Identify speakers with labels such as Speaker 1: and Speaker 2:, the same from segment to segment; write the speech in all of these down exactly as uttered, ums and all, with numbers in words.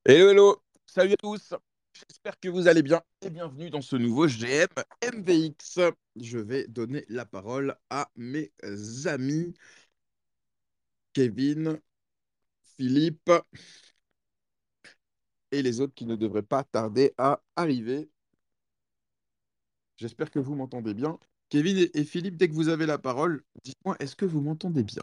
Speaker 1: Hello, hello, salut à tous. J'espère que vous allez bien et bienvenue dans ce nouveau G M M V X. Je vais donner la parole à mes amis Kevin, Philippe et les autres qui ne devraient pas tarder à arriver. J'espère que vous m'entendez bien. Kevin et et Philippe, dès que vous avez la parole, dites-moi, est-ce que vous m'entendez bien?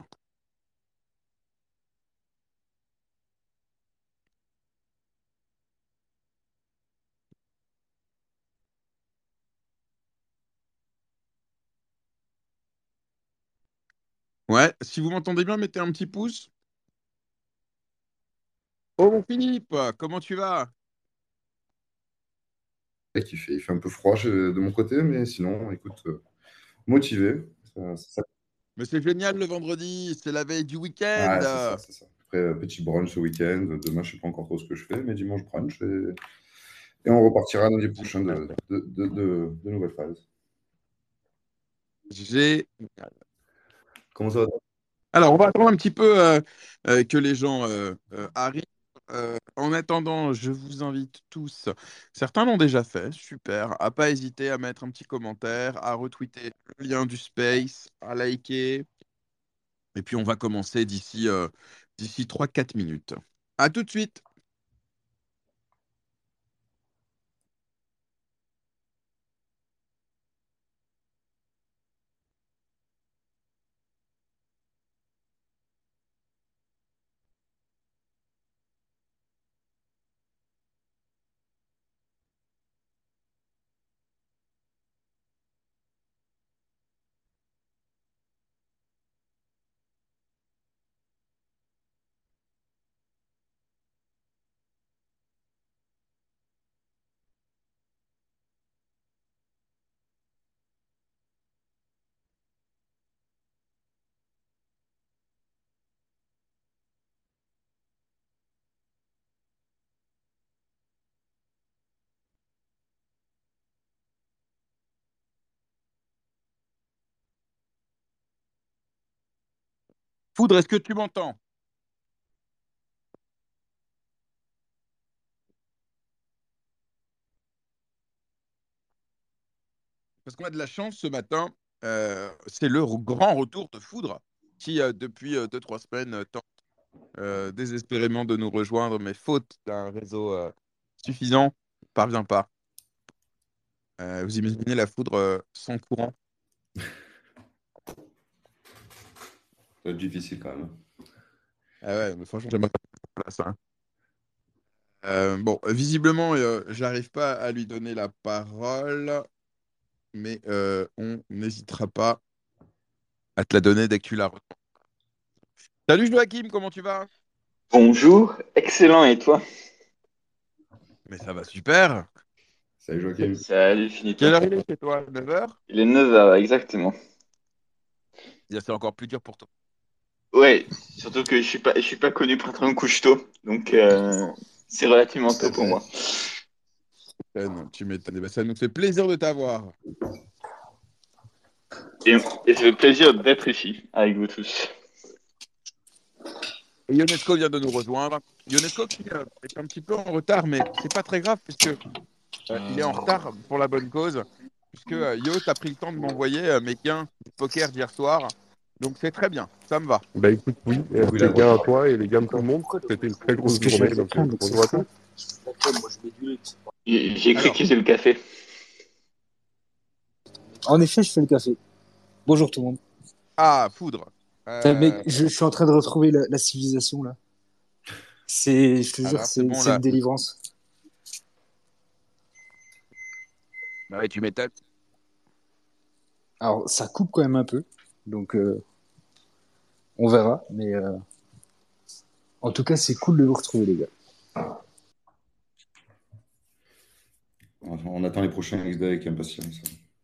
Speaker 1: Ouais, si vous m'entendez bien, mettez un petit pouce. Oh mon Philippe, comment tu vas?
Speaker 2: Ouais, qu'il fait, il fait un peu froid chez- de mon côté, mais sinon, écoute, euh, motivé. Ça- ça-
Speaker 1: Mais c'est génial le vendredi, c'est la veille du week-end.
Speaker 2: ah, c'est ça, c'est ça. Après, euh, petit brunch ce week-end. Demain, je sais pas encore trop ce que je fais, mais dimanche brunch. Et, et on repartira lundi prochain de, de, de, de- de nouvelles phases.
Speaker 1: J'ai
Speaker 2: Comment ça va?
Speaker 1: Alors, on va attendre un petit peu euh, euh, que les gens euh, euh, arrivent. Euh, en attendant, je vous invite tous, certains l'ont déjà fait, super, à pas hésiter à mettre un petit commentaire, à retweeter le lien du space, à liker. Et puis, on va commencer d'ici euh, d'ici trois quatre minutes. À tout de suite. Foudre, est-ce que tu m'entends? Parce qu'on a de la chance ce matin. Euh, c'est le re- grand retour de Foudre qui, euh, depuis euh, deux trois semaines, euh, tente euh, désespérément de nous rejoindre, mais faute d'un réseau euh, suffisant, il ne parvient pas. Euh, vous imaginez la foudre euh, sans courant?
Speaker 2: Ça va être difficile quand même.
Speaker 1: Ah ouais, mais franchement, j'aimerais pas place, hein. Euh, bon, visiblement, euh, j'arrive pas à lui donner la parole, mais euh, on n'hésitera pas à te la donner dès que tu la reçois. Salut Joachim, comment tu vas?
Speaker 3: Bonjour, excellent et toi?
Speaker 1: Mais ça va super.
Speaker 2: Salut Joachim.
Speaker 3: Salut Finito.
Speaker 1: Quelle heure il est chez toi? Neuf heures.
Speaker 3: Il est neuf heures exactement.
Speaker 1: C'est encore plus dur pour toi.
Speaker 3: Ouais, surtout que je suis pas, je suis pas connu pour être un couche-tôt, donc euh, c'est relativement tôt
Speaker 1: Eh
Speaker 3: pour
Speaker 1: ben,
Speaker 3: moi.
Speaker 1: eh non, tu m'étonnes. Eh ben, ça nous fait plaisir de t'avoir.
Speaker 3: Et, et ça fait plaisir d'être ici avec vous tous.
Speaker 1: Et Ionesco vient de nous rejoindre. Ionesco qui euh, est un petit peu en retard, mais c'est pas très grave puisque euh, il est en retard pour la bonne cause, puisque euh, Yo, t'as pris le temps de m'envoyer euh, mes gains du poker d'hier soir. Donc c'est très bien, ça me va.
Speaker 4: Bah écoute, oui,
Speaker 2: Du
Speaker 4: euh,
Speaker 2: coup, il a
Speaker 4: tes
Speaker 2: le
Speaker 4: gains à
Speaker 2: retard.
Speaker 4: toi et les gains de tout le monde. C'était une très
Speaker 5: Parce
Speaker 4: grosse
Speaker 5: que je
Speaker 4: journée,
Speaker 5: vais
Speaker 4: donc euh,
Speaker 5: prendre, c'est
Speaker 4: bonjour à
Speaker 5: ça.
Speaker 4: tous.
Speaker 3: J'ai j'ai cru
Speaker 1: Alors,
Speaker 3: qu'ils faisaient le café.
Speaker 5: En effet, je fais le café. Bonjour tout le monde.
Speaker 1: ah, foudre.
Speaker 5: Putain, mec,
Speaker 1: Euh,
Speaker 5: je, je suis en train de retrouver la, la civilisation là. C'est, je te
Speaker 1: ah
Speaker 5: jure,
Speaker 1: là, c'est
Speaker 5: c'est,
Speaker 1: bon
Speaker 5: c'est une
Speaker 1: là.
Speaker 5: délivrance.
Speaker 1: Bah ouais, tu m'étonnes.
Speaker 5: Alors, ça coupe quand même un peu, donc euh, on verra. Mais euh, en tout cas, c'est cool de vous retrouver, les gars.
Speaker 2: On on attend les prochains X D avec impatience.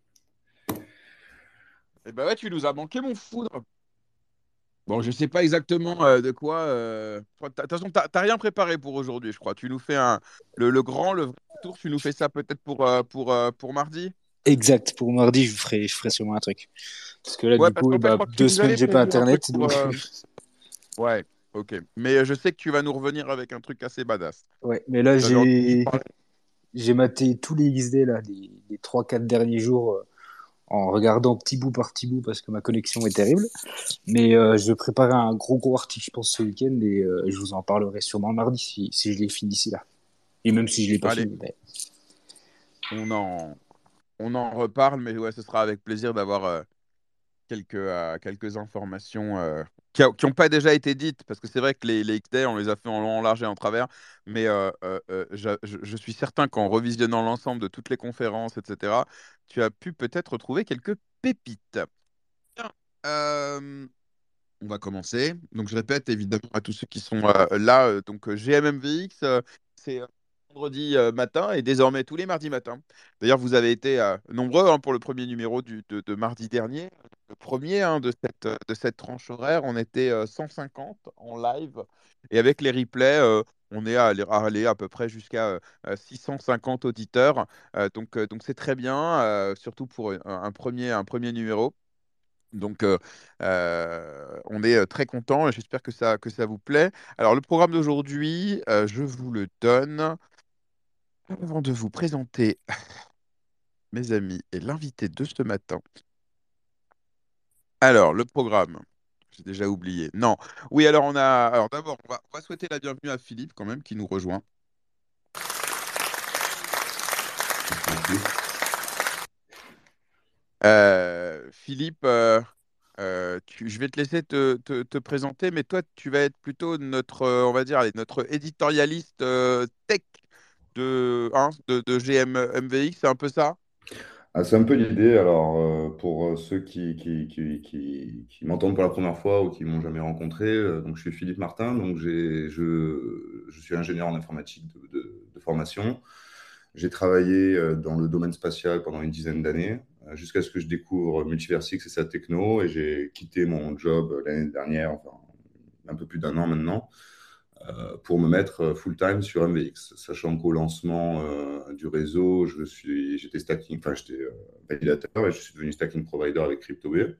Speaker 1: Et bah ouais, tu nous as manqué mon foudre. Bon, je sais pas exactement euh, de quoi. euh, toi, t'as- De toute façon, t'as t'as rien préparé pour aujourd'hui, je crois. Tu nous fais un le, le grand, le vrai tour. Tu nous fais ça peut-être pour euh, pour euh, pour mardi.
Speaker 5: Exact. Pour mardi, je ferai, je ferai sûrement un truc. Parce que là,
Speaker 1: Ouais,
Speaker 5: du
Speaker 1: parce
Speaker 5: coup,
Speaker 1: qu'en fait, je
Speaker 5: bah,
Speaker 1: crois que tu
Speaker 5: deux
Speaker 1: nous
Speaker 5: semaines,
Speaker 1: avais
Speaker 5: j'ai pas
Speaker 1: prévu un truc
Speaker 5: internet,
Speaker 1: pour.
Speaker 5: donc
Speaker 1: euh, Ouais. Ok. Mais euh, je sais que tu vas nous revenir avec un truc assez badass.
Speaker 5: Ouais, mais là,
Speaker 1: J'avais entendu
Speaker 5: j'ai
Speaker 1: parler.
Speaker 5: j'ai maté tous les X D, là, les, les trois quatre derniers jours, euh, en regardant petit bout par petit bout parce que ma connexion est terrible. Mais euh, je vais préparer un gros gros article, je pense, ce week-end et euh, je vous en parlerai sûrement mardi si, si je l'ai fini d'ici là. Et même si je l'ai pas
Speaker 1: Allez,
Speaker 5: fini. Mais...
Speaker 1: on en, on en reparle, mais ouais, ce sera avec plaisir d'avoir euh, quelques, euh, quelques informations euh, qui n'ont pas déjà été dites, parce que c'est vrai que les, les X-Day, on les a fait en long, en large et en travers, mais euh, euh, euh, je, je- je suis certain qu'en revisionnant l'ensemble de toutes les conférences, et cetera, tu as pu peut-être trouver quelques pépites. Tiens, euh, on va commencer. Donc, je répète évidemment à tous ceux qui sont euh, là. euh, donc, euh, G M M V X, euh, c'est euh, vendredi euh, matin et désormais tous les mardis matins. D'ailleurs, vous avez été euh, nombreux hein, pour le premier numéro du, de, de mardi dernier. Le premier hein, de cette, euh, de cette tranche horaire, on était euh, cent cinquante en live. Et avec les replays, euh, on est à aller, à aller à peu près jusqu'à euh, euh, six cent cinquante auditeurs. Euh, donc, euh, donc c'est très bien, euh, surtout pour un, un premier, un premier numéro. Donc, euh, euh, on est euh, très content et j'espère que ça, que ça vous plaît. Alors, le programme d'aujourd'hui, euh, je vous le donne avant de vous présenter mes amis et l'invité de ce matin. Alors, le programme, j'ai déjà oublié. Non, oui, alors on a. Alors, d'abord, on va, on va souhaiter la bienvenue à Philippe, quand même, qui nous rejoint. Euh, Philippe, euh, euh, tu- je vais te laisser te, te- te présenter, mais toi, tu vas être plutôt notre, euh, on va dire, allez, notre éditorialiste euh, tech de, hein, de, de G M M V X, c'est un peu ça?
Speaker 2: Ah, c'est un peu l'idée. Alors, euh, pour euh, ceux qui, qui, qui, qui, qui m'entendent pour la première fois ou qui m'ont jamais rencontré, euh, donc je suis Philippe Martin, donc j'ai, je, je suis ingénieur en informatique de, de- de formation. J'ai travaillé euh, dans le domaine spatial pendant une dizaine d'années, euh, jusqu'à ce que je découvre Multiversix et sa techno, et j'ai quitté mon job euh, l'année dernière, enfin un peu plus d'un an maintenant, euh, pour me mettre euh, full-time sur M V X, sachant qu'au lancement euh, du réseau, je suis, j'étais stacking, enfin j'étais euh, validateur et je suis devenu stacking provider avec CryptoB.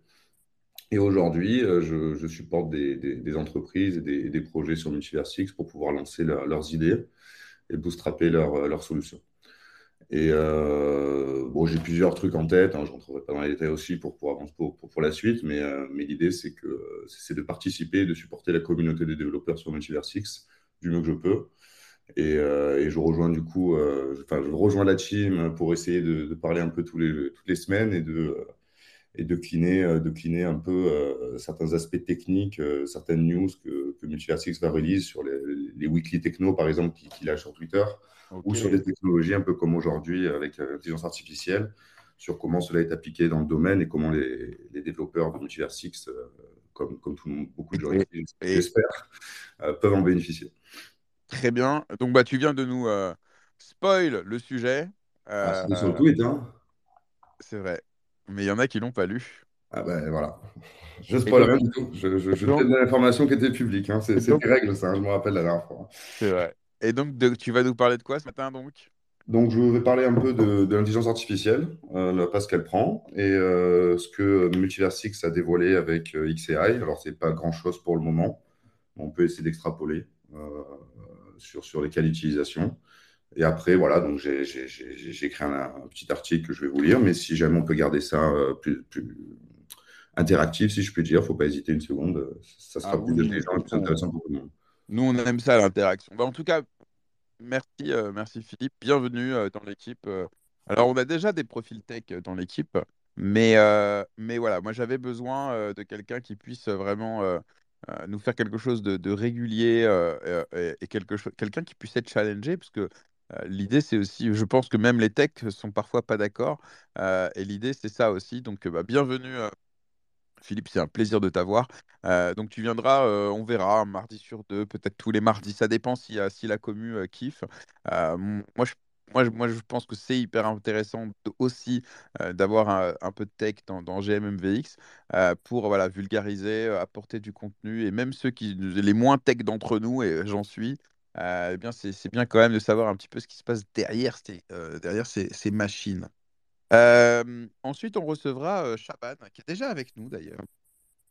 Speaker 2: Et aujourd'hui, euh, je, je supporte des, des- des entreprises et des, des projets sur Multiversix pour pouvoir lancer leur- leurs idées et bootstrapper leurs leurs solutions. Et euh, bon, j'ai plusieurs trucs en tête, hein, je ne rentrerai pas dans les détails aussi pour, pour, avancer pour, pour, pour la suite, mais, euh, mais l'idée, c'est que c'est de participer et de supporter la communauté des développeurs sur Multiversix du mieux que je peux. Et, euh, et je rejoins du coup, euh, enfin, je rejoins la team pour essayer de, de parler un peu tous les, toutes les semaines et de, et de cliner, euh, de cliner un peu euh, certains aspects techniques, euh, certaines news que, que Multiversix va release sur les, les weekly techno, par exemple, qu'il qui lâche sur Twitter, ou
Speaker 1: Ok.
Speaker 2: sur des technologies un peu comme aujourd'hui avec euh, l'intelligence artificielle, sur comment cela est appliqué dans le domaine et comment les, les développeurs de Multiversix, euh, comme, comme tout le monde, beaucoup de gens,
Speaker 1: Et, et
Speaker 2: j'espère, euh, peuvent en bénéficier.
Speaker 1: très bien. Donc, bah, tu viens de nous euh, spoil le sujet.
Speaker 2: Ah, c'était sur le
Speaker 1: Euh,
Speaker 2: tweet, hein?
Speaker 1: c'est vrai. Mais il y en a qui l'ont pas lu.
Speaker 2: Ah ben voilà. Je
Speaker 1: Et
Speaker 2: spoil
Speaker 1: donc,
Speaker 2: rien du tout. Je, je, je
Speaker 1: donc,
Speaker 2: donne l'information qui était publique, hein. C'est
Speaker 1: et
Speaker 2: c'est
Speaker 1: donc,
Speaker 2: des règles, ça, hein, je me rappelle la dernière fois.
Speaker 1: c'est vrai. Et donc, de- tu vas nous parler de quoi ce matin, donc?
Speaker 2: Donc, je vais parler un peu de, de l'intelligence artificielle, euh, la place qu'elle prend, et euh, ce que Multiversix a dévoilé avec euh, X A I. Alors, c'est pas grand-chose pour le moment. On peut essayer d'extrapoler euh, sur, sur les cas d'utilisation. Et après, voilà, donc j'ai j'ai- j'ai- j'ai écrit un, un petit article que je vais vous lire, mais si jamais on peut garder ça euh, plus, plus interactif, si je puis dire, faut pas hésiter une seconde. euh, Ça
Speaker 1: Ah
Speaker 2: sera plus
Speaker 1: oui,
Speaker 2: intelligent et plus
Speaker 1: on-
Speaker 2: intéressant pour tout le monde.
Speaker 1: nous, on aime ça, l'interaction. Bah, en tout cas, merci, euh, merci Philippe. Bienvenue euh, dans l'équipe. euh. Alors, on a déjà des profils tech euh, dans l'équipe, mais, euh, mais voilà, moi, j'avais besoin euh, de quelqu'un qui puisse euh, vraiment euh, euh, nous faire quelque chose de, de régulier euh, euh, et, et quelque chose, quelqu'un qui puisse être challengé, parce que euh, l'idée, c'est aussi, je pense que même les techs sont parfois pas d'accord, euh, et l'idée, c'est ça aussi. Donc, euh, bah, bienvenue. euh, Philippe, c'est un plaisir de t'avoir. Euh, donc tu viendras, euh, on verra, un mardi sur deux, peut-être tous les mardis, ça dépend si, euh, si la commu euh, kiffe. Euh, m- moi, je, moi, je, moi, je pense que c'est hyper intéressant de- aussi euh, d'avoir un, un peu de tech dans, dans G M M V X euh, pour voilà, vulgariser, euh, apporter du contenu, et même ceux qui, les moins tech d'entre nous, et j'en suis, euh, eh bien, c'est, c'est bien quand même de savoir un petit peu ce qui se passe derrière ces, euh, derrière ces, ces machines. Euh, ensuite, on recevra euh, Chaban, qui est déjà avec nous d'ailleurs.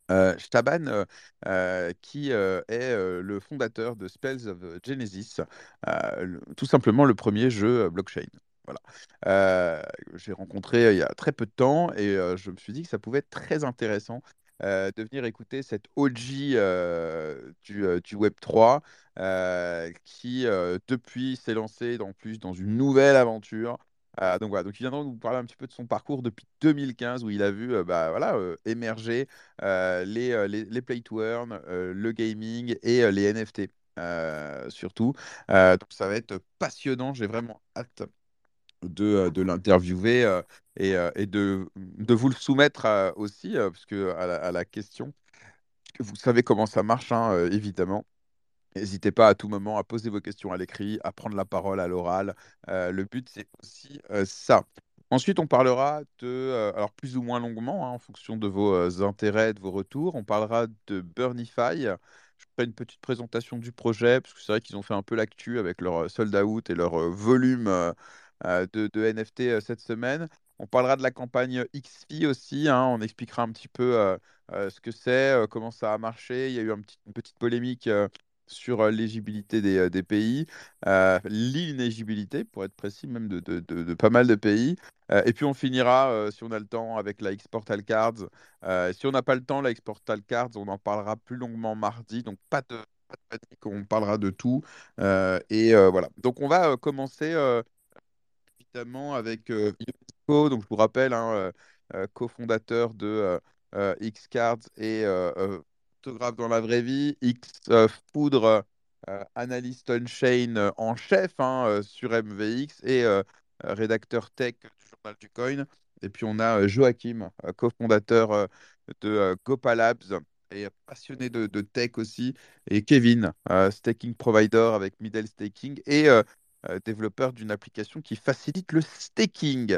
Speaker 1: Euh, Shtaban, euh, euh, qui euh, est euh, le fondateur de Spells of Genesis, euh, le- tout simplement le premier jeu euh, blockchain. Voilà. Euh, j'ai rencontré euh, il y a très peu de temps et euh, je me suis dit que ça pouvait être très intéressant euh, de venir écouter cet O G euh, du, euh, du web trois euh, qui, euh, depuis, s'est lancé en plus dans une nouvelle aventure. Euh, donc voilà, donc il viendra nous parler un petit peu de son parcours depuis deux mille quinze où il a vu euh, bah, voilà, euh, émerger euh, les, euh, les, les play to earn, euh, le gaming et euh, les N F T euh, surtout. Euh, donc ça va être passionnant, j'ai vraiment hâte de, euh, de l'interviewer euh, et, euh, et de, de vous le soumettre euh, aussi, euh, parce que à la, à la question, vous savez comment ça marche, hein, euh, évidemment. N'hésitez pas à tout moment à poser vos questions à l'écrit, à prendre la parole à l'oral. Euh, le but, c'est aussi euh, ça. Ensuite, on parlera de, euh, alors plus ou moins longuement, hein, en fonction de vos euh, intérêts, de vos retours, on parlera de Burnify. Je ferai une petite présentation du projet, parce que c'est vrai qu'ils ont fait un peu l'actu avec leur euh, sold out et leur euh, volume euh, euh, de, de N F T euh, cette semaine. On parlera de la campagne X F I aussi, hein, on expliquera un petit peu euh, euh, ce que c'est, euh, comment ça a marché. Il y a eu un petit- une petite polémique euh, sur euh, l'éligibilité des, euh, des pays, euh, l'inéligibilité, pour être précis, même de, de- de- de pas mal de pays. Euh, et puis on finira, euh, si on a le temps, avec la X-Portal Cards. Euh, si on n'a pas le temps, la X-Portal Cards, on en parlera plus longuement mardi, donc pas de, pas de panique, on parlera de tout. Euh, et euh, voilà. Donc on va euh, commencer. Euh, évidemment avec euh, Yoko, donc je vous rappelle, hein, euh, euh, cofondateur de euh, euh, X-Cards et euh, euh, photographe dans la vraie vie, X euh, Foudre, euh, analyste on-chain euh, en chef hein, euh, sur M V X et euh, euh, rédacteur tech du journal du Coin. Et puis on a euh, Joachim, euh, cofondateur euh, de euh, Gopa Labs et passionné de, de tech aussi, et Kevin, euh, staking provider avec Middle Staking et euh, euh, développeur d'une application qui facilite le staking.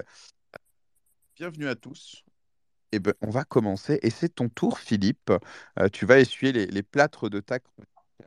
Speaker 1: Bienvenue à tous. Eh ben, on va commencer et c'est ton tour, Philippe. Euh, tu vas essuyer les, les plâtres de ta chronique.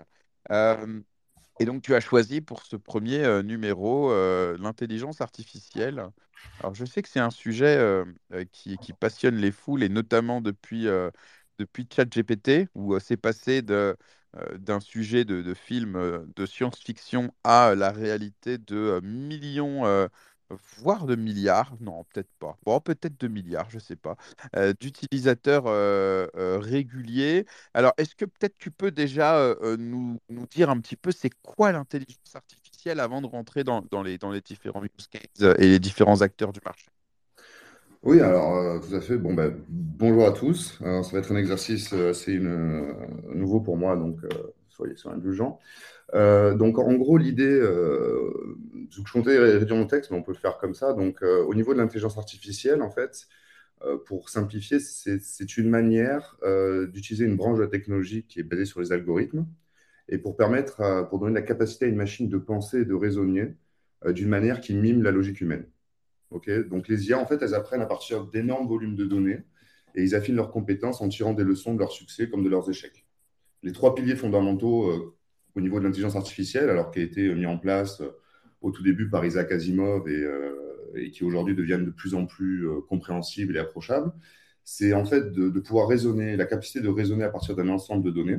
Speaker 1: Euh, et donc, tu as choisi pour ce premier euh, numéro euh, l'intelligence artificielle. Alors, je sais que c'est un sujet euh, euh, qui, qui passionne les foules, et notamment depuis, euh, depuis ChatGPT, où euh, c'est passé de, euh, d'un sujet de, de film euh, de science-fiction à la réalité de euh, millions, euh, voire de milliards, non, peut-être pas, bon, peut-être de milliards, je sais pas, euh, d'utilisateurs euh, euh, réguliers. Alors, est-ce que peut-être tu peux déjà euh, euh, nous, nous dire un petit peu c'est quoi l'intelligence artificielle avant de rentrer dans, dans les, dans les différents use cases euh, et les différents acteurs du marché?
Speaker 2: Oui, alors euh, tout à fait. Bon, ben, bonjour à tous. Alors, ça va être un exercice euh, assez une- euh, nouveau pour moi, donc euh, soyez, soyez indulgents. Euh, donc en gros, l'idée, euh, je comptais réduire mon texte, mais on peut le faire comme ça. Donc euh, au niveau de l'intelligence artificielle, en fait, euh, pour simplifier, c'est c'est une manière euh, d'utiliser une branche de la technologie qui est basée sur les algorithmes et pour permettre, à- pour donner la capacité à une machine de penser et de raisonner euh, d'une manière qui mime la logique humaine. Ok. Donc les I A, en fait, elles apprennent à partir d'énormes volumes de données et ils affinent leurs compétences en tirant des leçons de leurs succès comme de leurs échecs. Les trois piliers fondamentaux euh, au niveau de l'intelligence artificielle, alors qui a été mis en place euh, au tout début par Isaac Asimov et, euh, et qui aujourd'hui deviennent de plus en plus euh, compréhensibles et approchables, c'est en fait de, de pouvoir raisonner, la capacité de raisonner à partir d'un ensemble de données,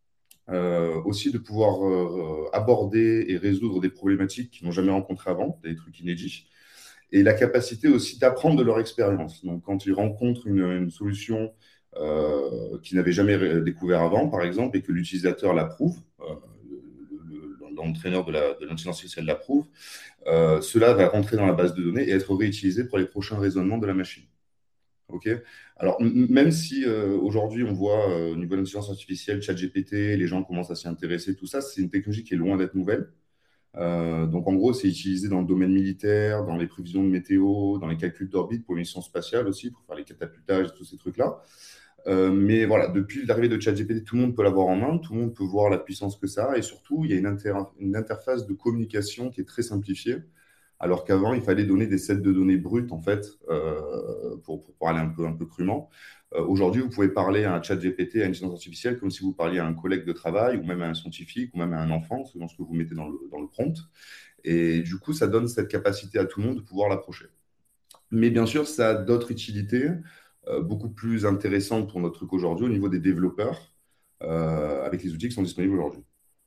Speaker 2: euh, aussi de pouvoir euh, aborder et résoudre des problématiques qu'ils n'ont jamais rencontrées avant, des trucs inédits, et la capacité aussi d'apprendre de leur expérience. Donc, quand ils rencontrent une, une solution euh, qu'ils n'avaient jamais découvert avant, par exemple, et que l'utilisateur l'approuve, euh, l'entraîneur de l'intelligence artificielle l'approuve, euh, cela va rentrer dans la base de données et être réutilisé pour les prochains raisonnements de la machine. Ok. Alors, même si euh, aujourd'hui on voit euh, au niveau de l'intelligence artificielle, ChatGPT, les gens commencent à s'y intéresser, tout ça, c'est une technologie qui est loin d'être nouvelle. Euh, donc en gros, c'est utilisé dans le domaine militaire, dans les prévisions de météo, dans les calculs d'orbite pour les missions spatiales aussi, pour faire les catapultages et tous ces trucs-là. Euh, mais voilà, depuis l'arrivée de ChatGPT, tout le monde peut l'avoir en main, tout le monde peut voir la puissance que ça a, et surtout, il y a une, inter une interface de communication qui est très simplifiée, alors qu'avant, il fallait donner des sets de données brutes, en fait, euh, pour, pour parler un peu, un peu crûment. Euh, Aujourd'hui, vous pouvez parler à un chat G P T, à une intelligence artificielle, comme si vous parliez à un collègue de travail, ou même à un scientifique, ou même à un enfant, selon ce que vous mettez dans le, dans le prompt. Et du coup, ça donne cette capacité à tout le monde de pouvoir l'approcher. Mais bien sûr, ça a d'autres utilités. euh, beaucoup plus intéressante pour notre truc aujourd'hui au niveau des développeurs euh, avec les outils qui sont disponibles aujourd'hui.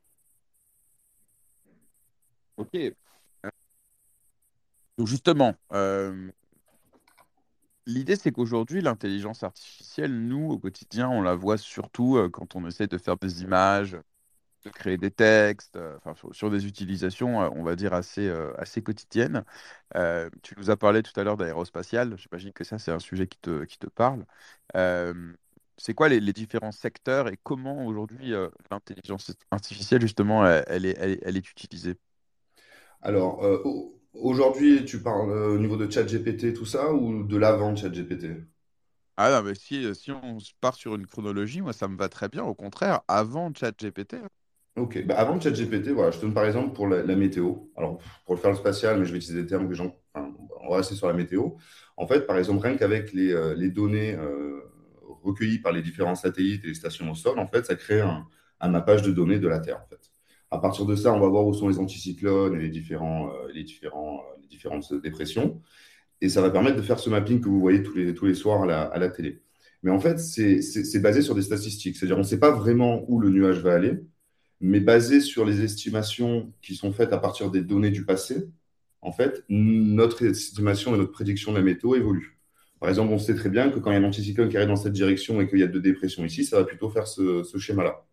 Speaker 1: Ok. Donc justement, euh, l'idée c'est qu'aujourd'hui, l'intelligence artificielle, nous, au quotidien, on la voit surtout euh, quand on essaie de faire des images, de créer des textes, euh, enfin, sur sur des utilisations, euh, on va dire, assez, euh, assez quotidiennes. Euh, tu nous as parlé tout à l'heure d'aérospatial. J'imagine que ça, c'est un sujet qui te, qui te parle. Euh, c'est quoi les, les différents secteurs et comment aujourd'hui euh, l'intelligence artificielle, justement, elle, elle est, elle est, elle est utilisée?
Speaker 2: Alors, euh, au- aujourd'hui, tu parles euh, au niveau de ChatGPT, tout ça, ou de l'avant ChatGPT?
Speaker 1: Ah non, mais si, si on se part sur une chronologie, moi, ça me va très bien. Au contraire, avant ChatGPT. hein.
Speaker 2: Ok, bah avant ChatGPT, voilà, je te donne par exemple pour la, la météo. Alors, pour le faire le spatial, mais je vais utiliser des termes que j'en. Enfin, on va rester sur la météo. En fait, par exemple, rien qu'avec les, euh, les données euh, recueillies par les différents satellites et les stations au sol, en fait, ça crée un, un mappage de données de la Terre, en fait. À partir de ça, on va voir où sont les anticyclones et les, différents, euh, les, différents, euh, les différentes dépressions. Et ça va permettre de faire ce mapping que vous voyez tous les, tous les soirs à la, à la télé. Mais en fait, c'est c'est- c'est basé sur des statistiques. C'est-à-dire, on ne sait pas vraiment où le nuage va aller, mais basé sur les estimations qui sont faites à partir des données du passé, en fait, notre estimation et notre prédiction de la météo évolue. Par exemple, on sait très bien que quand il y a un anticyclone qui arrive dans cette direction et qu'il y a deux dépressions ici, ça va plutôt faire ce, ce schéma-là.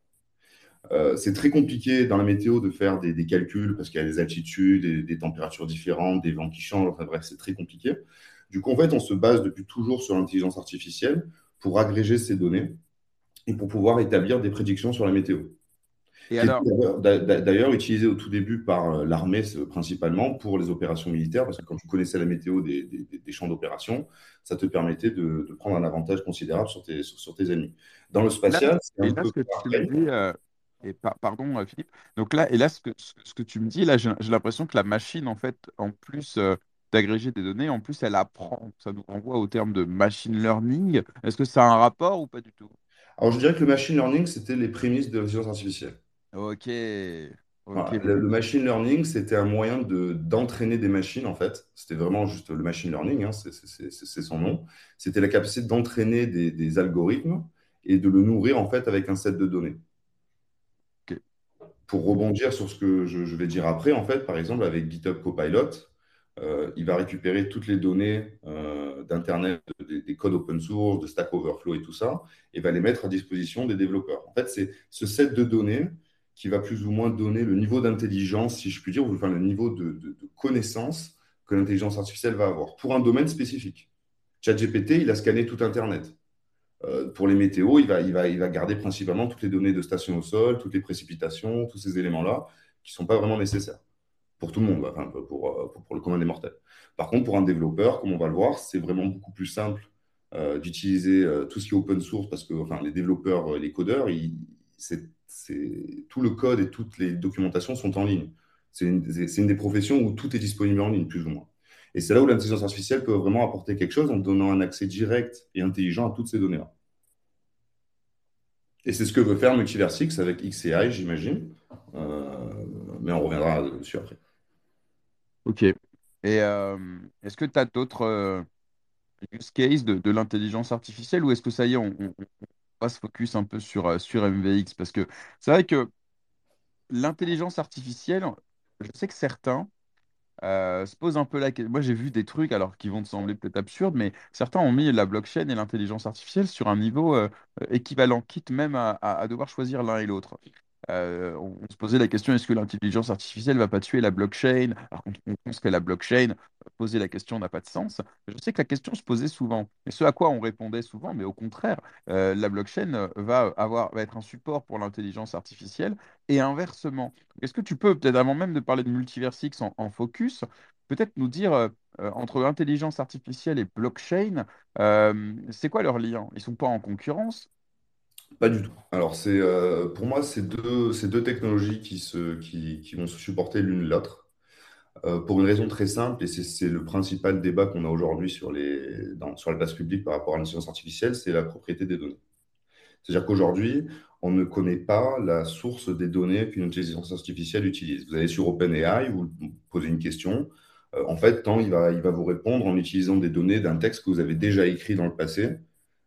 Speaker 2: Euh, c'est très compliqué dans la météo de faire des, des calculs parce qu'il y a des altitudes, des, des températures différentes, des vents qui changent. Enfin bref, c'est très compliqué. Du coup, en fait, on se base depuis toujours sur l'intelligence artificielle pour agréger ces données et pour pouvoir établir des prédictions sur la météo
Speaker 1: Et
Speaker 2: qui était
Speaker 1: alors,
Speaker 2: d'ailleurs d'a- d'a- d'ailleurs utilisé au tout début par euh, l'armée ce- principalement pour les opérations militaires, parce que quand tu connaissais la météo des, des- des- des champs d'opération, ça te permettait de, de prendre un avantage considérable sur tes, sur, sur tes ennemis. Dans le
Speaker 1: Et là,
Speaker 2: spatial, c'est
Speaker 1: et
Speaker 2: un
Speaker 1: là,
Speaker 2: peu
Speaker 1: ce que tu me
Speaker 2: pareil.
Speaker 1: dis, euh, et par- pardon euh, Philippe, donc là, et là, ce que, ce, que ce que tu me dis, là, j'ai j'ai l'impression que la machine, en fait, en plus euh, d'agréger des données, en plus, elle apprend. Ça nous renvoie au terme de machine learning. Est-ce que ça a un rapport ou pas du tout?
Speaker 2: Alors, je dirais que le machine learning, c'était les prémices de l'intelligence artificielle.
Speaker 1: Ok, ok,
Speaker 2: Voilà. Le, le machine learning, c'était un moyen de, d'entraîner des machines, en fait. C'était vraiment juste le machine learning, hein, c'est c'est- c'est- c'est son nom. C'était la capacité d'entraîner des, des algorithmes et de le nourrir, en fait, avec un set de données.
Speaker 1: ok.
Speaker 2: Pour rebondir sur ce que je, je vais dire après, en fait, par exemple, avec GitHub Copilot, euh, il va récupérer toutes les données euh, d'Internet, des, des codes open source, de Stack Overflow et tout ça, et va les mettre à disposition des développeurs. En fait, c'est ce set de données qui va plus ou moins donner le niveau d'intelligence, si je puis dire, ou enfin, le niveau de, de, de connaissance que l'intelligence artificielle va avoir pour un domaine spécifique. ChatGPT, il a scanné tout Internet. Euh, pour les météos, il va, il, va, il va garder principalement toutes les données de station au sol, toutes les précipitations, tous ces éléments-là qui ne sont pas vraiment nécessaires pour tout le monde, enfin, pour, pour, pour, le commun des mortels. Par contre, pour un développeur, comme on va le voir, c'est vraiment beaucoup plus simple euh, d'utiliser euh, tout ce qui est open source parce que enfin, les développeurs, euh, les codeurs, ils, c'est, c'est, tout le code et toutes les documentations sont en ligne. C'est une, c'est une des professions où tout est disponible en ligne, plus ou moins. Et c'est là où l'intelligence artificielle peut vraiment apporter quelque chose en donnant un accès direct et intelligent à toutes ces données-là. Et c'est ce que veut faire Multiversix avec X A I, j'imagine. Euh, mais on reviendra dessus après.
Speaker 1: Ok. Et euh, est-ce que tu as d'autres euh, use cases de, de l'intelligence artificielle ou est-ce que ça y est, on, on, on va se focus un peu sur, euh, sur M V X? Parce que c'est vrai que l'intelligence artificielle, je sais que certains euh, se posent un peu la question. Moi, j'ai vu des trucs, alors qui vont te sembler peut-être absurdes, mais certains ont mis la blockchain et l'intelligence artificielle sur un niveau euh, équivalent, quitte même à, à- à devoir choisir l'un et l'autre. Euh, on, on se posait la question, est-ce que l'intelligence artificielle va pas tuer la blockchain? Alors qu'on on pense que la blockchain, poser la question n'a pas de sens. Je sais que la question se posait souvent. Et ce à quoi on répondait souvent, mais au contraire, euh, la blockchain euh, va avoir, va être un support pour l'intelligence artificielle et inversement. Est-ce que tu peux, peut-être avant même de parler de Multiversix en, en focus, peut-être nous dire euh, euh, entre intelligence artificielle et blockchain, euh, c'est quoi leur lien? Ils sont pas en concurrence?
Speaker 2: Pas du tout. Alors, c'est, euh, pour moi, c'est deux, c'est deux technologies qui, se, qui, qui vont se supporter l'une l'autre. Euh, pour une raison très simple, et c'est c'est le principal débat qu'on a aujourd'hui sur les, dans- sur la place publique par rapport à l'intelligence artificielle, c'est la propriété des données. C'est-à-dire qu'aujourd'hui, on ne connaît pas la source des données qu'une intelligence artificielle utilise. Vous allez sur OpenAI, vous posez une question. Euh, en fait, tant il va, il va vous répondre en utilisant des données d'un texte que vous avez déjà écrit dans le passé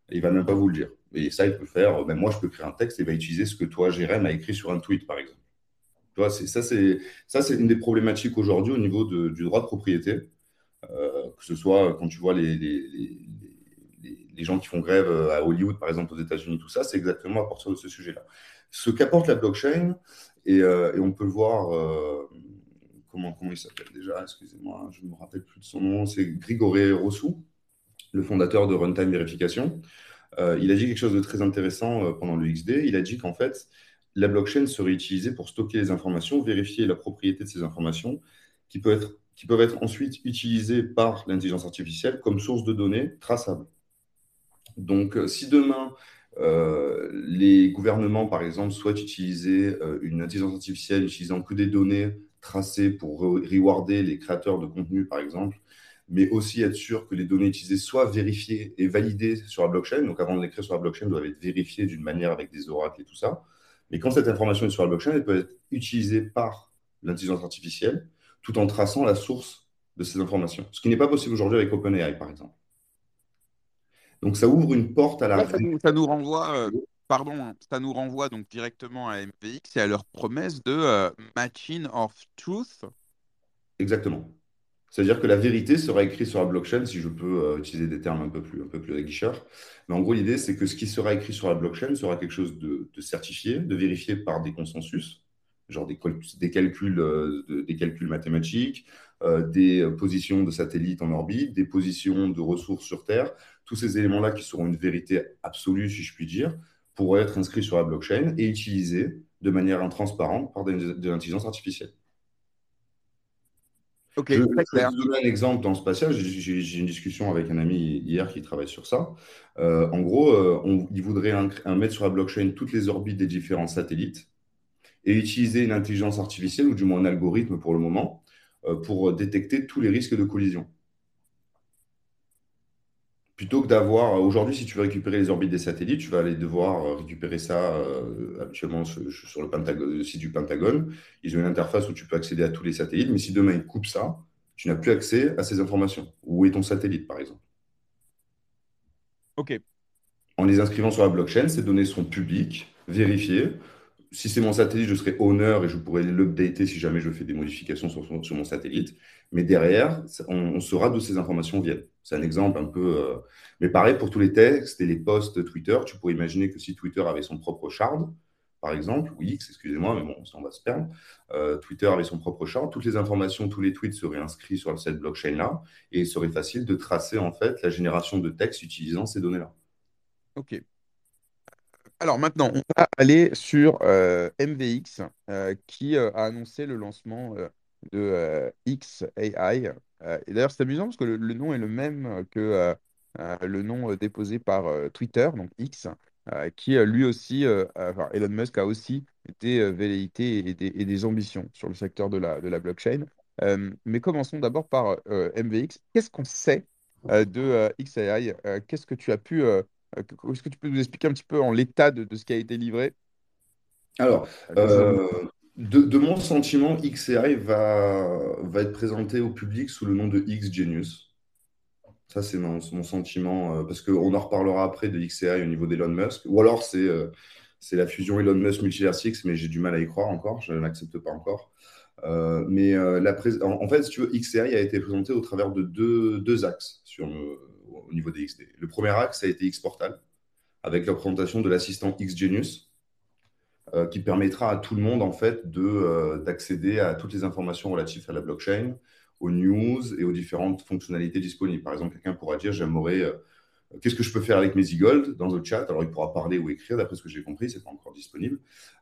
Speaker 2: Et il ne va même pas vous le dire. Et ça, il peut faire, ben moi, je peux créer un texte et il va utiliser ce que toi, Jérém, a écrit sur un tweet, par exemple. Tu vois, c'est, ça, c'est, ça, c'est une des problématiques aujourd'hui au niveau de- du droit de propriété. Euh, que ce soit quand tu vois les, les, les, les- les gens qui font grève à Hollywood, par exemple, aux États-Unis, tout ça, c'est exactement à partir de ce sujet-là. Ce qu'apporte la blockchain, et, euh, et on peut le voir, euh, comment, comment il s'appelle déjà, excusez-moi, je ne me rappelle plus de son nom, c'est Grigore Rossou, le fondateur de Runtime Verification. Euh, il a dit quelque chose de très intéressant euh, pendant le X D. Il a dit qu'en fait, la blockchain serait utilisée pour stocker les informations, vérifier la propriété de ces informations, qui peuvent être, qui peuvent être ensuite utilisées par l'intelligence artificielle comme source de données traçables. Donc, euh, si demain, euh, les gouvernements, par exemple, souhaitent utiliser euh, une intelligence artificielle utilisant que des données tracées pour re- rewarder les créateurs de contenu, par exemple, mais aussi être sûr que les données utilisées soient vérifiées et validées sur la blockchain. Donc, avant de l'écrire sur la blockchain, elles doivent être vérifiées d'une manière avec des oracles et tout ça. Mais quand cette information est sur la blockchain, elle peut être utilisée par l'intelligence artificielle tout en traçant la source de ces informations. Ce qui n'est pas possible aujourd'hui avec OpenAI, par exemple. Donc, ça ouvre une porte à la...
Speaker 1: Là, ça nous, ça nous renvoie, euh, pardon, hein, ça nous renvoie donc directement à M V X et à leur promesse de euh, Machine of Truth.
Speaker 2: Exactement. C'est-à-dire que la vérité sera écrite sur la blockchain, si je peux euh, utiliser des termes un peu plus, un peu plus aguicheurs. Mais en gros, l'idée, c'est que ce qui sera écrit sur la blockchain sera quelque chose de, de certifié, de vérifié par des consensus, genre des, col- des calculs, euh, de- des calculs mathématiques, euh, des euh, positions de satellites en orbite, des positions de ressources sur Terre. Tous ces éléments-là qui seront une vérité absolue, si je puis dire, pourraient être inscrits sur la blockchain et utilisés de manière intransparente par des- de l'intelligence artificielle.
Speaker 1: Ok,
Speaker 2: Je, je
Speaker 1: très
Speaker 2: vais
Speaker 1: clair.
Speaker 2: vous donner un exemple dans le spatial. J'ai j'ai- j'ai une discussion avec un ami hier qui travaille sur ça. Euh, en gros, euh, on- il voudrait un- un- mettre sur la blockchain toutes les orbites des différents satellites et utiliser une intelligence artificielle, ou du moins un algorithme pour le moment, euh, pour détecter tous les risques de collision. Plutôt que d'avoir, aujourd'hui, si tu veux récupérer les orbites des satellites, tu vas aller devoir euh, récupérer ça euh, habituellement sur, sur le, Pentagone- le site du Pentagone. Ils ont une interface où tu peux accéder à tous les satellites, mais si demain ils coupent ça, tu n'as plus accès à ces informations. Où est ton satellite, par exemple?
Speaker 1: Ok.
Speaker 2: En les inscrivant sur la blockchain, ces données sont publiques, vérifiées. Si c'est mon satellite, je serai owner et je pourrai l'updater si jamais je fais des modifications sur, son- sur mon satellite. Mais derrière, ça- on, on saura d'où ces informations viennent. C'est un exemple un peu. euh, Mais pareil pour tous les textes et les posts Twitter. Tu pourrais imaginer que si Twitter avait son propre shard, par exemple, ou X, excusez-moi, mais bon, ça on va se perdre. Euh, Twitter avait son propre shard. Toutes les informations, tous les tweets seraient inscrits sur cette blockchain-là et il serait facile de tracer en fait la génération de texte utilisant ces données-là.
Speaker 1: Ok. Alors maintenant, on va aller sur euh, M V X euh, qui euh, a annoncé le lancement euh, de euh, X A I. Euh, et d'ailleurs, c'est amusant parce que le, le nom est le même que euh, euh, le nom euh, déposé par euh, Twitter, donc X, euh, qui euh, lui aussi, euh, euh, enfin, Elon Musk a aussi des euh, velléités et des, et des ambitions sur le secteur de la, de la blockchain. Euh, mais commençons d'abord par euh, M V X. Qu'est-ce qu'on sait euh, de euh, X A I? Euh, qu'est-ce que tu as pu euh, euh, Est-ce que tu peux nous expliquer un petit peu en l'état de, de ce qui a été livré
Speaker 2: Alors,
Speaker 1: euh, des ambitions?
Speaker 2: euh, de, de mon sentiment, X A I va, va être présenté au public sous le nom de X Genius. Ça, c'est mon, mon sentiment, euh, parce qu'on en reparlera après de X A I au niveau d'Elon Musk. Ou alors, c'est euh, c'est la fusion Elon Musk-Multiversix, mais j'ai du mal à y croire encore, je ne l'accepte pas encore. Euh, mais euh, la prés- en, en fait, si tu veux, X A I a été présenté au travers de deux, deux axes sur le- au niveau des X D. Le premier axe a été X-Portal, avec la présentation de l'assistant X Genius, euh, qui permettra à tout le monde en fait de, euh, d'accéder à toutes les informations relatives à la blockchain, aux news et aux différentes fonctionnalités disponibles. Par exemple, quelqu'un pourra dire j'aimerais euh, qu'est-ce que je peux faire avec mes e-gold dans le chat. Alors il pourra parler ou écrire, d'après ce que j'ai compris, c'est pas encore disponible.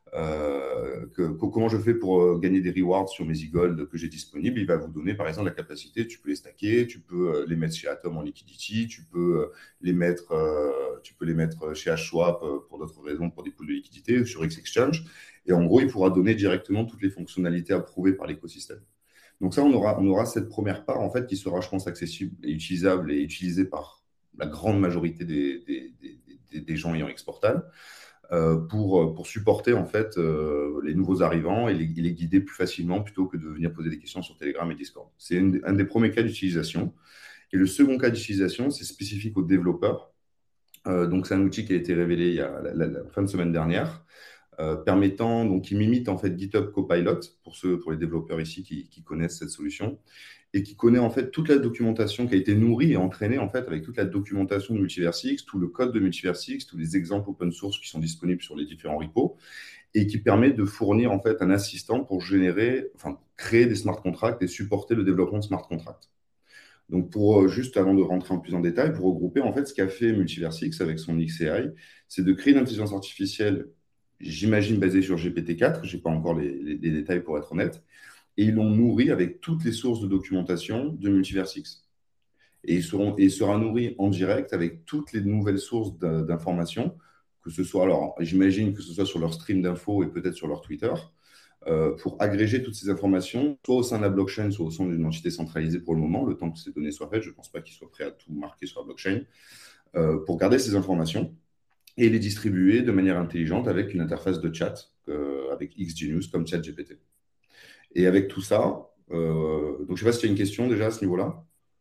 Speaker 2: Euh, que, que- comment je fais pour euh, gagner des rewards sur mes e-gold que j'ai disponibles. Il va vous donner par exemple la capacité, tu peux les stacker, tu peux euh, les mettre chez Atom en liquidity, tu peux euh, les mettre, euh, tu peux les mettre chez Hashswap euh, pour d'autres raisons, pour des pools de liquidité, sur X-Exchange. Et en gros, il pourra donner directement toutes les fonctionnalités approuvées par l'écosystème. Donc ça, on aura, on aura cette première part en fait qui sera, je pense, accessible et utilisable et utilisée par la grande majorité des, des, des, des, des gens ayant Exportal euh, pour, pour supporter en fait euh, les nouveaux arrivants et les, les guider plus facilement plutôt que de venir poser des questions sur Telegram et Discord. C'est une- un des premiers cas d'utilisation. Et le second cas d'utilisation, c'est spécifique aux développeurs Euh, donc, c'est un outil qui a été révélé il y a la, la- la fin de semaine dernière, euh, permettant, donc, qui m'imite en fait GitHub Copilot pour ceux, pour les développeurs ici qui, qui connaissent cette solution et qui connaît en fait toute la documentation qui a été nourrie et entraînée en fait avec toute la documentation de Multiversix, tout le code de Multiversix, tous les exemples open source qui sont disponibles sur les différents repos et qui permet de fournir en fait un assistant pour générer, enfin créer des smart contracts et supporter le développement de smart contracts. Donc, pour euh, juste avant de rentrer en plus en détail, pour regrouper, en fait, ce qu'a fait Multiversix avec son X A I, c'est de créer une intelligence artificielle, j'imagine basée sur G P T quatre, je n'ai pas encore les, les- les détails pour être honnête, et ils l'ont nourri avec toutes les sources de documentation de Multiversix. Et il, seront, et il sera nourri en direct avec toutes les nouvelles sources d'informations, que ce soit, alors j'imagine que ce soit sur leur stream d'infos et peut-être sur leur Twitter, euh, pour agréger toutes ces informations, soit au sein de la blockchain, soit au sein d'une entité centralisée pour le moment, le temps que ces données soient faites. Je ne pense pas qu'ils soient prêts à tout marquer sur la blockchain, euh, pour garder ces informations et les distribuer de manière intelligente avec une interface de chat, euh, avec XGenius comme ChatGPT. Et avec tout ça, euh, donc je ne sais pas s'il y a une question déjà à ce niveau-là.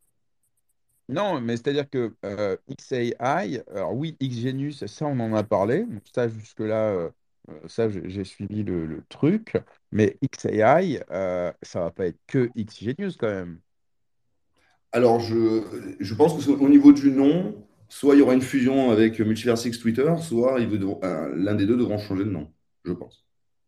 Speaker 1: Non, mais c'est-à-dire que euh, X A I, alors oui, XGenius, ça on en a parlé, donc ça jusque-là, euh, euh, ça j'ai j'ai suivi le, le truc, mais X A I, euh, ça va pas être que XGenius quand même.
Speaker 2: Alors, je, je pense que c'est au niveau du nom, soit il y aura une fusion avec Multiversix Twitter, soit ils devront- euh, l'un des deux devront changer de nom, je pense.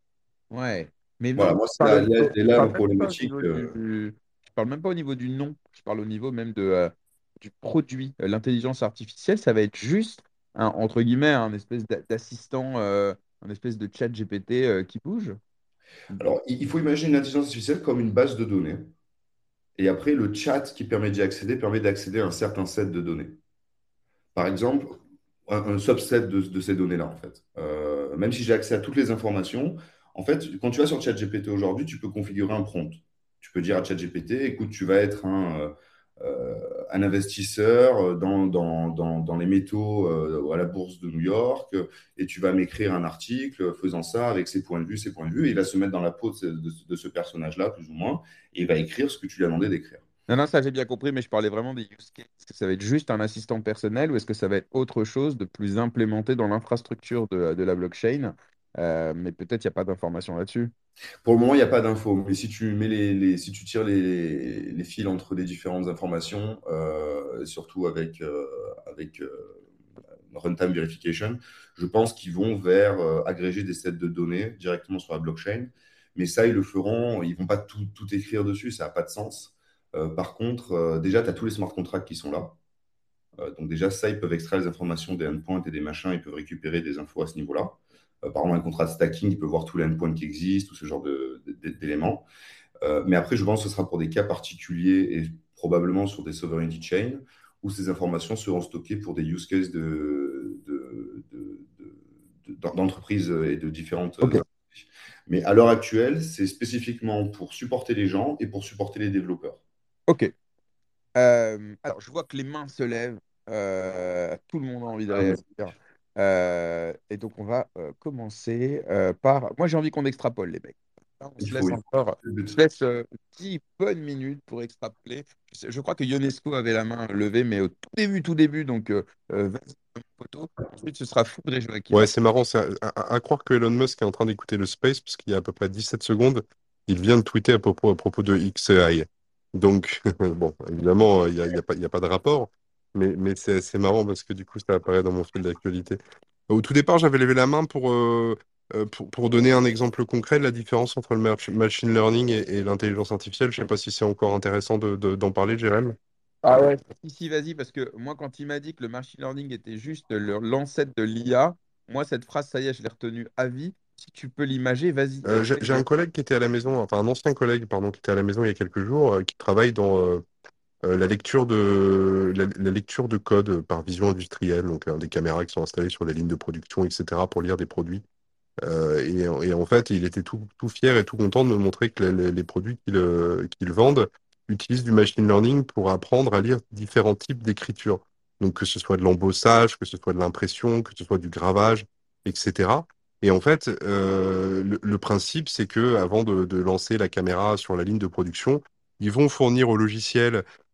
Speaker 1: Ouais, mais
Speaker 2: Voilà,
Speaker 1: non,
Speaker 2: moi,
Speaker 1: je
Speaker 2: c'est
Speaker 1: parle
Speaker 2: là,
Speaker 1: au
Speaker 2: là,
Speaker 1: niveau,
Speaker 2: c'est
Speaker 1: je
Speaker 2: là
Speaker 1: parle
Speaker 2: ma
Speaker 1: même pas au
Speaker 2: problématique.
Speaker 1: niveau
Speaker 2: euh,
Speaker 1: du, je parle même pas au niveau du nom, je parle au niveau même de, euh, du produit. Euh, L'intelligence artificielle, ça va être juste un, entre guillemets, un espèce d'a- d'assistant, euh, un espèce de chat G P T euh, qui bouge.
Speaker 2: Alors, il il faut imaginer une intelligence artificielle comme une base de données. Et après, le chat qui permet d'y accéder permet d'accéder à un certain set de données. Par exemple, un, un subset de, de ces données-là, en fait. Euh, même si j'ai accès à toutes les informations, en fait, quand tu vas sur ChatGPT aujourd'hui, tu peux configurer un prompt. Tu peux dire à ChatGPT, écoute, tu vas être un, euh, euh, un investisseur dans, dans, dans, dans les métaux euh, à la bourse de New York, euh, et tu vas m'écrire un article faisant ça avec ses points de vue, ses points de vue, et il va se mettre dans la peau de ce, de, de ce personnage-là, plus ou moins, et il va écrire ce que tu lui as demandé d'écrire.
Speaker 1: Non, non, ça j'ai bien compris, mais je parlais vraiment des use cases. Est-ce que ça va être juste un assistant personnel ou est-ce que ça va être autre chose de plus implémenté dans l'infrastructure de, de la blockchain? Euh, mais peut-être il n'y a pas d'informations là-dessus.
Speaker 2: Pour le moment, il n'y a pas d'infos, mais si tu mets les, les- si tu tires les, les fils entre les différentes informations, euh, surtout avec, euh, avec euh, runtime verification, je pense qu'ils vont vers euh, agréger des sets de données directement sur la blockchain. Mais ça, ils le feront, ils vont pas tout, tout écrire dessus, ça n'a pas de sens. Euh, par contre, euh, déjà, tu as tous les smart contracts qui sont là. Euh, donc déjà, ça, ils peuvent extraire les informations des endpoints et des machins, ils peuvent récupérer des infos à ce niveau-là. Euh, par exemple, un contrat de stacking, ils peuvent voir tous les endpoints qui existent, tout ce genre de- de- d'éléments. Euh, mais après, je pense que ce sera pour des cas particuliers et probablement sur des sovereignty chains où ces informations seront stockées pour des use cases de, de- de- de- de- d'entreprises et de différentes
Speaker 1: Ok,
Speaker 2: industries. Mais à l'heure actuelle, c'est spécifiquement pour supporter les gens et pour supporter les développeurs.
Speaker 1: ok. Euh, alors, je vois que les mains se lèvent. Euh, tout le monde a envie de
Speaker 2: Ah, mais-
Speaker 1: réagir. Euh, et donc, on va euh, commencer euh, par. Moi, j'ai envie qu'on extrapole, les mecs. Hein, On
Speaker 2: il
Speaker 1: se
Speaker 2: faut,
Speaker 1: laisse
Speaker 2: il
Speaker 1: encore. On se
Speaker 2: faut-
Speaker 1: laisse euh, dix bonnes minutes pour extrapoler. Je, sais- je crois que Ionesco avait la main levée, mais au tout début, tout début. Donc, euh, euh, vas-y, mon poteau. Ensuite, ce sera Foudre et Joachim.
Speaker 4: Ouais, c'est marrant, c'est à, à- à croire que Elon Musk est en train d'écouter le space, parce qu'il y a à peu près dix-sept secondes, il vient de tweeter à propos, à propos de X A I. Donc, bon, évidemment, il n'y a, il y a pas, il y a pas de rapport, mais, mais c'est c'est marrant parce que du coup, ça apparaît dans mon fil d'actualité. Au tout départ, j'avais levé la main pour, euh, euh, pour, pour donner un exemple concret de la différence entre le mach- machine learning et, et l'intelligence artificielle. Je ne sais pas si c'est encore intéressant de, de- d'en parler, Jérém.
Speaker 1: Ah ouais. Si, si, vas-y, parce que moi, quand il m'a dit que le machine learning était juste le- l'ancêtre de l'I A, moi, cette phrase, ça y est, je l'ai retenue à vie. Si tu peux l'imager, vas-y.
Speaker 4: Euh, j'ai j'ai un collègue qui était à la maison, enfin un ancien collègue, pardon, qui était à la maison il y a quelques jours, euh, qui travaille dans euh, euh, la lecture de la, la lecture de code par vision industrielle, donc euh, des caméras qui sont installées sur les lignes de production, et cetera, pour lire des produits. Euh, et, et en fait, il était tout, tout fier et tout content de me montrer que les, les produits qu'il euh, qu'il vendent utilisent du machine learning pour apprendre à lire différents types d'écriture. Donc, que ce soit de l'embossage, que ce soit de l'impression, que ce soit du gravage, et cetera. Et en fait, euh, le, le principe, c'est que avant de, de lancer la caméra sur la ligne de production, ils vont fournir au logiciel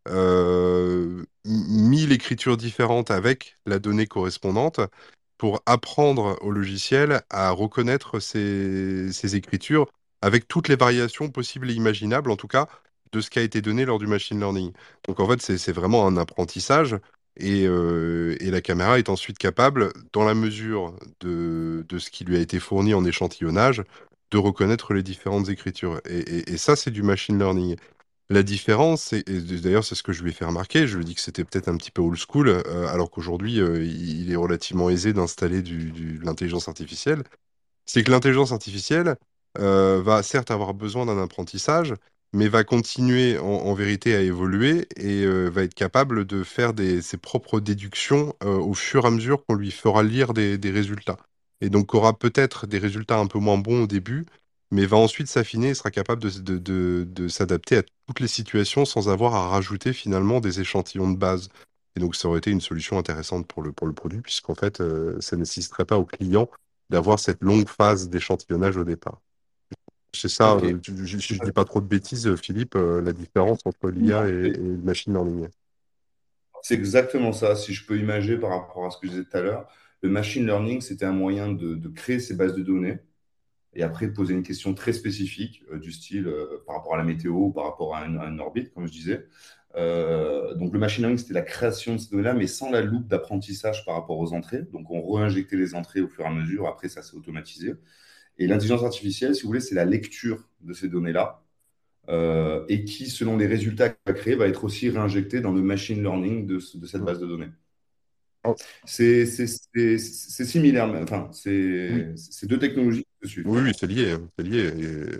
Speaker 4: euh, mis l'écriture différente avec la donnée correspondante pour apprendre au logiciel à reconnaître ces, ces écritures avec toutes les variations possibles et imaginables, en tout cas, de ce qui a été donné lors du machine learning. Donc en fait, c'est c'est vraiment un apprentissage. Et, euh, et la caméra est ensuite capable, dans la mesure de, de ce qui lui a été fourni en échantillonnage, de reconnaître les différentes écritures. Et, et- et ça, c'est du machine learning. La différence, c'est- et d'ailleurs c'est ce que je lui ai fait remarquer, je lui ai dit que c'était peut-être un petit peu old school, euh, alors qu'aujourd'hui euh, il est relativement aisé d'installer du, du- de l'intelligence artificielle, c'est que l'intelligence artificielle euh, va certes avoir besoin d'un apprentissage, mais va continuer en, en vérité à évoluer et euh, va être capable de faire des, ses propres déductions euh, au fur et à mesure qu'on lui fera lire des, des résultats. Et donc aura peut-être des résultats un peu moins bons au début, mais va ensuite s'affiner et sera capable de, de, de- de s'adapter à toutes les situations sans avoir à rajouter finalement des échantillons de base. Et donc ça aurait été une solution intéressante pour le, pour le produit, puisqu'en fait, euh, ça ne nécessiterait pas au client d'avoir cette longue phase d'échantillonnage au départ. C'est ça,
Speaker 1: Ok.
Speaker 4: euh, tu- je, si je dis pas trop de bêtises, euh, Philippe, euh, la différence entre l'I A et, et le machine learning.
Speaker 2: C'est exactement ça. Si je peux imager par rapport à ce que je disais tout à l'heure, le machine learning, c'était un moyen de, de créer ces bases de données et après poser une question très spécifique euh, du style euh, par rapport à la météo ou par rapport à, un- à une orbite, comme je disais. Euh, donc le machine learning, c'était la création de ces données-là, mais sans la loupe d'apprentissage par rapport aux entrées. Donc on réinjectait les entrées au fur et à mesure, après ça s'est automatisé. Et l'intelligence artificielle, si vous voulez, c'est la lecture de ces données-là euh, et qui, selon les résultats qu'elle va créer, va être aussi réinjecté dans le machine learning de, ce- de cette
Speaker 4: Mm.
Speaker 2: base de données.
Speaker 4: Oh,
Speaker 2: C'est c'est- c'est- c'est similaire, mais enfin,
Speaker 4: oui,
Speaker 2: c'est c'est deux technologies qui se suivent.
Speaker 4: oui, oui, c'est lié, hein, c'est lié.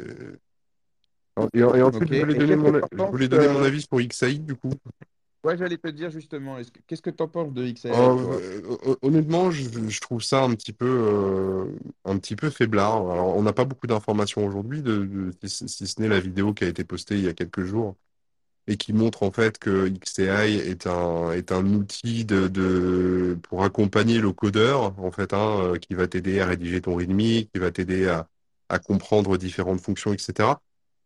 Speaker 4: Et, et- et ensuite,
Speaker 1: Ok.
Speaker 4: je voulais
Speaker 1: Et
Speaker 4: donner
Speaker 1: qu'est-ce que
Speaker 4: mon,
Speaker 1: tu
Speaker 4: je
Speaker 1: penses
Speaker 4: voulais donner mon
Speaker 1: euh,
Speaker 4: avis sur X A I, du coup.
Speaker 1: Ouais, j'allais te dire justement, est-ce que- qu'est-ce que tu en penses de X A I,
Speaker 4: Euh,
Speaker 1: toi?
Speaker 4: euh, honnêtement, je, je trouve ça un petit peu, euh, un petit peu faiblard. Alors, on n'a pas beaucoup d'informations aujourd'hui, de, de- si, si ce n'est la vidéo qui a été postée il y a quelques jours et qui montre en fait que X A I est un, est un outil de, de- pour accompagner le codeur, en fait, hein, euh, qui va t'aider à rédiger ton README, qui va t'aider à, à comprendre différentes fonctions, et cetera.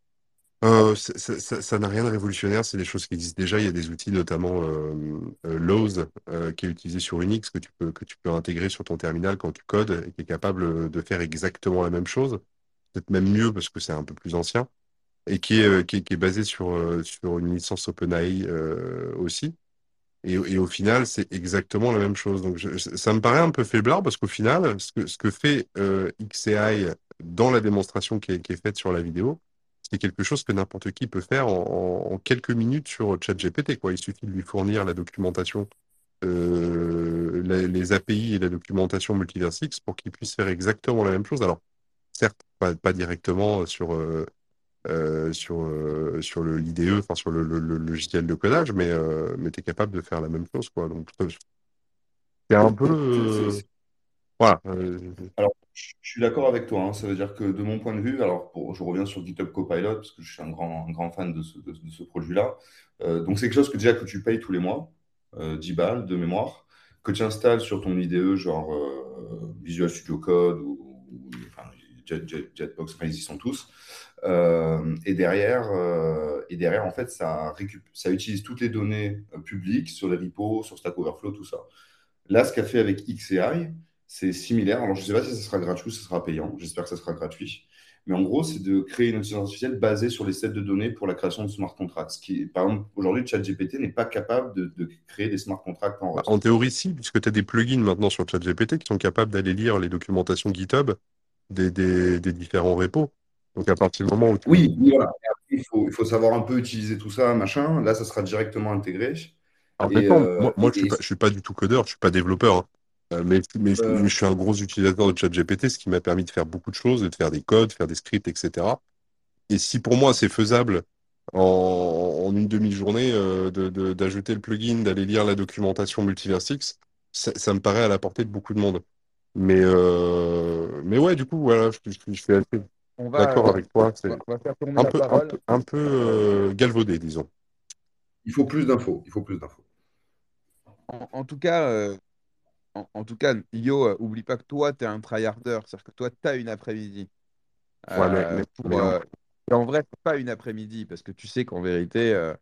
Speaker 4: Euh, ça ça- ça- ça n'a rien de révolutionnaire, c'est des choses qui existent déjà. Il y a des outils, notamment euh, euh, Lowe's, euh, qui est utilisé sur Unix, que tu peux, que tu peux intégrer sur ton terminal quand tu codes et qui est capable de faire exactement la même chose, peut-être même mieux parce que c'est un peu plus ancien et qui est, euh, qui est, qui est basé sur, euh, sur une licence OpenAI euh, aussi. Et, et au final, c'est exactement la même chose. Donc, je- ça me paraît un peu faiblard parce qu'au final, ce que, ce que fait euh, X A I dans la démonstration qui est, qui est faite sur la vidéo, c'est quelque chose que n'importe qui peut faire en, en- en quelques minutes sur ChatGPT, quoi. Il suffit de lui fournir la documentation, euh, la- les A P I et la documentation multiversix pour qu'il puisse faire exactement la même chose. Alors, certes, pas, pas directement sur, euh, euh, sur, euh, sur le l'I D E, enfin sur le, le- le logiciel de codage, mais, euh, mais tu es capable de faire la même chose, quoi. Donc, euh, c'est un peu.
Speaker 2: C'est- c'est-
Speaker 4: euh,
Speaker 2: c'est-
Speaker 4: voilà. euh,
Speaker 2: Alors, je je suis d'accord avec toi, hein. Ça veut dire que de mon point de vue, alors pour- je reviens sur GitHub Copilot parce que je suis un grand, un grand fan de ce, de, de ce produit-là. Euh, donc, c'est quelque chose que déjà que tu payes tous les mois, euh, dix balles de mémoire, que tu installes sur ton I D E, genre euh, Visual Studio Code ou, ou- enfin, Jet- Jet- Jetbox, enfin, ils y sont tous. Euh, et derrière, euh, et derrière, en fait, ça, récup- ça utilise toutes les données euh, publiques sur les repos, sur Stack Overflow, tout ça. Là, ce qu'a fait avec X A I, c'est similaire. Alors, je ne sais pas si ça sera gratuit ou si ça sera payant. J'espère que ça sera gratuit. Mais en gros, c'est de créer une intelligence artificielle basée sur les sets de données pour la création de smart contracts. Ce qui, par exemple, aujourd'hui, ChatGPT n'est pas capable de, de créer des smart contracts en
Speaker 4: bah, en
Speaker 2: Rust.
Speaker 4: théorie, si, puisque tu as des plugins maintenant sur ChatGPT qui sont capables d'aller lire les documentations GitHub des, des, des différents repos. Donc, à partir du moment où tu.
Speaker 2: Oui, oui, voilà. Et après, il faut, il faut savoir un peu utiliser tout ça, machin. Là, ça sera directement intégré.
Speaker 4: Alors,
Speaker 2: Et,
Speaker 4: honnêtement, moi,
Speaker 2: euh,
Speaker 4: moi je
Speaker 2: et,
Speaker 4: suis
Speaker 2: et,
Speaker 4: pas, je suis pas du tout codeur, je suis pas développeur, hein. Euh, mais, mais je,
Speaker 2: euh,
Speaker 4: je suis un gros utilisateur de ChatGPT, ce qui m'a permis de faire beaucoup de choses, de faire des codes, faire des scripts, et cetera. Et si pour moi c'est faisable en, en une demi-journée euh, de, de- d'ajouter le plugin, d'aller lire la documentation Multiversix, ça, ça me paraît à la portée de beaucoup de monde. Mais, euh, mais ouais, du coup, voilà, je, je- je suis assez
Speaker 1: On va,
Speaker 4: d'accord
Speaker 1: euh,
Speaker 4: avec toi.
Speaker 1: on va
Speaker 4: C'est
Speaker 1: on va faire tourner
Speaker 4: un
Speaker 1: la
Speaker 4: peu, un
Speaker 1: parole.
Speaker 4: peu, un peu euh, galvaudé, disons.
Speaker 2: il faut plus d'infos. Il faut plus d'infos.
Speaker 1: En, en tout cas, euh, en, en tout cas, Yo, euh, oublie pas que toi, tu es un tryharder. C'est-à-dire que toi, tu as une après-midi.
Speaker 4: Ouais, mais,
Speaker 1: Euh,
Speaker 4: mais,
Speaker 1: pour,
Speaker 4: mais en-
Speaker 1: euh, et en vrai, c'est pas une après-midi, parce que tu sais qu'en vérité, euh,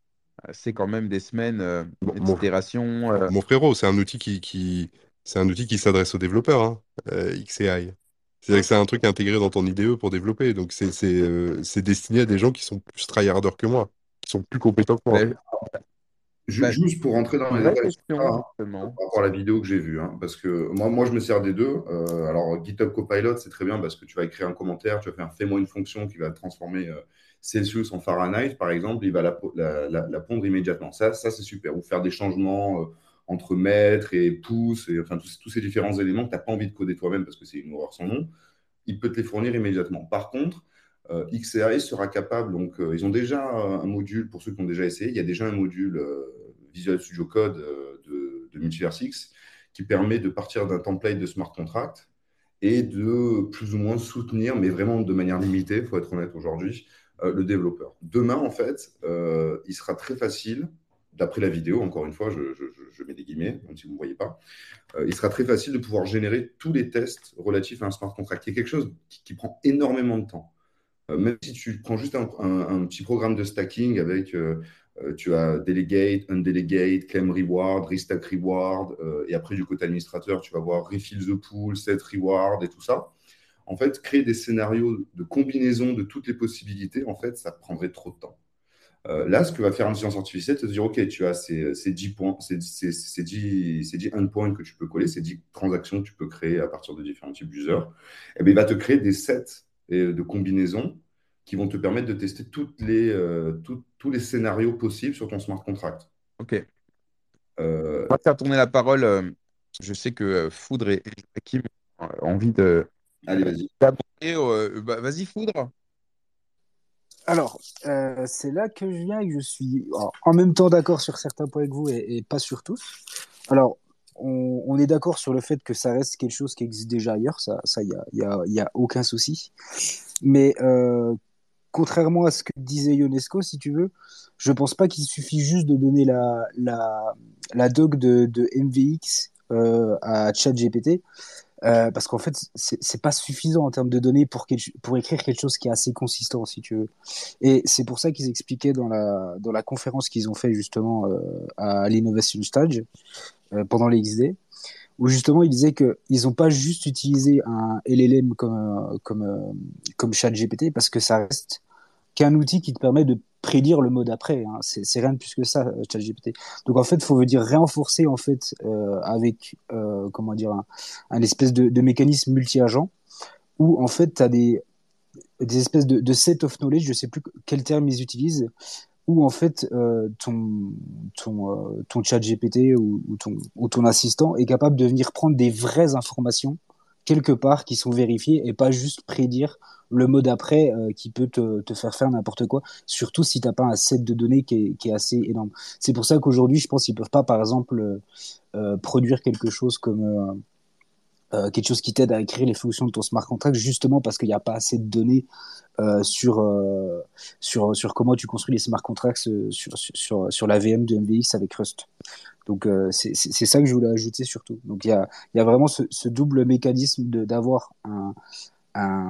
Speaker 1: c'est quand même des semaines euh,
Speaker 4: Bon, mon,
Speaker 1: d'itération. euh.
Speaker 4: mon frérot, c'est un outil qui, qui, c'est un outil qui s'adresse aux développeurs, hein, euh, X A I. C'est-à-dire que c'est un truc intégré dans ton I D E pour développer. Donc, c'est c'est, euh, c'est destiné à des gens qui sont plus tryharders que moi, qui sont plus compétents que moi.
Speaker 1: Ben,
Speaker 2: Ju-
Speaker 1: ben,
Speaker 2: Juste pour rentrer dans
Speaker 1: une
Speaker 2: les
Speaker 1: vraie
Speaker 2: détails sur ça,
Speaker 1: question,
Speaker 2: hein, par
Speaker 1: justement.
Speaker 2: rapport à la vidéo que j'ai vue, hein, parce que moi, moi, je me sers des deux. Euh, alors, GitHub Copilot, c'est très bien parce que tu vas écrire un commentaire, tu vas faire fais-moi une fonction qui va transformer euh, Celsius en Fahrenheit, par exemple, il va la, po- la- la- la pondre immédiatement. Ça, ça c'est super. Ou faire des changements euh, entre mètres et pouces, et enfin tous, tous ces différents éléments que tu n'as pas envie de coder toi-même parce que c'est une horreur sans nom, il peut te les fournir immédiatement. Par contre, euh, X A I sera capable, donc euh, ils ont déjà euh, un module, pour ceux qui ont déjà essayé, il y a déjà un module euh, Visual Studio Code euh, de, de Multiverse X qui permet de partir d'un template de smart contract et de plus ou moins soutenir, mais vraiment de manière limitée, il faut être honnête aujourd'hui, euh, le développeur. Demain, en fait, euh, il sera très facile, d'après la vidéo, encore une fois, je, je, je mets des guillemets, même si vous ne voyez pas, euh, il sera très facile de pouvoir générer tous les tests relatifs à un smart contract, qui est quelque chose qui, qui prend énormément de temps. Euh, même si tu prends juste un, un, un petit programme de stacking avec, euh, euh, tu as delegate, undelegate, claim reward, restack reward, euh, et après du côté administrateur, tu vas voir refill the pool, set reward et tout ça. En fait, créer des scénarios de combinaison de toutes les possibilités, en fait, ça prendrait trop de temps. Euh, là, ce que va faire l'intelligence artificielle, c'est de dire, OK, tu as ces, ces dix points, ces, ces, ces dix, ces dix endpoints que tu peux coller, ces dix transactions que tu peux créer à partir de différents types d'users. Eh bien, il va te créer des sets euh, de combinaisons qui vont te permettre de tester toutes les, euh, tout- tous les scénarios possibles sur ton smart contract.
Speaker 1: Ok.
Speaker 2: Euh,
Speaker 1: On va faire tourner la parole. euh, je sais que euh, Foudre et, et Joachim ont envie de
Speaker 2: allez, vas-y.
Speaker 1: d'aborder. euh, bah, vas-y, Foudre.
Speaker 5: Alors, euh, c'est là que je viens et que je suis alors, en même temps d'accord sur certains points que vous et, et pas sur tous. Alors, on, on est d'accord sur le fait que ça reste quelque chose qui existe déjà ailleurs, ça, ça, y a, y a, y a aucun souci. Mais euh, contrairement à ce que disait Ionesco, si tu veux, je pense pas qu'il suffit juste de donner la, la, la doc de, de M V X euh, à ChatGPT. Euh, parce qu'en fait, c'est c'est pas suffisant en termes de données pour, quel- pour écrire quelque chose qui est assez consistant, si tu veux. Et c'est pour ça qu'ils expliquaient dans la, dans la conférence qu'ils ont fait justement euh, à l'Innovation Stage euh, pendant les X D, où justement ils disaient qu'ils n'ont pas juste utilisé un L L M comme, euh, comme, euh, comme ChatGPT, parce que ça reste qu'un outil qui te permet de prédire le mode après. Hein. C'est c'est rien de plus que ça, euh, ChatGPT. Donc en fait, il faut dire renforcer en fait euh, avec euh, comment dire un, un espèce de, de mécanisme multi-agent où en fait tu as des, des espèces de, de set of knowledge, je sais plus quel terme ils utilisent, où en fait euh, ton ton euh, ton chat G P T ou, ou ton ou ton assistant est capable de venir prendre des vraies informations quelque part qui sont vérifiées et pas juste prédire le mot d'après euh, qui peut te, te faire faire n'importe quoi, surtout si t'as pas un set de données qui est, qui est assez énorme. C'est pour ça qu'aujourd'hui, je pense qu'ils peuvent pas, par exemple, euh, euh, produire quelque chose comme euh, euh, quelque chose qui t'aide à écrire les fonctions de ton smart contract, justement parce qu'il n'y a pas assez de données euh, sur, euh, sur, sur comment tu construis les smart contracts euh, sur, sur, sur, sur la V M de M V X avec Rust. Donc euh, c'est c'est- c'est ça que je voulais ajouter surtout. Donc il y a, il y a vraiment ce, ce double mécanisme de d'avoir un, un,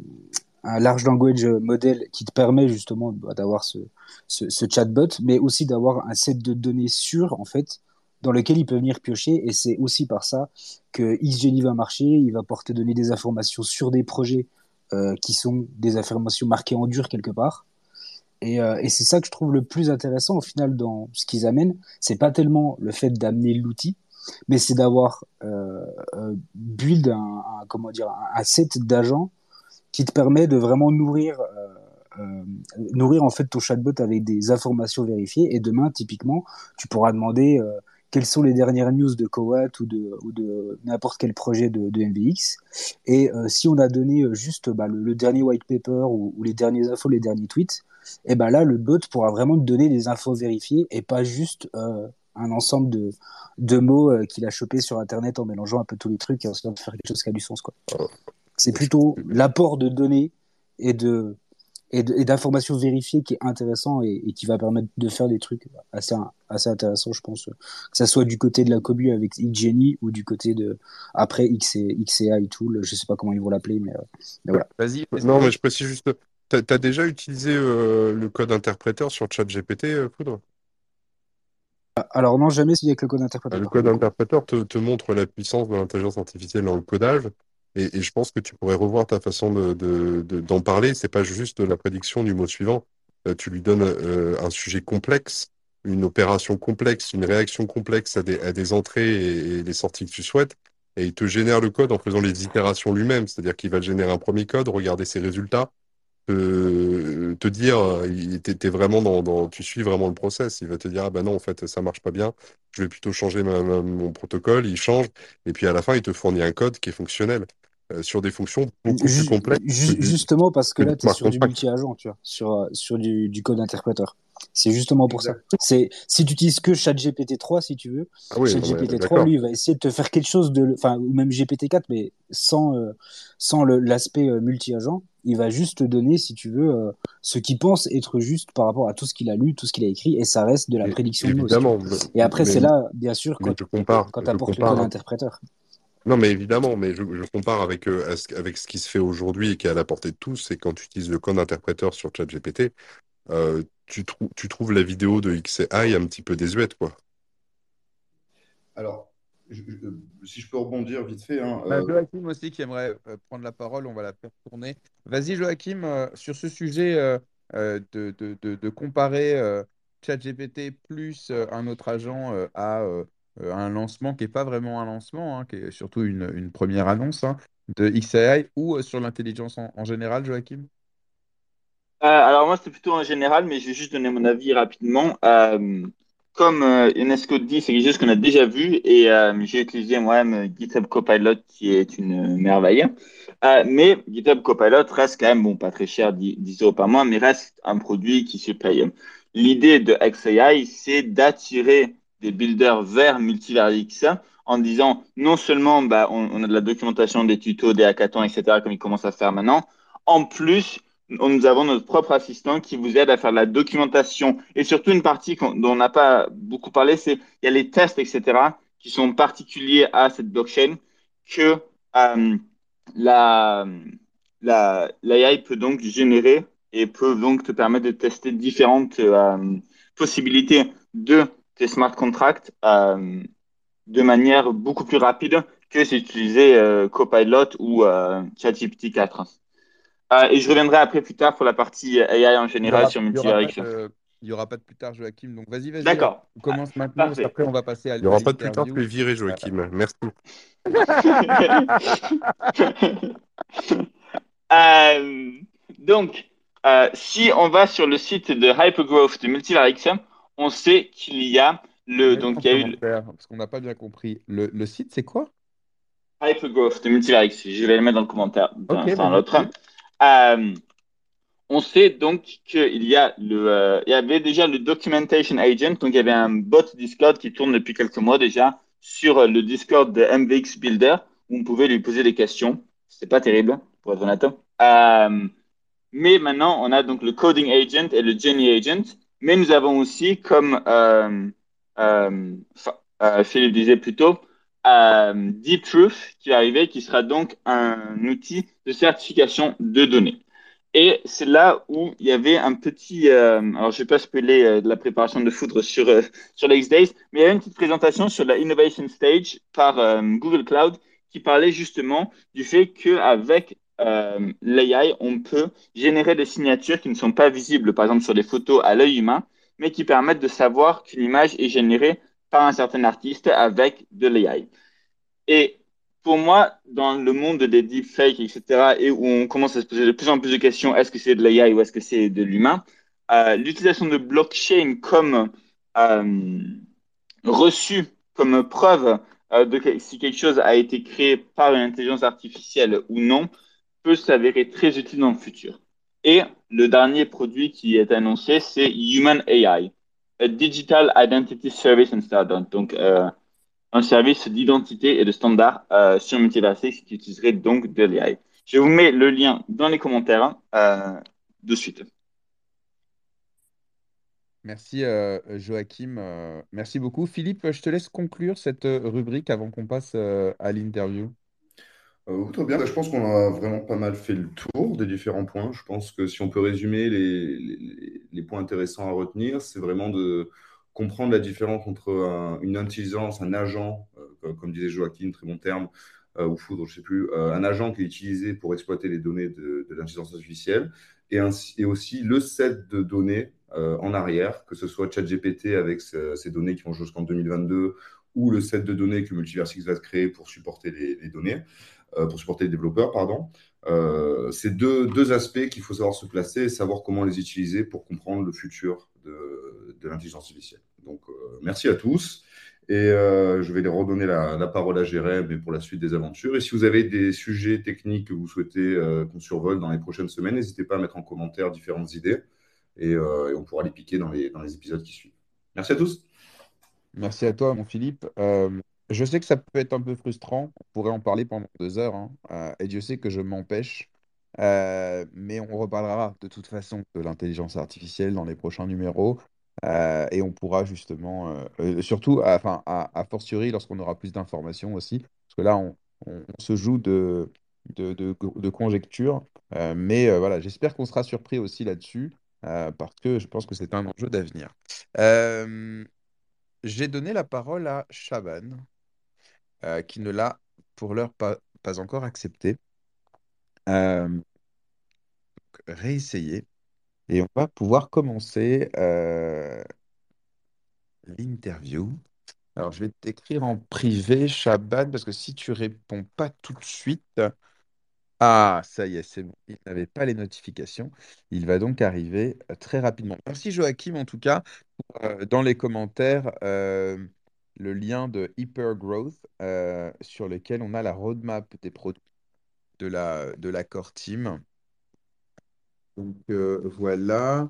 Speaker 5: un large language model qui te permet justement bah, d'avoir ce, ce, ce chatbot, mais aussi d'avoir un set de données sûr en fait dans lequel il peut venir piocher. Et c'est aussi par ça que XGenie va marcher. Il va pouvoir te donner des informations sur des projets euh, qui sont des informations marquées en dur quelque part. Et, euh, et c'est ça que je trouve le plus intéressant au final dans ce qu'ils amènent. C'est pas tellement le fait d'amener l'outil, mais c'est d'avoir euh, euh, build un, un- comment dire un, un set d'agents qui te permet de vraiment nourrir euh, euh, nourrir en fait ton chatbot avec des informations vérifiées. Et demain, typiquement, tu pourras demander euh, quelles sont les dernières news de Coat ou de, ou de n'importe quel projet de, de M V X. Et euh, si on a donné euh, juste bah, le, le dernier white paper ou, ou les derniers infos, les derniers tweets, et ben là, le bot pourra vraiment te donner des infos vérifiées et pas juste euh, un ensemble de, de mots euh, qu'il a chopé sur Internet en mélangeant un peu tous les trucs et en essayant de faire quelque chose qui a du sens, quoi. C'est plutôt l'apport de données et de et de- et d'informations vérifiées qui est intéressant et, et qui va permettre de faire des trucs assez assez intéressants, je pense, que ça soit du côté de la commu avec XGenie ou du côté de après X et X A I Tool, je sais pas comment ils vont l'appeler, mais, euh, mais voilà.
Speaker 1: Vas-y,
Speaker 4: Non, mais
Speaker 1: Esco.
Speaker 4: je précise juste, t'as, t'as déjà utilisé euh, le code interpréteur sur ChatGPT, euh, Foudre?
Speaker 5: Alors non, jamais s'il y a que le code
Speaker 4: Euh, Le
Speaker 5: interprétateur pour
Speaker 4: code
Speaker 5: le coup.
Speaker 4: interpréteur te, te montre la puissance de l'intelligence artificielle dans le codage. Et, et je pense que tu pourrais revoir ta façon de, de- de- d'en parler. C'est pas juste la prédiction du mot suivant. Euh, tu lui donnes euh, un sujet complexe, une opération complexe, une réaction complexe à des, à des entrées et, et les sorties que tu souhaites. Et il te génère le code en faisant les itérations lui-même. C'est-à-dire qu'il va te générer un premier code, regarder ses résultats, te, te dire, euh, il- t'es, t'es vraiment dans, dans- tu suis vraiment le process. Il va te dire, ah ben non, en fait, ça marche pas bien. Je vais plutôt changer ma- ma- mon protocole. Il change. Et puis à la fin, il te fournit un code qui est fonctionnel euh, sur des fonctions beaucoup plus
Speaker 5: Ju-
Speaker 4: complexes que
Speaker 5: ju-
Speaker 4: du,
Speaker 5: justement parce que
Speaker 4: que du
Speaker 5: là, tu es
Speaker 4: smart
Speaker 5: sur du
Speaker 4: contract.
Speaker 5: multi-agent, tu vois, sur, euh, sur du, du code interpréteur. C'est justement pour ça.
Speaker 2: Exact.
Speaker 5: C'est, si tu utilises que ChatGPT trois, si tu veux,
Speaker 4: Ah oui, non, mais
Speaker 5: ChatGPT trois,
Speaker 4: d'accord.
Speaker 5: lui, il va essayer de te faire quelque chose de, enfin, ou même G P T quatre, mais sans, euh, sans le- l'aspect euh, multi-agent. Il va juste te donner, si tu veux, euh, ce qu'il pense être juste par rapport à tout ce qu'il a lu, tout ce qu'il a écrit, et ça reste de la
Speaker 4: Et-
Speaker 5: prédiction de mots, si tu veux.
Speaker 4: évidemment. Mais,
Speaker 5: Et après,
Speaker 4: mais,
Speaker 5: c'est là, bien sûr,
Speaker 4: mais
Speaker 5: quand,
Speaker 4: je compare,
Speaker 5: quand tu
Speaker 4: je
Speaker 5: apportes le code
Speaker 4: compare.
Speaker 5: interpréteur.
Speaker 4: Non, mais évidemment, mais je, je compare avec, euh, à ce- avec ce qui se fait aujourd'hui et qui est à la portée de tous, c'est quand tu utilises le code interpréteur sur ChatGPT, euh, tu, trou- tu trouves la vidéo de X A I un petit peu désuète, quoi.
Speaker 2: Alors, je- je- euh, si je peux rebondir vite fait, hein,
Speaker 1: On a
Speaker 2: euh,
Speaker 1: Joachim aussi qui aimerait euh, prendre la parole, on va la faire tourner. Vas-y Joachim, euh, sur ce sujet euh, euh, de, de, de- de comparer euh, ChatGPT plus euh, un autre agent euh, à euh, euh, un lancement qui n'est pas vraiment un lancement, hein, qui est surtout une, une première annonce hein, de X A I ou euh, sur l'intelligence en, en général, Joachim?
Speaker 3: Euh, alors moi, c'est plutôt en général, mais je vais juste donner mon avis rapidement. Euh, comme euh, UNESCO dit, c'est quelque chose qu'on a déjà vu et euh, j'ai utilisé moi-même euh, GitHub Copilot qui est une merveille. Euh, mais GitHub Copilot reste quand même, bon, pas très cher, dix dix euros par mois, mais reste un produit qui se paye. L'idée de X A I, c'est d'attirer des builders vers Multiversix en disant non seulement bah, on, on a de la documentation, des tutos, des hackathons, et cetera, comme ils commencent à faire maintenant, en plus, nous avons notre propre assistant qui vous aide à faire la documentation et surtout une partie dont on n'a pas beaucoup parlé, c'est il y a les tests, et cetera, qui sont particuliers à cette blockchain que euh, la, la, l'A I peut donc générer et peut donc te permettre de tester différentes euh, possibilités de tes smart contracts euh, de manière beaucoup plus rapide que si tu utilisais euh, Copilot ou euh, ChatGPT quatre. Euh, et je reviendrai après plus tard pour la partie A I en
Speaker 1: Il y
Speaker 3: général
Speaker 1: aura,
Speaker 3: sur
Speaker 1: il y aura pas
Speaker 3: Multiverix.
Speaker 1: de, il y aura pas de plus tard, Joachim. Donc vas-y, vas-y, euh,
Speaker 3: D'accord.
Speaker 1: on
Speaker 3: Ah,
Speaker 1: commence maintenant parce
Speaker 3: parfait.
Speaker 1: qu'après on va passer à,
Speaker 4: Il n'y
Speaker 1: à
Speaker 4: aura pas de plus tard, tu
Speaker 1: l'interview.
Speaker 4: es viré,
Speaker 1: Euh,
Speaker 4: Joachim. Merci.
Speaker 3: Euh, donc, euh, si on va sur le site de Hypergrowth de Multiverix, on sait qu'il y a le,
Speaker 1: Mets-le en
Speaker 3: donc il y a eu le
Speaker 1: commentaire parce qu'on n'a pas bien compris. Le, le site, c'est quoi?
Speaker 3: Hypergrowth de Multiverix. Je vais le mettre dans le commentaire d'un
Speaker 1: Ok,
Speaker 3: instant à
Speaker 1: vas-y.
Speaker 3: l'autre. Euh, On sait donc qu'il y a le, euh, il y avait déjà le Documentation Agent, donc il y avait un bot Discord qui tourne depuis quelques mois déjà sur euh, le Discord de M V X Builder où on pouvait lui poser des questions. C'est pas terrible, pour être honnête. Euh, mais maintenant, on a donc le Coding Agent et le Genie Agent. Mais nous avons aussi, comme euh, euh, fa- euh, Philippe disait plus tôt, euh, Deep Truth qui va arriver, qui sera donc un outil de certification de données. Et c'est là où il y avait un petit, euh, alors je vais pas spoiler euh, de la préparation de foudre sur euh, sur l'X Days, mais il y avait une petite présentation sur la Innovation Stage par euh, Google Cloud qui parlait justement du fait qu'avec euh, l'A I, on peut générer des signatures qui ne sont pas visibles, par exemple sur les photos à l'œil humain, mais qui permettent de savoir qu'une image est générée par un certain artiste avec de l'A I. Et pour moi, dans le monde des deepfakes, et cetera, et où on commence à se poser de plus en plus de questions, est-ce que c'est de l'A I ou est-ce que c'est de l'humain, euh, l'utilisation de blockchain comme euh, reçu comme preuve euh, de que, si quelque chose a été créé par une intelligence artificielle ou non peut s'avérer très utile dans le futur. Et le dernier produit qui est annoncé, c'est Human A I, a Digital Identity Service and Standard. Donc, euh, un service d'identité et de standard euh, sur Multiversix qui utiliserait donc de l'A I. Je vous mets le lien dans les commentaires euh, de suite.
Speaker 1: Merci euh, Joachim. Euh, merci beaucoup. Philippe, je te laisse conclure cette euh, rubrique avant qu'on passe euh, à l'interview.
Speaker 2: Euh, très bien. Bah, je pense qu'on a vraiment pas mal fait le tour des différents points. Je pense que si on peut résumer les, les- les points intéressants à retenir, c'est vraiment de comprendre la différence entre un- une intelligence, un agent, euh, comme, comme disait Joachim, très bon terme, euh, ou Foudre, je ne sais plus, euh, un agent qui est utilisé pour exploiter les données de, de l'intelligence artificielle, et, ainsi, et aussi le set de données euh, en arrière, que ce soit ChatGPT avec ce- ces données qui vont jusqu'en deux mille vingt-deux, ou le set de données que Multiversix va créer pour supporter les, les données, euh, pour supporter les développeurs, pardon. Euh, c'est deux, deux aspects qu'il faut savoir se placer et savoir comment les utiliser pour comprendre le futur de, de l'intelligence artificielle. Donc, euh, merci à tous. Et euh, je vais les redonner la, la parole à Jérém pour la suite des aventures. Et si vous avez des sujets techniques que vous souhaitez euh, qu'on survole dans les prochaines semaines, n'hésitez pas à mettre en commentaire différentes idées et, euh, et on pourra les piquer dans les, dans les épisodes qui suivent. Merci à tous.
Speaker 1: Merci à toi, mon Philippe. Euh, je sais que ça peut être un peu frustrant. On pourrait en parler pendant deux heures, hein, euh, et Dieu sait que je m'empêche. Euh, mais on reparlera de toute façon de l'intelligence artificielle dans les prochains numéros. Euh, et on pourra justement, euh, euh, surtout, à- enfin, à, a fortiori, lorsqu'on aura plus d'informations aussi. Parce que là, on, on- on se joue de, de, de- de conjectures. Euh, mais euh, voilà, j'espère qu'on sera surpris aussi là-dessus. Euh, parce que je pense que c'est un enjeu d'avenir. Euh, j'ai donné la parole à Chaban, euh, qui ne l'a pour l'heure pas, pas encore accepté. Euh, réessayer. Et on va pouvoir commencer euh, l'interview. Alors, je vais t'écrire en privé, Chaban, parce que si tu réponds pas tout de suite. Ah, ça y est, c'est bon. Il n'avait pas les notifications. Il va donc arriver euh, très rapidement. Merci Joachim, en tout cas. Euh, dans les commentaires euh, le lien de Hypergrowth euh, sur lequel on a la roadmap des produits de la, de la core team. Donc euh, voilà.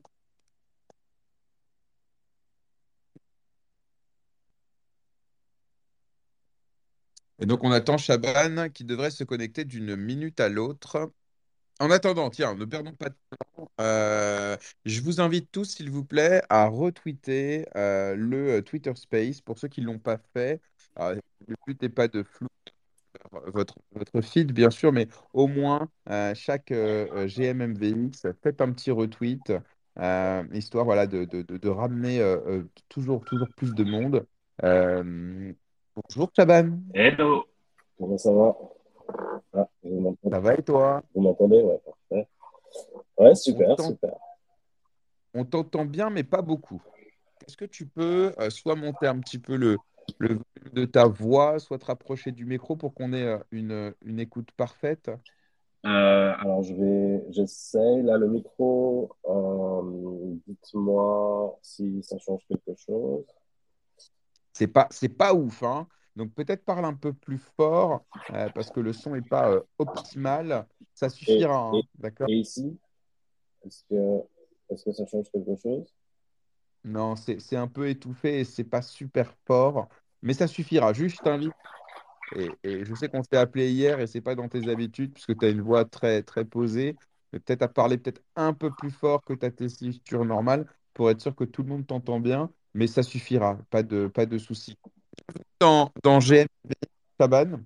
Speaker 1: Et donc on attend Chaban qui devrait se connecter d'une minute à l'autre. En attendant, tiens, ne perdons pas de temps. Euh, je vous invite tous, s'il vous plaît, à retweeter euh, le Twitter Space pour ceux qui ne l'ont pas fait. Alors, le but n'est pas de flouer votre, votre feed, bien sûr, mais au moins, euh, chaque euh, euh, G M M V X, faites un petit retweet, euh, histoire voilà, de, de, de, de ramener euh, euh, toujours, toujours plus de monde. Euh, bonjour, Chaban,
Speaker 6: Hello! Comment ça va? Ah, vous m'entendez?
Speaker 1: ça va et toi?
Speaker 6: Vous m'entendez? Ouais, parfait. Ouais,
Speaker 1: On
Speaker 6: super,
Speaker 1: t'en-
Speaker 6: super.
Speaker 1: on t'entend bien, mais pas beaucoup. Est-ce que tu peux euh, soit monter un petit peu le, le volume de ta voix, soit te rapprocher du micro pour qu'on ait euh, une, une écoute parfaite?
Speaker 6: Euh, alors, je vais, j'essaye. Là, le micro, euh, dites-moi si ça change quelque chose.
Speaker 1: C'est pas, c'est pas ouf, hein. Donc peut-être parle un peu plus fort euh, parce que le son n'est pas euh, optimal. Ça
Speaker 6: Et,
Speaker 1: suffira,
Speaker 6: et,
Speaker 1: hein, d'accord?
Speaker 6: et ici, est-ce que, est-ce que ça change quelque chose?
Speaker 1: Non, c'est, c'est un peu étouffé et c'est pas super fort, mais ça suffira. Juste, je t'invite, et, et je sais qu'on s'est appelé hier et c'est pas dans tes habitudes puisque tu as une voix très, très posée, mais peut-être à parler peut-être un peu plus fort que ta tessiture normale pour être sûr que tout le monde t'entend bien, mais ça suffira, pas de, pas de souci. Dans, dans G M V, Chaban,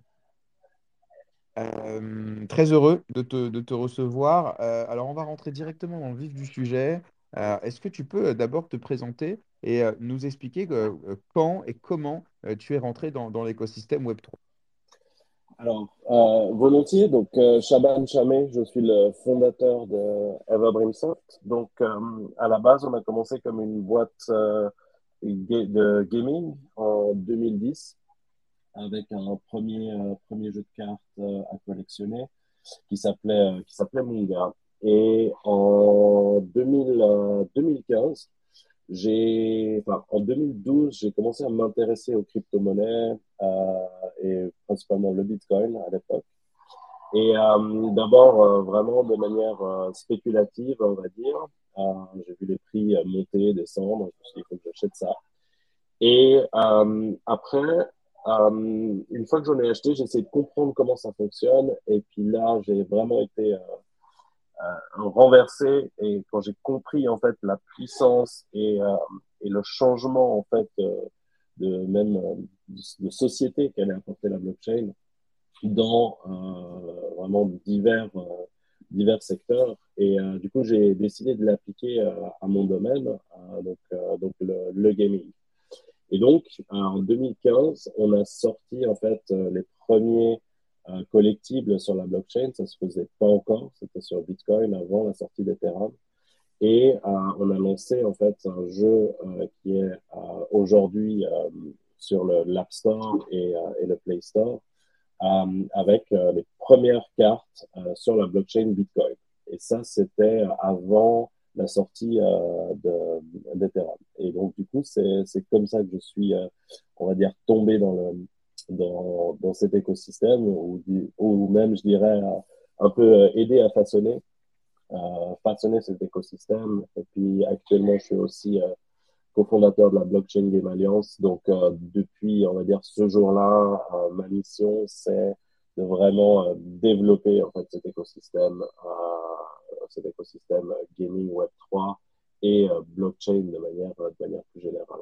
Speaker 1: Euh, très heureux de te, de te recevoir. Euh, alors, on va rentrer directement dans le vif du sujet. Euh, est-ce que tu peux euh, d'abord te présenter et euh, nous expliquer euh, euh, quand et comment euh, tu es rentré dans, dans l'écosystème web trois?
Speaker 6: Alors, euh, volontiers. Donc, euh, Shaban Chamé, je suis le fondateur de Everbrimsoft. Donc, euh, à la base, on a commencé comme une boîte euh, ga- de gaming en deux mille dix avec un premier, euh, premier jeu de cartes euh, à collectionner qui s'appelait euh, qui s'appelait Munga. Et en deux mille, euh, deux mille quinze, j'ai, enfin, en deux mille douze, j'ai commencé à m'intéresser aux crypto-monnaies euh, et principalement le Bitcoin à l'époque. Et euh, d'abord, euh, vraiment de manière euh, spéculative, on va dire. Euh, j'ai vu les prix euh, monter, descendre. Je me suis dit, il faut que j'achète ça. Et euh, après, euh, une fois que j'en ai acheté, j'ai essayé de comprendre comment ça fonctionne. Et puis là, j'ai vraiment été euh, renversé. Et quand j'ai compris en fait la puissance et, euh, et le changement en fait euh, de même euh, de, de société qu'allait apporter la blockchain dans euh, vraiment divers euh, divers secteurs. Et euh, du coup, j'ai décidé de l'appliquer euh, à mon domaine, euh, donc, euh, donc le, le gaming. Et donc, euh, en deux mille quinze, on a sorti en fait euh, les premiers euh, collectibles sur la blockchain. Ça se faisait pas encore, c'était sur Bitcoin avant la sortie d'Ethereum. Et euh, on a lancé en fait un jeu euh, qui est euh, aujourd'hui euh, sur le l'App Store et, euh, et le Play Store euh, avec euh, les premières cartes euh, sur la blockchain Bitcoin. Et ça, c'était avant la sortie euh, de, d'Ethereum. Et donc, du coup, c'est, c'est comme ça que je suis, euh, on va dire, tombé dans, le, dans, dans cet écosystème, ou, ou même, je dirais, euh, un peu aidé à façonner, euh, façonner cet écosystème. Et puis, actuellement, je suis aussi euh, cofondateur de la blockchain Game Alliance. Donc, euh, depuis, on va dire, ce jour-là, euh, ma mission, c'est de vraiment euh, développer en fait cet écosystème, euh, cet écosystème gaming Web trois et euh, blockchain de manière, de manière plus générale.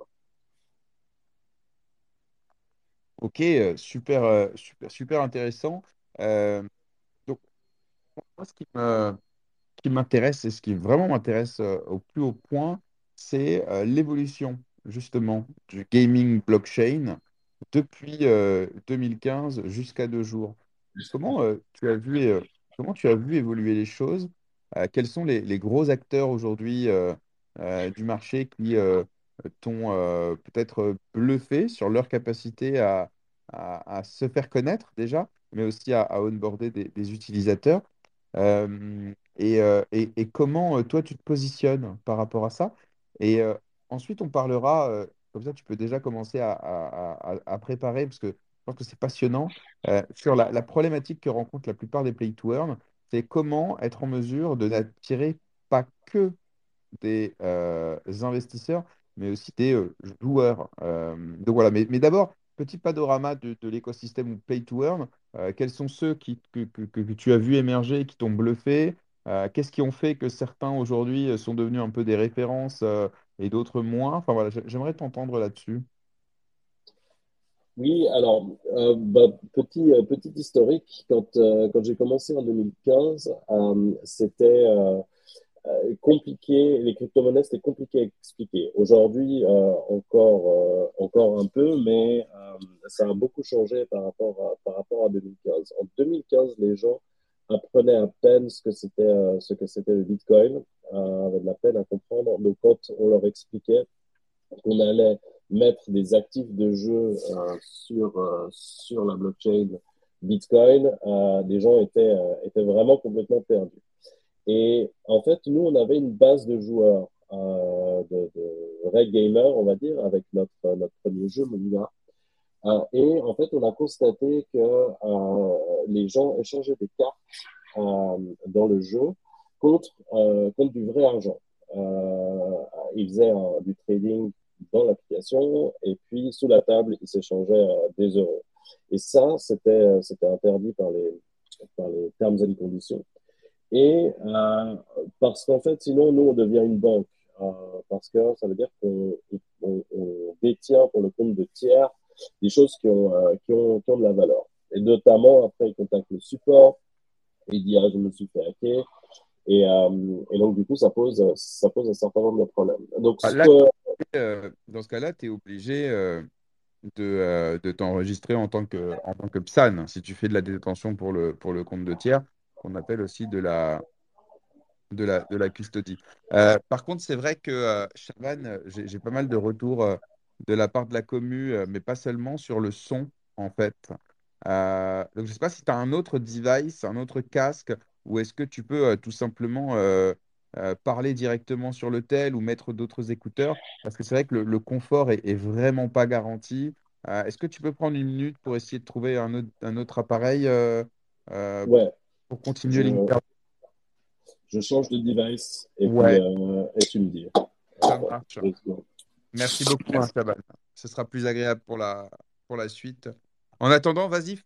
Speaker 1: Ok, euh, super, euh, super, super intéressant. Euh, donc, moi, ce qui me, qui m'intéresse et ce qui vraiment m'intéresse euh, au plus haut point, c'est euh, l'évolution justement du gaming blockchain depuis euh, deux mille quinze jusqu'à deux jours. Comment euh, tu as vu, euh, comment tu as vu évoluer les choses? Euh, quels sont les, les gros acteurs aujourd'hui euh, euh, du marché qui euh, t'ont euh, peut-être euh, bluffé sur leur capacité à, à- à se faire connaître déjà, mais aussi à, à onboarder des, des utilisateurs? Euh, et, euh, et- et comment euh, toi tu te positionnes par rapport à ça? Et euh, ensuite on parlera, euh, comme ça tu peux déjà commencer à, à- à- à préparer, parce que je pense que c'est passionnant, euh, sur la, la problématique que rencontrent la plupart des play to earn, c'est comment être en mesure de n'attirer pas que des euh, investisseurs, mais aussi des euh, joueurs. Euh, donc voilà, mais, mais d'abord, petit panorama de, de l'écosystème ou Play to Earn. Euh, quels sont ceux qui, que, que- que- que tu as vu émerger et qui t'ont bluffé? Euh, qu'est-ce qui ont fait que certains aujourd'hui euh, sont devenus un peu des références euh, et d'autres moins? Enfin voilà, j'ai- j'aimerais t'entendre là-dessus.
Speaker 6: Oui, alors, euh, bah, petit, euh, petit historique, quand, euh, quand j'ai commencé en deux mille quinze, euh, c'était euh, euh, compliqué, les crypto-monnaies, c'était compliqué à expliquer. Aujourd'hui, euh, encore, euh, encore un peu, mais euh, ça a beaucoup changé par rapport à, par rapport à deux mille quinze. En deux mille quinze, les gens apprenaient à peine ce que c'était euh, ce que c'était le Bitcoin, euh, avaient de la peine à comprendre. Donc, quand on leur expliquait qu'on allait mettre des actifs de jeu euh, sur, euh, sur la blockchain Bitcoin, euh, les gens étaient, euh, étaient vraiment complètement perdus. Et en fait, nous, on avait une base de joueurs, euh, de, de vrais gamers, on va dire, avec notre, notre premier jeu, Molina. Euh, et en fait, on a constaté que euh, les gens échangeaient des cartes euh, dans le jeu contre, euh, contre du vrai argent. Euh, ils faisaient euh, du trading dans l'application et puis sous la table, ils s'échangeaient euh, des euros. Et ça, c'était, euh, c'était interdit par les, par les termes et conditions. Et euh, parce qu'en fait, sinon, nous, on devient une banque. Euh, parce que ça veut dire qu'on on, on détient pour le compte de tiers des choses qui ont, euh, qui ont, qui ont de la valeur. Et notamment, après, ils contactent le support et ils disent, ah, je me suis fait hacker. Et, euh, et donc, du coup, ça pose, ça pose un certain nombre de problèmes. Donc,
Speaker 1: Ah,
Speaker 6: ce
Speaker 1: Là,
Speaker 6: que,
Speaker 1: euh, dans ce cas-là, tu es obligé euh, de, euh, de t'enregistrer en tant que, en tant que P S A N, si tu fais de la détention pour le, pour le compte de tiers, qu'on appelle aussi de la, de la, de la custodie. Euh, par contre, c'est vrai que euh, Chaban, euh, j'ai j'ai pas mal de retours euh, de la part de la commu, euh, mais pas seulement sur le son, en fait. Euh, donc, je ne sais pas si tu as un autre device, un autre casque, ou est-ce que tu peux euh, tout simplement euh, euh, parler directement sur le tel ou mettre d'autres écouteurs, parce que c'est vrai que le, le confort est, est vraiment pas garanti. Euh, est-ce que tu peux prendre une minute pour essayer de trouver un autre, un autre appareil euh, euh,
Speaker 6: ouais,
Speaker 1: pour continuer
Speaker 6: je,
Speaker 1: l'interview?
Speaker 6: je change de device et puis,
Speaker 1: Ouais,
Speaker 6: euh, et tu me dis.
Speaker 1: ça
Speaker 6: Ouais,
Speaker 1: marche.
Speaker 6: deux secondes.
Speaker 1: Merci beaucoup, hein, Chaban. Ce sera plus agréable pour la, pour la suite. En attendant, vas-y.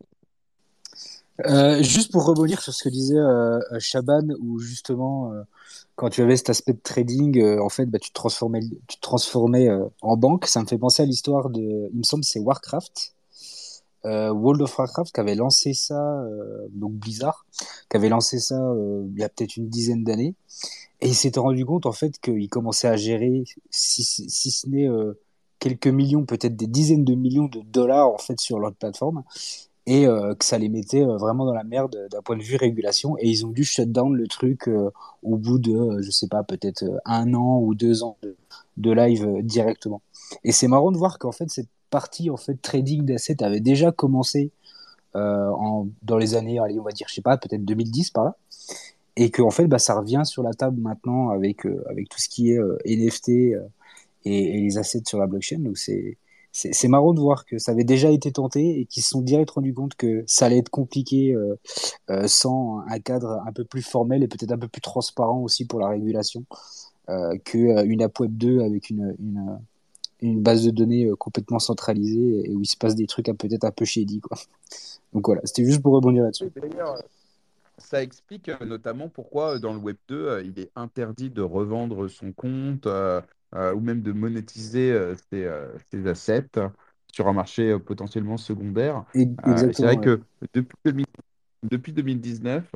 Speaker 5: Euh, juste pour rebondir sur ce que disait euh, euh, Shaban, où justement, euh, quand tu avais cet aspect de trading, euh, en fait, bah, tu te transformais, tu te transformais euh, en banque. Ça me fait penser à l'histoire de, il me semble, c'est Warcraft, euh, World of Warcraft, qui avait lancé ça, euh, donc Blizzard, qui avait lancé ça euh, il y a peut-être une dizaine d'années, et il s'était rendu compte en fait qu'il commençait à gérer, si, si si ce n'est euh, quelques millions, peut-être des dizaines de millions de dollars en fait sur leur plateforme et euh, que ça les mettait euh, vraiment dans la merde euh, d'un point de vue régulation et ils ont dû shut down le truc euh, au bout de, euh, je sais pas, peut-être euh, un an ou deux ans de, de live euh, directement. Et c'est marrant de voir qu'en fait cette partie en fait trading d'assets avait déjà commencé euh, en, dans les années, allez, on va dire, je sais pas, peut-être deux mille dix par là, et que en fait, bah, ça revient sur la table maintenant avec euh, avec tout ce qui est euh, N F T euh, et, et les assets sur la blockchain. Donc c'est c'est c'est marrant de voir que ça avait déjà été tenté et qu'ils se sont direct rendu compte que ça allait être compliqué euh, euh, sans un cadre un peu plus formel et peut-être un peu plus transparent aussi pour la régulation euh, que euh, une app web deux avec une, une une base de données euh, complètement centralisée et où il se passe des trucs un- peut-être un peu shady quoi. Donc voilà, c'était juste pour rebondir là-dessus.
Speaker 1: Oui, d'ailleurs, ça explique euh, notamment pourquoi euh, dans le Web deux, euh, il est interdit de revendre son compte euh, euh, ou même de monétiser euh, ses, euh, ses assets sur un marché euh, potentiellement secondaire.
Speaker 5: Et-
Speaker 1: Euh, et c'est
Speaker 5: exactement,
Speaker 1: vrai
Speaker 5: ouais.
Speaker 1: que depuis, deux mille depuis deux mille dix-neuf,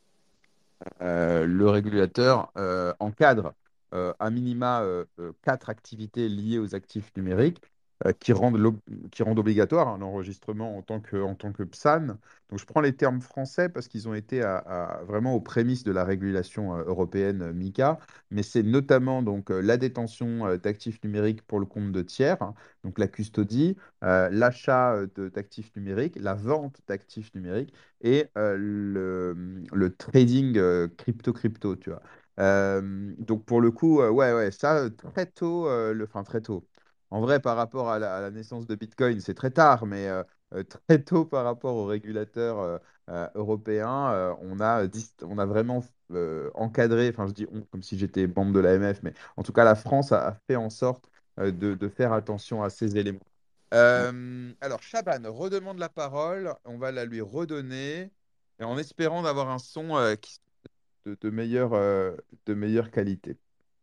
Speaker 1: euh, le régulateur euh, encadre euh, à minima euh, euh, quatre activités liées aux actifs numériques euh, qui rendent, l'ob- qui rendent obligatoire hein, l'enregistrement en tant que, en tant que P S A N. Donc je prends les termes français parce qu'ils ont été à- à- vraiment aux prémices de la régulation euh, européenne euh, MiCA, mais c'est notamment donc, euh, la détention euh, d'actifs numériques pour le compte de tiers, hein, donc la custodie, euh, l'achat euh, de- d'actifs numériques, la vente d'actifs numériques et euh, le, le trading euh, crypto-crypto, tu vois. Euh, donc pour le coup, euh, ouais, ouais, ça, euh, très tôt, euh, le, enfin très tôt. En vrai, par rapport à la, à la naissance de Bitcoin, c'est très tard, mais euh, euh, très tôt par rapport aux régulateurs euh, euh, européens, euh, on a, dist- on a vraiment euh, encadré, enfin je dis on, comme si j'étais membre de l'A M F, mais en tout cas la France a, a fait en sorte euh, de, de faire attention à ces éléments.
Speaker 5: Ouais.
Speaker 1: Euh, alors, Chaban redemande la parole. On va la lui redonner. Et en espérant d'avoir un son euh, qui, de, de meilleure, euh, de meilleure qualité.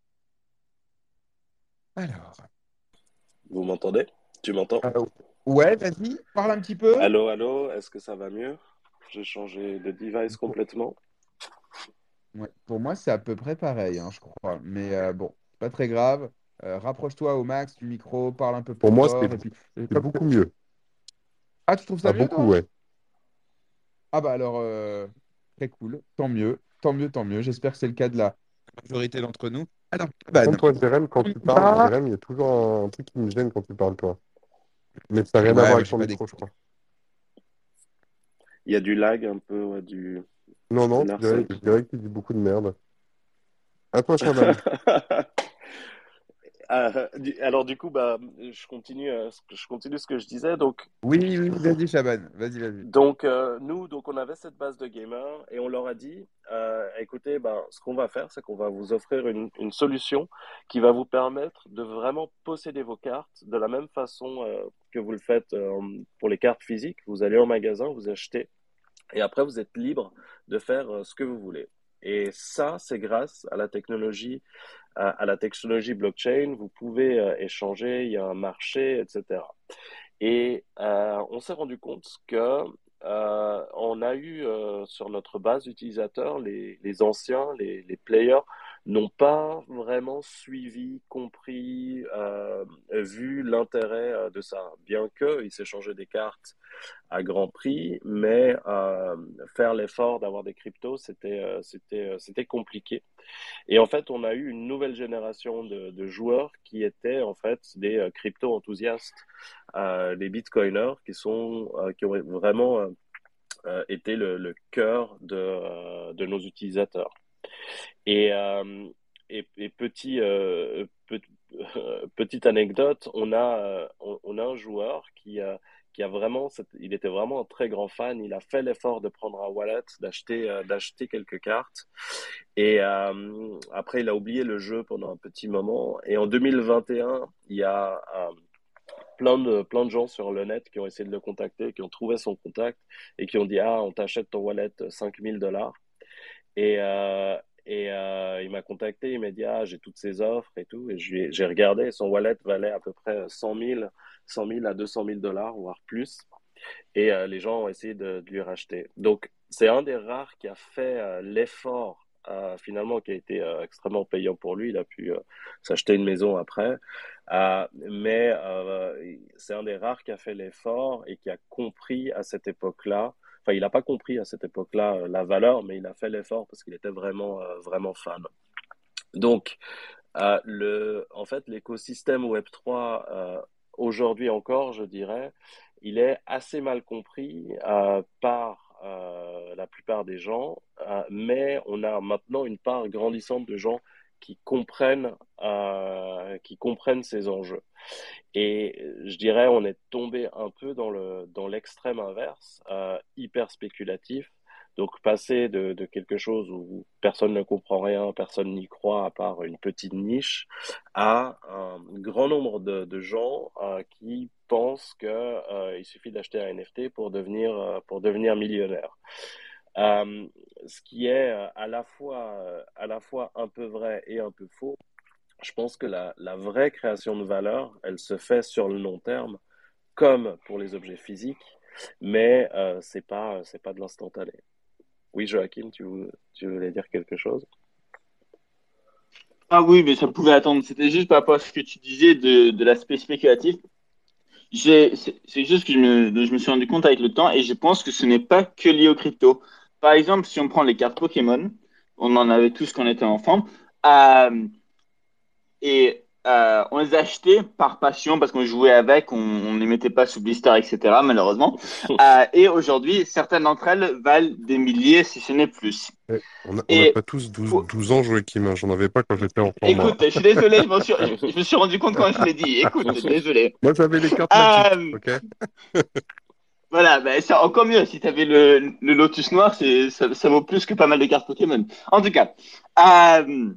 Speaker 1: Alors.
Speaker 6: Vous m'entendez? Tu m'entends?
Speaker 1: Euh, ouais, vas-y, parle un petit peu.
Speaker 6: Allô, allô, est-ce que ça va mieux? J'ai changé de device
Speaker 1: Pour,
Speaker 6: complètement.
Speaker 1: ouais, pour moi, c'est à peu près pareil, hein, je crois. Mais euh, bon, pas très grave. Euh, rapproche-toi au max du micro, parle un peu plus
Speaker 4: Pour moi, c'est
Speaker 1: fort. Et puis, euh,
Speaker 4: c'est
Speaker 1: comme...
Speaker 4: beaucoup mieux.
Speaker 1: Ah, tu trouves ça
Speaker 4: Ah,
Speaker 1: mieux,
Speaker 4: beaucoup,
Speaker 1: toi?
Speaker 4: ouais.
Speaker 1: Ah, bah alors, euh, très cool. Tant mieux, tant mieux, tant mieux. J'espère que c'est le cas de la majorité d'entre nous. Alors,
Speaker 4: Par
Speaker 1: Chaban,
Speaker 4: contre, toi, Jérém, quand
Speaker 1: on y
Speaker 4: tu parles,
Speaker 1: va.
Speaker 4: Jérém, il y a toujours un truc qui me gêne quand tu parles, toi. Mais ça n'a rien à
Speaker 1: Ouais,
Speaker 4: voir
Speaker 1: moi,
Speaker 4: avec
Speaker 1: j'ai
Speaker 4: ton
Speaker 1: pas
Speaker 4: micro, je
Speaker 1: d'écoute.
Speaker 4: crois.
Speaker 6: Il y a du lag un peu, ouais, du...
Speaker 4: Non,
Speaker 6: Ça a
Speaker 4: non, je
Speaker 6: l'air ça.
Speaker 4: dirais, je dirais que tu dis beaucoup de merde. À toi, Chaban.
Speaker 6: Ah, du- alors du coup, bah, je continue, euh, ce que- je continue ce que je disais. Donc,
Speaker 1: Oui, oui, vas-y, Chaban. Vas-y, vas-y.
Speaker 6: donc euh, nous, donc on avait cette base de gamers et on leur a dit, euh, écoutez, ben, ce qu'on va faire, c'est qu'on va vous offrir une, une solution qui va vous permettre de vraiment posséder vos cartes de la même façon euh, que vous le faites euh, pour les cartes physiques. Vous allez au magasin, vous achetez et après vous êtes libre de faire euh, ce que vous voulez. Et ça, c'est grâce à la technologie, à, à la technologie blockchain. Vous pouvez euh, échanger, il y a un marché, et cetera. Et euh, on s'est rendu compte que euh, on a eu euh, sur notre base d'utilisateurs, les, les anciens, les, les players, n'ont pas vraiment suivi, compris, euh, vu l'intérêt euh, de ça. Bien qu'ils s'échangeaient des cartes à grand prix, mais euh, faire l'effort d'avoir des cryptos, c'était euh, c'était euh, c'était compliqué. Et en fait, on a eu une nouvelle génération de, de joueurs qui étaient en fait des euh, crypto enthousiastes, euh, les bitcoiners, qui sont euh, qui ont vraiment euh, euh, été le, le cœur de euh, de nos utilisateurs. Et euh, et, et petit, euh, pe- petite anecdote, on a, euh, on, on a un joueur qui, euh, qui a vraiment, cette- il était vraiment un très grand fan. Il a fait l'effort de prendre un wallet, d'acheter, euh, d'acheter quelques cartes. Et euh, après, il a oublié le jeu pendant un petit moment. Et en deux mille vingt et un, il y a euh, plein de, plein de gens sur le net qui ont essayé de le contacter, qui ont trouvé son contact et qui ont dit, ah, on t'achète ton wallet cinq mille dollars. Et, euh, et euh, il m'a contacté, il m'a dit, ah, j'ai toutes ces offres et tout. Et je lui ai- j'ai regardé, son wallet valait à peu près cent mille, cent mille à deux cent mille dollars, voire plus. Et euh, les gens ont essayé de, de lui racheter. Donc, c'est un des rares qui a fait euh, l'effort euh, finalement, qui a été euh, extrêmement payant pour lui. Il a pu euh, s'acheter une maison après. Euh, mais euh, c'est un des rares qui a fait l'effort et qui a compris à cette époque-là. Enfin, il n'a pas compris à cette époque-là euh, la valeur, mais il a fait l'effort parce qu'il était vraiment, euh, vraiment fan. Donc, euh, le, en fait, l'écosystème Web trois, euh, aujourd'hui encore, je dirais, il est assez mal compris euh, par euh, la plupart des gens, euh, mais on a maintenant une part grandissante de gens qui comprennent, euh, qui comprennent ces enjeux. Et je dirais, on est tombé un peu dans le dans l'extrême inverse, euh, hyper spéculatif. Donc passer de, de quelque chose où personne ne comprend rien, personne n'y croit à part une petite niche, à un grand nombre de, de gens euh, qui pensent que euh, il suffit d'acheter un N F T pour devenir euh, pour devenir millionnaire. Euh, Ce qui est euh, à la fois euh, à la fois un peu vrai et un peu faux. Je pense que la, la vraie création de valeur, elle se fait sur le long terme, comme pour les objets physiques, mais euh, c'est pas c'est pas de l'instantané. Oui, Joachim, tu, vou- tu voulais dire quelque chose?
Speaker 3: Ah oui, mais ça pouvait attendre. C'était juste par rapport à ce que tu disais de, de l'aspect spéculatif. J'ai, c'est c'est juste que je me, je me suis rendu compte avec le temps et je pense que ce n'est pas que lié aux crypto. Par exemple, si on prend les cartes Pokémon, on en avait tous quand on était enfant, euh, et euh, on les achetait par passion parce qu'on jouait avec, on on ne les mettait pas sous blister, et cetera, malheureusement. Euh, et aujourd'hui, certaines d'entre elles valent des milliers, si ce n'est plus.
Speaker 4: Eh, On n'a on n'a
Speaker 3: Et
Speaker 4: pas tous douze douze ans, Joachim, hein. J'en avais pas quand j'étais enfant, moi.
Speaker 3: écoute, je suis désolé, je, m'en suis, je, je me suis rendu compte quand je l'ai dit. Écoute, désolé.
Speaker 4: Moi, j'avais les cartes Magic,
Speaker 3: Euh,
Speaker 4: ok?
Speaker 3: voilà, ben c'est encore mieux. Si tu avais le, le Lotus noir, c'est, ça, ça vaut plus que pas mal de cartes Pokémon. En tout cas, euh,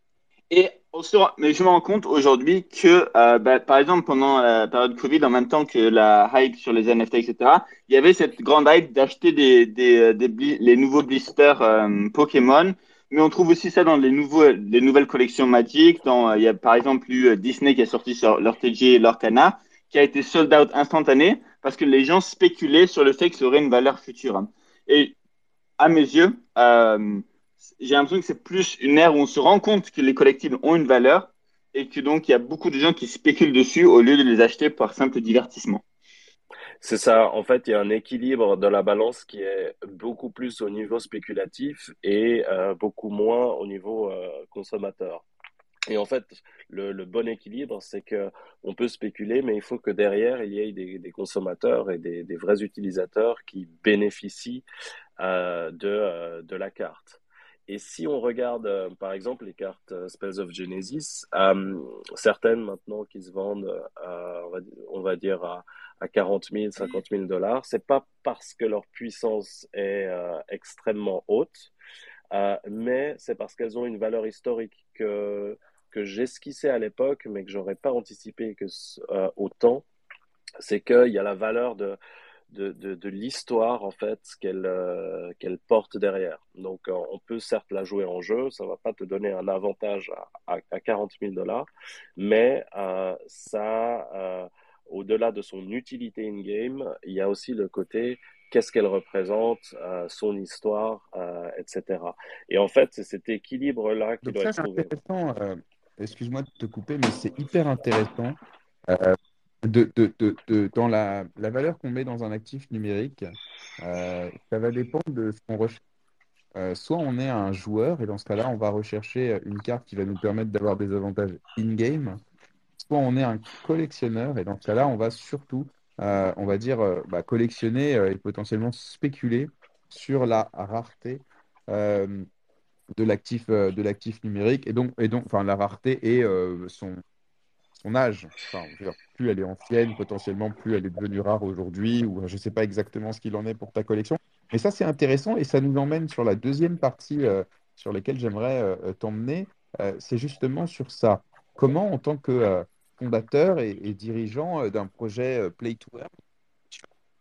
Speaker 3: et on se rend- mais je me rends compte aujourd'hui que, euh, bah, par exemple, pendant la période Covid, en même temps que la hype sur les N F T, et cetera, il y avait cette grande hype d'acheter des, des, euh, des bli- les nouveaux blisters euh, Pokémon. Mais on trouve aussi ça dans les nouveaux, les nouvelles collections Magic. Dans, euh, il y a par exemple eu euh, Disney qui a sorti sur leur T G et leur Lorcana, qui a été sold out instantané parce que les gens spéculaient sur le fait que ça aurait une valeur future. Et à mes yeux, euh, j'ai l'impression que c'est plus une ère où on se rend compte que les collectibles ont une valeur et que donc il y a beaucoup de gens qui spéculent dessus au lieu de les acheter par simple divertissement.
Speaker 6: C'est ça. En fait, il y a un équilibre dans la balance qui est beaucoup plus au niveau spéculatif et euh, beaucoup moins au niveau euh, consommateur. Et en fait, le, le bon équilibre, c'est que on peut spéculer, mais il faut que derrière, il y ait des, des consommateurs et des, des vrais utilisateurs qui bénéficient euh, de, euh, de la carte. Et si on regarde, euh, par exemple, les cartes euh, Spells of Genesis, euh, certaines maintenant qui se vendent, euh, on, va, on va dire, à, à quarante mille, cinquante mille dollars, c'est pas parce que leur puissance est euh, extrêmement haute, euh, mais c'est parce qu'elles ont une valeur historique que, que j'esquissais à l'époque, mais que j'aurais pas anticipé que, euh, autant. C'est qu'il y a la valeur de, de, de, de l'histoire en fait qu'elle euh, qu'elle porte derrière. Donc euh, on peut certes la jouer en jeu, ça va pas te donner un avantage à, à, à quarante mille dollars, mais euh, ça, euh, au-delà de son utilité in-game, il y a aussi le côté qu'est-ce qu'elle représente, euh, son histoire, euh, et cetera. Et en fait, c'est cet équilibre-là qui
Speaker 1: Donc
Speaker 6: doit
Speaker 1: ça,
Speaker 6: être
Speaker 1: c'est
Speaker 6: trouvé.
Speaker 1: intéressant. Euh, excuse-moi de te couper, mais c'est hyper intéressant euh, de, de, de, de- dans la, la valeur qu'on met dans un actif numérique. Euh, ça va dépendre de ce qu'on recherche. Euh, soit on est un joueur, et dans ce cas-là, on va rechercher une carte qui va nous permettre d'avoir des avantages in-game. Soit on est un collectionneur, et dans ce cas-là, on va surtout, euh, on va dire, euh, bah, collectionner euh, et potentiellement spéculer sur la rareté euh, de l'actif euh, de l'actif numérique, et donc, et donc enfin, la rareté et euh, son, son âge. Enfin, je veux dire, plus elle est ancienne, potentiellement, plus elle est devenue rare aujourd'hui, ou je ne sais pas exactement ce qu'il en est pour ta collection. Mais ça, c'est intéressant, et ça nous emmène sur la deuxième partie euh, sur laquelle j'aimerais euh, euh, t'emmener. Euh, c'est justement sur ça. Comment, en tant que euh, fondateur et, et dirigeant euh, d'un projet euh, Play to Earn, tu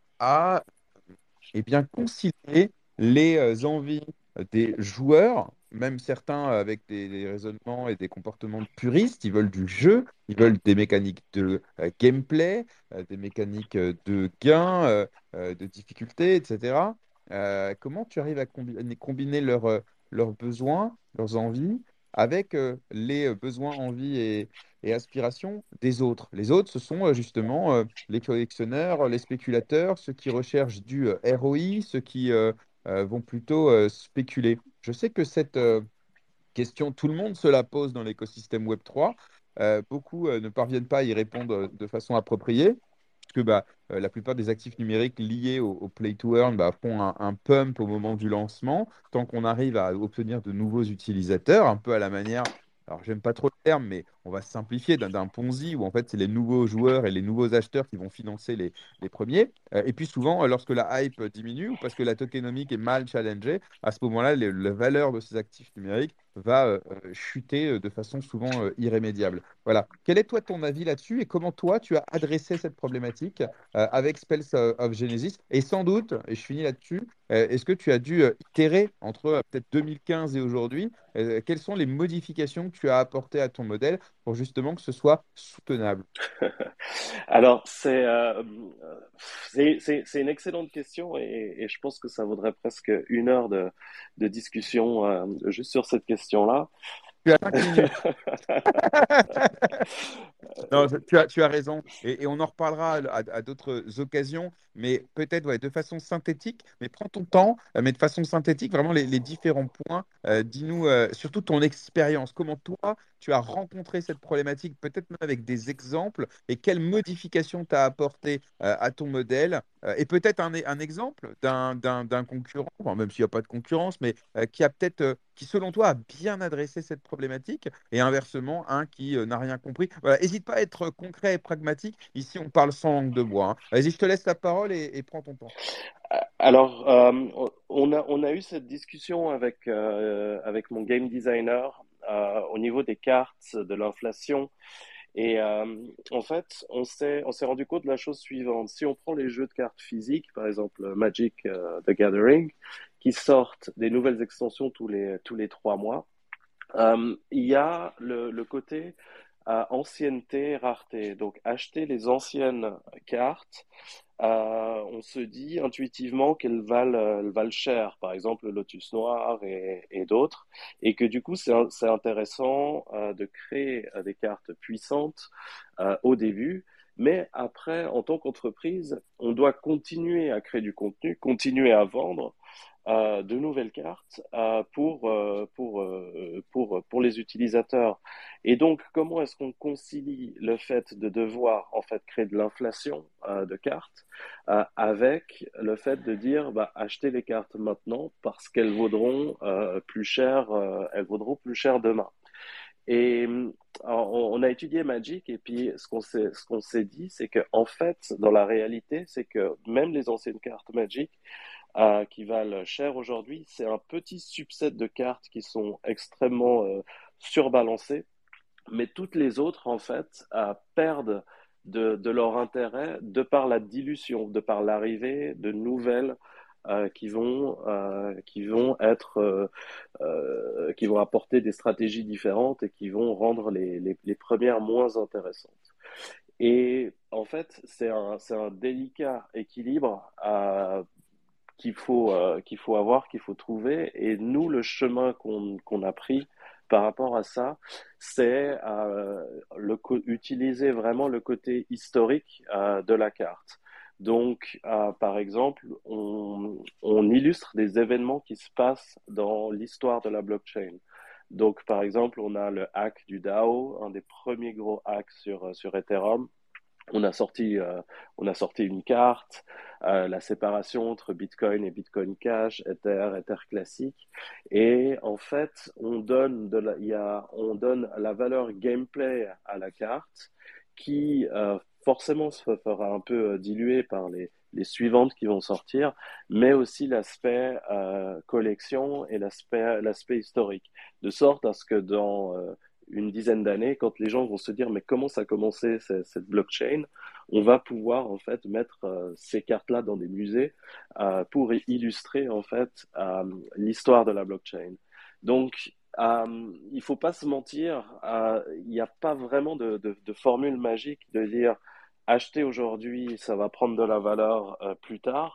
Speaker 1: as eh bien, concilier les euh, envies des joueurs, même certains avec des, des raisonnements et des comportements puristes, ils veulent du jeu, ils veulent des mécaniques de euh, gameplay, euh, des mécaniques euh, de gain, euh, euh, de difficulté, et cetera. Euh, comment tu arrives à combiner, combiner leurs euh, leurs besoins, leurs envies, avec euh, les euh, besoins, envies et, et aspirations des autres. Les autres, ce sont euh, justement euh, les collectionneurs, les spéculateurs, ceux qui recherchent du euh, R O I, ceux qui euh, euh, vont plutôt euh, spéculer. Je sais que cette euh, question, tout le monde se la pose dans l'écosystème web trois. Euh, beaucoup euh, ne parviennent pas à y répondre euh, de façon appropriée, puisque bah, euh, la plupart des actifs numériques liés au, au play to earn bah, font un, un pump au moment du lancement, tant qu'on arrive à obtenir de nouveaux utilisateurs, un peu à la manière, alors j'aime pas trop le terme, mais on va simplifier d'un d'un Ponzi, où en fait c'est les nouveaux joueurs et les nouveaux acheteurs qui vont financer les, les premiers. Euh, et puis souvent, euh, lorsque la hype diminue, ou parce que la tokenomique est mal challengée, à ce moment-là, les- la valeur de ces actifs numériques va euh, euh, chuter euh, de façon souvent euh, irrémédiable. Voilà. Quel est toi ton avis là-dessus et comment toi tu as adressé cette problématique euh, avec Spells euh, of Genesis? Et sans doute, et je finis là-dessus, euh, est-ce que tu as dû euh, itérer entre euh, peut-être deux mille quinze et aujourd'hui? Euh, quelles sont les modifications que tu as apportées à ton modèle pour justement que ce soit soutenable?
Speaker 6: Alors, c'est euh, c'est c'est- c'est une excellente question et, et je pense que ça vaudrait presque une heure de, de discussion euh, juste sur cette question-là.
Speaker 1: Tu as cinq minutes. Non, je- tu as, tu as raison. Et, et on en reparlera à, à- à d'autres occasions, mais peut-être ouais, de façon synthétique. Mais prends ton temps, euh, mais de façon synthétique, vraiment les, les différents points. Euh, dis-nous euh, surtout ton expérience. Comment toi, tu as rencontré cette problématique, peut-être même avec des exemples, et quelles modifications tu as apportées euh, à ton modèle. Euh, et peut-être un, un exemple d'un d'un- d'un concurrent, enfin, même s'il n'y a pas de concurrence, mais euh, qui a peut-être, euh, qui selon toi, a bien adressé cette problématique et inversement, un qui euh, n'a rien compris. Voilà, n'hésite pas à être concret et pragmatique. Ici, on parle sans langue de bois, hein. Vas-y, je te laisse la parole et, et prends ton temps.
Speaker 6: Alors, euh, on a, on a eu cette discussion avec, euh, avec mon game designer euh, au niveau des cartes, de l'inflation. Et euh, en fait, on s'est, on s'est rendu compte de la chose suivante. Si on prend les jeux de cartes physiques, par exemple Magic euh, the Gathering, qui sortent des nouvelles extensions tous les, tous les trois mois, euh, il y a le, le côté euh, ancienneté, rareté. Donc, acheter les anciennes cartes, euh, on se dit intuitivement qu'elles valent, euh, elles valent cher, par exemple le Lotus Noir et, et d'autres, et que du coup c'est c'est intéressant euh, de créer euh, des cartes puissantes euh, au début, mais après, en tant qu'entreprise, on doit continuer à créer du contenu, continuer à vendre euh, de nouvelles cartes euh, pour, euh, pour, euh, pour, pour les utilisateurs. Et donc, comment est-ce qu'on concilie le fait de devoir en fait créer de l'inflation euh, de cartes euh, avec le fait de dire bah, acheter les cartes maintenant parce qu'elles vaudront euh, plus cher, euh, elles vaudront plus cher demain. Et alors, on a étudié Magic et puis ce qu'on s'est ce qu'on s'est dit, c'est que en fait, dans la réalité, c'est que même les anciennes cartes Magic euh, qui valent cher aujourd'hui, c'est un petit subset de cartes qui sont extrêmement euh, surbalancées, mais toutes les autres, en fait, euh, perdent de, de leur intérêt de par la dilution, de par l'arrivée de nouvelles euh, qui vont euh, qui vont être euh, euh, qui vont apporter des stratégies différentes et qui vont rendre les, les, les premières moins intéressantes. Et en fait, c'est un, c'est un délicat équilibre euh, qu'il faut, euh, qu'il faut avoir, qu'il faut trouver. Et nous, le chemin qu'on qu'on a pris par rapport à ça, c'est euh, le utiliser vraiment le côté historique euh, de la carte. Donc, euh, par exemple, on, on illustre des événements qui se passent dans l'histoire de la blockchain. Donc, par exemple, on a le hack du DAO, un des premiers gros hacks sur, sur Ethereum. On a sorti, euh, on a sorti une carte, euh, la séparation entre Bitcoin et Bitcoin Cash, Ether, Ether classique, et en fait, on donne de la, il y a, on donne la valeur gameplay à la carte, qui euh, forcément se fera un peu diluer par les les suivantes qui vont sortir, mais aussi l'aspect euh, collection et l'aspect l'aspect historique, de sorte à ce que dans euh, une dizaine d'années, quand les gens vont se dire mais comment ça a commencé cette, cette blockchain, on va pouvoir en fait mettre euh, ces cartes-là dans des musées euh, pour illustrer en fait euh, l'histoire de la blockchain. Donc euh, il faut pas se mentir, euh, il n'y a pas vraiment de, de, de formule magique de dire acheter aujourd'hui, ça va prendre de la valeur euh, plus tard.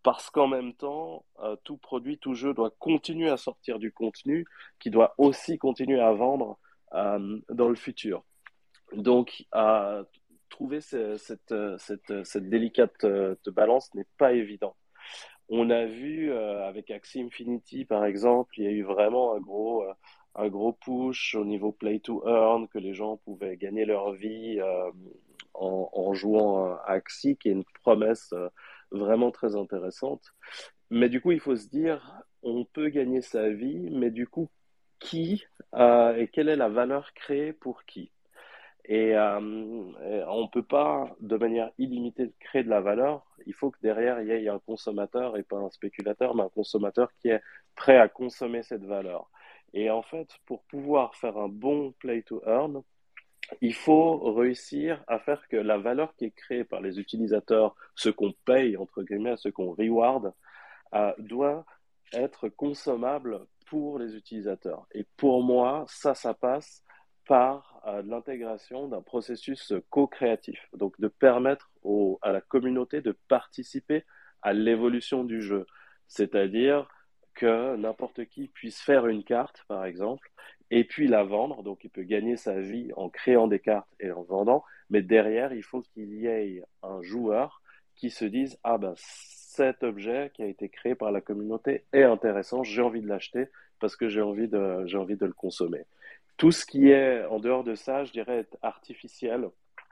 Speaker 6: parce qu'en même temps, euh, tout produit, tout jeu doit continuer à sortir du contenu qui doit aussi continuer à vendre euh, dans le futur. Donc, à trouver ce- cette, euh, cette, cette délicate euh, de balance n'est pas évident. On a vu euh, avec Axie Infinity, par exemple, il y a eu vraiment un gros, euh, un gros push au niveau play to earn, que les gens pouvaient gagner leur vie euh, en, en jouant à Axie, qui est une promesse euh, vraiment très intéressante. Mais du coup, il faut se dire, on peut gagner sa vie, mais du coup, qui euh, et quelle est la valeur créée pour qui? Et, euh, et on ne peut pas, de manière illimitée, créer de la valeur. Il faut que derrière, il y ait un consommateur et pas un spéculateur, mais un consommateur qui est prêt à consommer cette valeur. Et en fait, pour pouvoir faire un bon play to earn, il faut réussir à faire que la valeur qui est créée par les utilisateurs, ce qu'on paye, entre guillemets, ce qu'on reward, euh, doit être consommable pour les utilisateurs. Et pour moi, ça, ça passe par euh, l'intégration d'un processus co-créatif, donc de permettre au, à la communauté de participer à l'évolution du jeu. C'est-à-dire que n'importe qui puisse faire une carte, par exemple, et puis la vendre. Donc, il peut gagner sa vie en créant des cartes et en vendant, mais derrière, il faut qu'il y ait un joueur qui se dise, ah ben, cet objet qui a été créé par la communauté est intéressant, j'ai envie de l'acheter parce que j'ai envie de, j'ai envie de le consommer. Tout ce qui est en dehors de ça, je dirais, est artificiel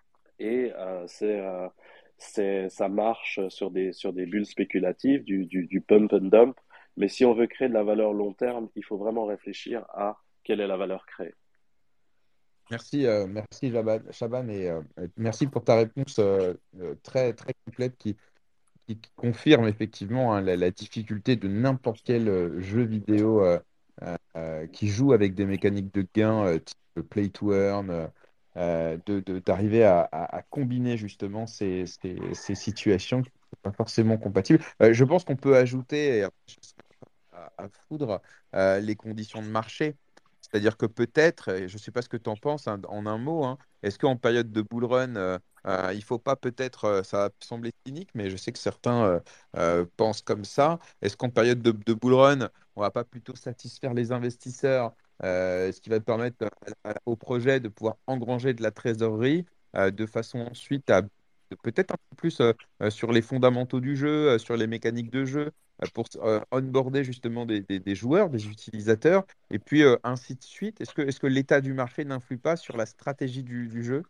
Speaker 6: et euh, c'est, euh, c'est, ça marche sur des, sur des bulles spéculatives, du, du, du pump and dump. Mais si on veut créer de la valeur long terme, il faut vraiment réfléchir à quelle est la valeur créée.
Speaker 1: Merci, euh, merci Chaban, Chaban, et euh, merci pour ta réponse euh, euh, très, très complète qui, qui confirme effectivement hein, la, la difficulté de n'importe quel euh, jeu vidéo euh, euh, euh, qui joue avec des mécaniques de gain euh, type play to earn, euh, euh, de, de- d'arriver à, à- à combiner justement ces, ces, ces situations qui ne sont pas forcément compatibles. Euh, je pense qu'on peut ajouter, et après, je serai à, à foudre, euh, les conditions de marché. C'est-à-dire que peut-être, et je ne sais pas ce que tu en penses hein, en un mot, hein, est-ce qu'en période de bull run, euh, euh, il ne faut pas peut-être, euh, ça va sembler cynique, mais je sais que certains euh, euh, pensent comme ça, est-ce qu'en période de, de bull run, on ne va pas plutôt satisfaire les investisseurs, euh, ce qui va permettre à- à- au projet de pouvoir engranger de la trésorerie euh, de façon ensuite à peut-être un peu plus euh, euh, sur les fondamentaux du jeu, euh, sur les mécaniques de jeu, euh, pour euh, onboarder justement des, des- des joueurs, des utilisateurs, et puis euh, ainsi de suite. Est-ce que, est-ce que l'état du marché n'influe pas sur la stratégie du, du jeu?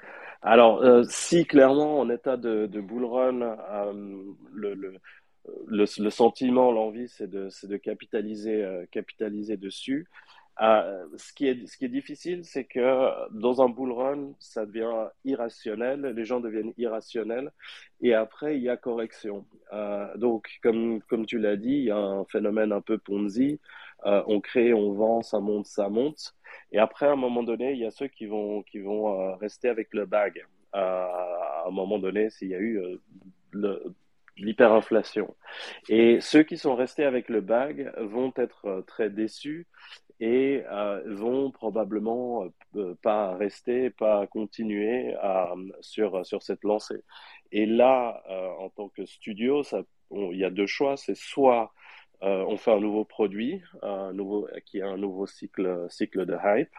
Speaker 6: Alors, euh, si clairement en état de, de bull run, euh, le, le, le, le sentiment, l'envie, c'est de, c'est de capitaliser, euh, capitaliser dessus. Euh, ce qui est, ce qui est difficile, c'est que dans un bull run, ça devient irrationnel, les gens deviennent irrationnels, et après, il y a correction. Euh, donc, comme, comme tu l'as dit, il y a un phénomène un peu Ponzi. Euh, on crée, on vend, ça monte, ça monte. Et après, à un moment donné, il y a ceux qui vont, qui vont euh, rester avec le bag. Euh, à un moment donné, s'il y a eu euh, le, l'hyperinflation. Et ceux qui sont restés avec le bag vont être euh, très déçus et euh, vont probablement euh, pas rester, pas continuer à, sur, sur cette lancée. Et là, euh, en tant que studio, ça, on- il y a deux choix. C'est soit euh, on fait un nouveau produit, un nouveau, qui a un nouveau cycle, cycle de hype,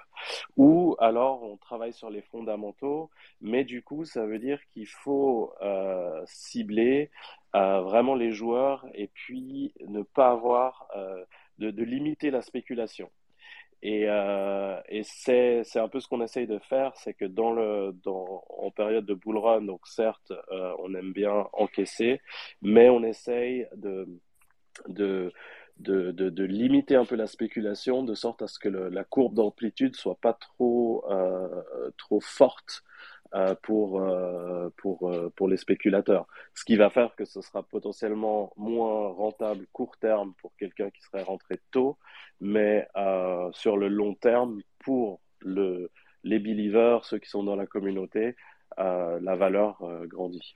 Speaker 6: ou alors on travaille sur les fondamentaux, mais du coup, ça veut dire qu'il faut euh, cibler euh, vraiment les joueurs et puis ne pas avoir euh, de, de limiter la spéculation. Et, euh, et c'est, c'est un peu ce qu'on essaye de faire, c'est que dans le, dans, en période de bull run, donc certes, euh, on aime bien encaisser, mais on essaye de, de, de, de, de limiter un peu la spéculation de sorte à ce que le, la courbe d'amplitude soit pas trop, euh, trop forte euh, pour, euh, pour, euh, pour les spéculateurs. Ce qui va faire que ce sera potentiellement moins rentable court terme pour quelqu'un qui serait rentré tôt, mais euh, sur le long terme, pour le, les believers, ceux qui sont dans la communauté, euh, la valeur euh, grandit.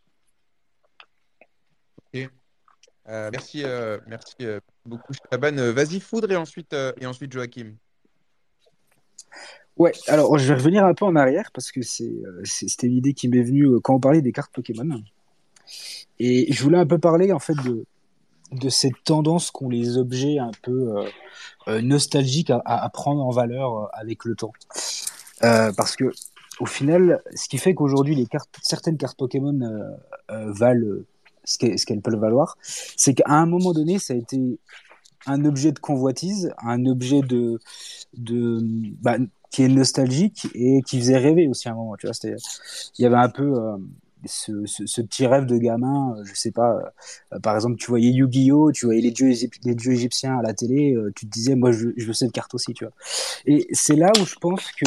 Speaker 1: Ok. Euh, merci, euh, merci euh, beaucoup, Shaban. Euh, vas-y, Foudre, et ensuite, euh, et ensuite Joachim.
Speaker 5: Ouais, alors je vais revenir un peu en arrière parce que c'est, euh, c'est- c'était l'idée qui m'est venue euh, quand on parlait des cartes Pokémon. Et je voulais un peu parler en fait de, de cette tendance qu'ont les objets un peu euh, euh, nostalgiques à, à- à prendre en valeur euh, avec le temps. Euh, parce que au final, ce qui fait qu'aujourd'hui les cartes, certaines cartes Pokémon euh, euh, valent euh, ce qu'elles ce qu'elles peuvent valoir, c'est qu'à un moment donné, ça a été un objet de convoitise, un objet de, de bah, qui est nostalgique et qui faisait rêver aussi à un moment. Tu vois, c'était, il y avait un peu euh, ce, ce, ce petit rêve de gamin. euh, Je sais pas. Euh, par exemple, tu voyais Yu-Gi-Oh, tu voyais les dieux, égyp- les dieux égyptiens à la télé. euh, tu te disais, moi, je, je veux cette carte aussi. Tu vois. Et c'est là où je pense que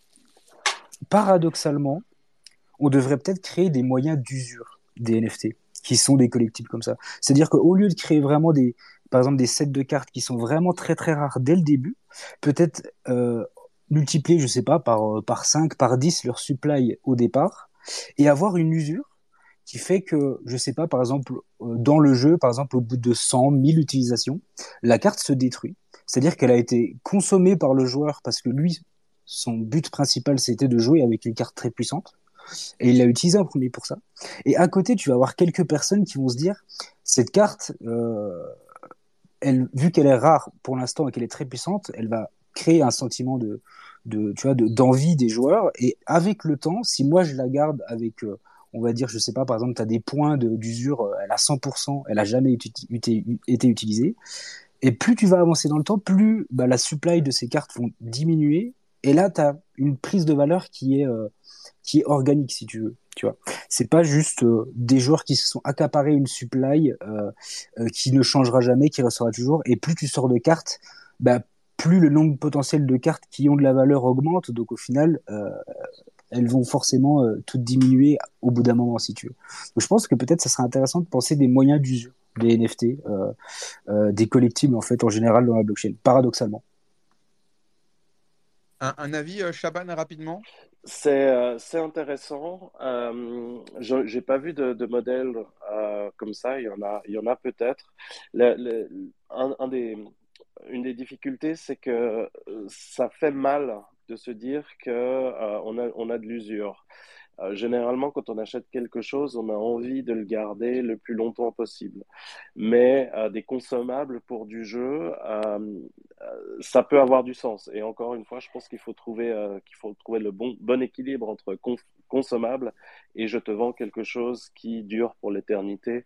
Speaker 5: paradoxalement, on devrait peut-être créer des moyens d'usure des N F T, qui sont des collectibles comme ça. C'est-à-dire qu'au lieu de créer vraiment des, par exemple, des sets de cartes qui sont vraiment très très rares dès le début, peut-être euh, multiplier, je sais pas, par, euh, par cinq, par dix leur supply au départ, et avoir une usure qui fait que, je sais pas, par exemple, euh, dans le jeu, par exemple, au bout de cent, mille utilisations, la carte se détruit. C'est-à-dire qu'elle a été consommée par le joueur parce que lui, son but principal, c'était de jouer avec une carte très puissante et il l'a utilisé en premier pour ça. Et à côté, tu vas avoir quelques personnes qui vont se dire, cette carte, euh, elle, vu qu'elle est rare pour l'instant et qu'elle est très puissante, elle va créer un sentiment de, de tu vois, de, d'envie des joueurs. Et avec le temps, si moi je la garde avec, euh, on va dire, je sais pas, par exemple, tu as des points de, d'usure, euh, elle a cent pour cent, elle a jamais été, été, été utilisée. Et plus tu vas avancer dans le temps, plus bah, la supply de ces cartes vont diminuer. Et là, tu as une prise de valeur qui est, euh, qui est organique, si tu veux. Tu vois, c'est pas juste euh, des joueurs qui se sont accaparés une supply euh, euh, qui ne changera jamais, qui restera toujours. Et plus tu sors de cartes, bah, plus le nombre potentiel de cartes qui ont de la valeur augmente. Donc au final, euh, elles vont forcément euh, toutes diminuer au bout d'un moment, si tu veux. Donc je pense que peut-être ça serait intéressant de penser des moyens d'usure des N F T, euh, euh, des collectibles en fait en général dans la blockchain, paradoxalement.
Speaker 1: Un, un avis, euh, Chaban, rapidement?
Speaker 6: C'est euh, c'est intéressant. Euh, je j'ai pas vu de, de modèle euh, comme ça. Il y en a, il y en a peut-être. Le, le- un, un des, une des difficultés, c'est que euh, ça fait mal de se dire que euh, on a, on a de l'usure. Euh, généralement, quand on achète quelque chose, on a envie de le garder le plus longtemps possible. Mais euh, des consommables pour du jeu, euh, euh, ça peut avoir du sens. Et encore une fois, je pense qu'il faut trouver, euh, qu'il faut trouver le bon, bon équilibre entre con consommable et je te vends quelque chose qui dure pour l'éternité,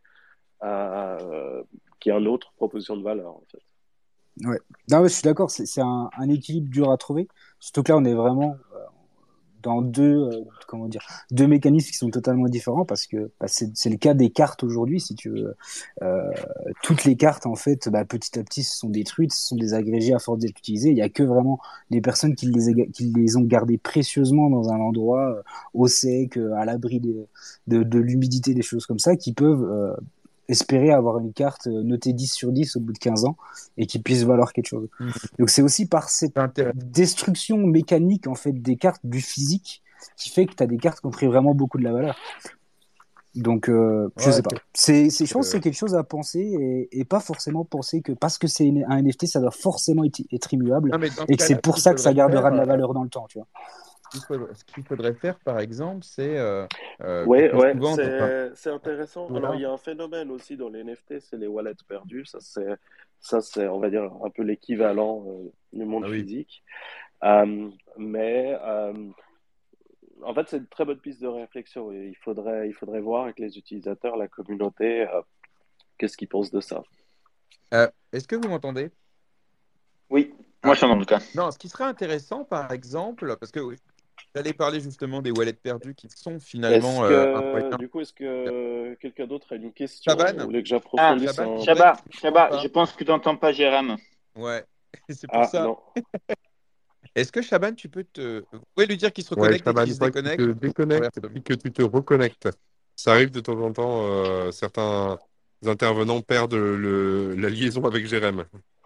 Speaker 6: euh, qui est une autre proposition de valeur, en fait.
Speaker 5: Ouais. Non, mais je suis d'accord, c'est c'est un, un équilibre dur à trouver. Surtout que là, on est vraiment euh, dans deux, euh, comment dire, deux mécanismes qui sont totalement différents parce que bah, c'est c'est le cas des cartes aujourd'hui, si tu veux. Euh, toutes les cartes, en fait, bah, petit à petit, se sont détruites, se sont désagrégées à force d'être utilisées. Il y a que vraiment des personnes qui les, a- qui les ont gardées précieusement dans un endroit euh, au sec, euh, à l'abri de, de, de l'humidité, des choses comme ça, qui peuvent euh, espérer avoir une carte euh, notée dix sur dix au bout de quinze ans et qui puisse valoir quelque chose.
Speaker 1: Mhm.
Speaker 5: Donc c'est aussi par cette
Speaker 1: C'est intéressant.
Speaker 5: destruction mécanique en fait des cartes du physique qui fait que tu as des cartes qui ont pris vraiment beaucoup de la valeur. Donc euh, je
Speaker 1: Ouais,
Speaker 5: sais pas. C'est, c'est, je pense que
Speaker 1: euh,
Speaker 5: c'est quelque chose à penser et, et pas forcément penser que parce que c'est une- un N F T, ça doit forcément être, être immuable
Speaker 1: non, mais dans ce
Speaker 5: et que c'est
Speaker 1: cas-là, ce
Speaker 5: pour
Speaker 1: qu'il
Speaker 5: ça que ça
Speaker 1: faudrait
Speaker 5: gardera
Speaker 1: faire,
Speaker 5: de la
Speaker 1: euh,
Speaker 5: valeur dans le temps, tu vois.
Speaker 1: il faudrait- ce qu'il faudrait faire, par exemple, c'est euh, euh, parce
Speaker 6: Ouais,
Speaker 1: que
Speaker 6: ouais,
Speaker 1: souvent, dans un
Speaker 6: c'est c'est intéressant. Alors,
Speaker 1: voilà.
Speaker 6: il y a un phénomène aussi dans les N F T, c'est les wallets perdus. Ça, c'est ça, c'est, on va dire, un peu l'équivalent euh, du monde
Speaker 1: Ah oui.
Speaker 6: physique. Euh, mais euh, en fait, c'est une très bonne piste de réflexion. Et il faudrait, il faudrait voir avec les utilisateurs, la communauté, euh, qu'est-ce qu'ils pensent de ça.
Speaker 1: Euh, est-ce que vous m'entendez?
Speaker 3: Oui, moi
Speaker 1: Ah,
Speaker 3: je t'entends en tout cas.
Speaker 1: non, ce qui serait intéressant, par exemple, parce que oui, j'allais parler justement des wallets perdus qui sont
Speaker 6: Est-ce
Speaker 1: finalement euh, un
Speaker 6: que,
Speaker 1: moyen.
Speaker 6: du coup, est-ce que quelqu'un d'autre a une question? Vous
Speaker 1: Chaban,
Speaker 6: voulez que
Speaker 3: Ah,
Speaker 6: j'approfondisse
Speaker 1: Chaban,
Speaker 6: un...
Speaker 1: en fait,
Speaker 3: Shaba,
Speaker 1: tu m'entends
Speaker 3: Shaba, je
Speaker 1: pas.
Speaker 3: pense que tu n'entends pas Jérém.
Speaker 1: Ouais, c'est pour
Speaker 6: Ah,
Speaker 1: ça.
Speaker 6: non.
Speaker 1: Est-ce que Chaban, tu peux te. Vous pouvez lui dire qu'il se
Speaker 4: Ouais,
Speaker 1: reconnecte et
Speaker 4: Chaban,
Speaker 1: qu'il
Speaker 4: il
Speaker 1: se
Speaker 4: faudrait que tu
Speaker 1: déconnecte?
Speaker 4: te déconnectes puis que tu te reconnectes. Ça arrive de temps en temps, euh, certains intervenants perdent le, la liaison avec Jérém.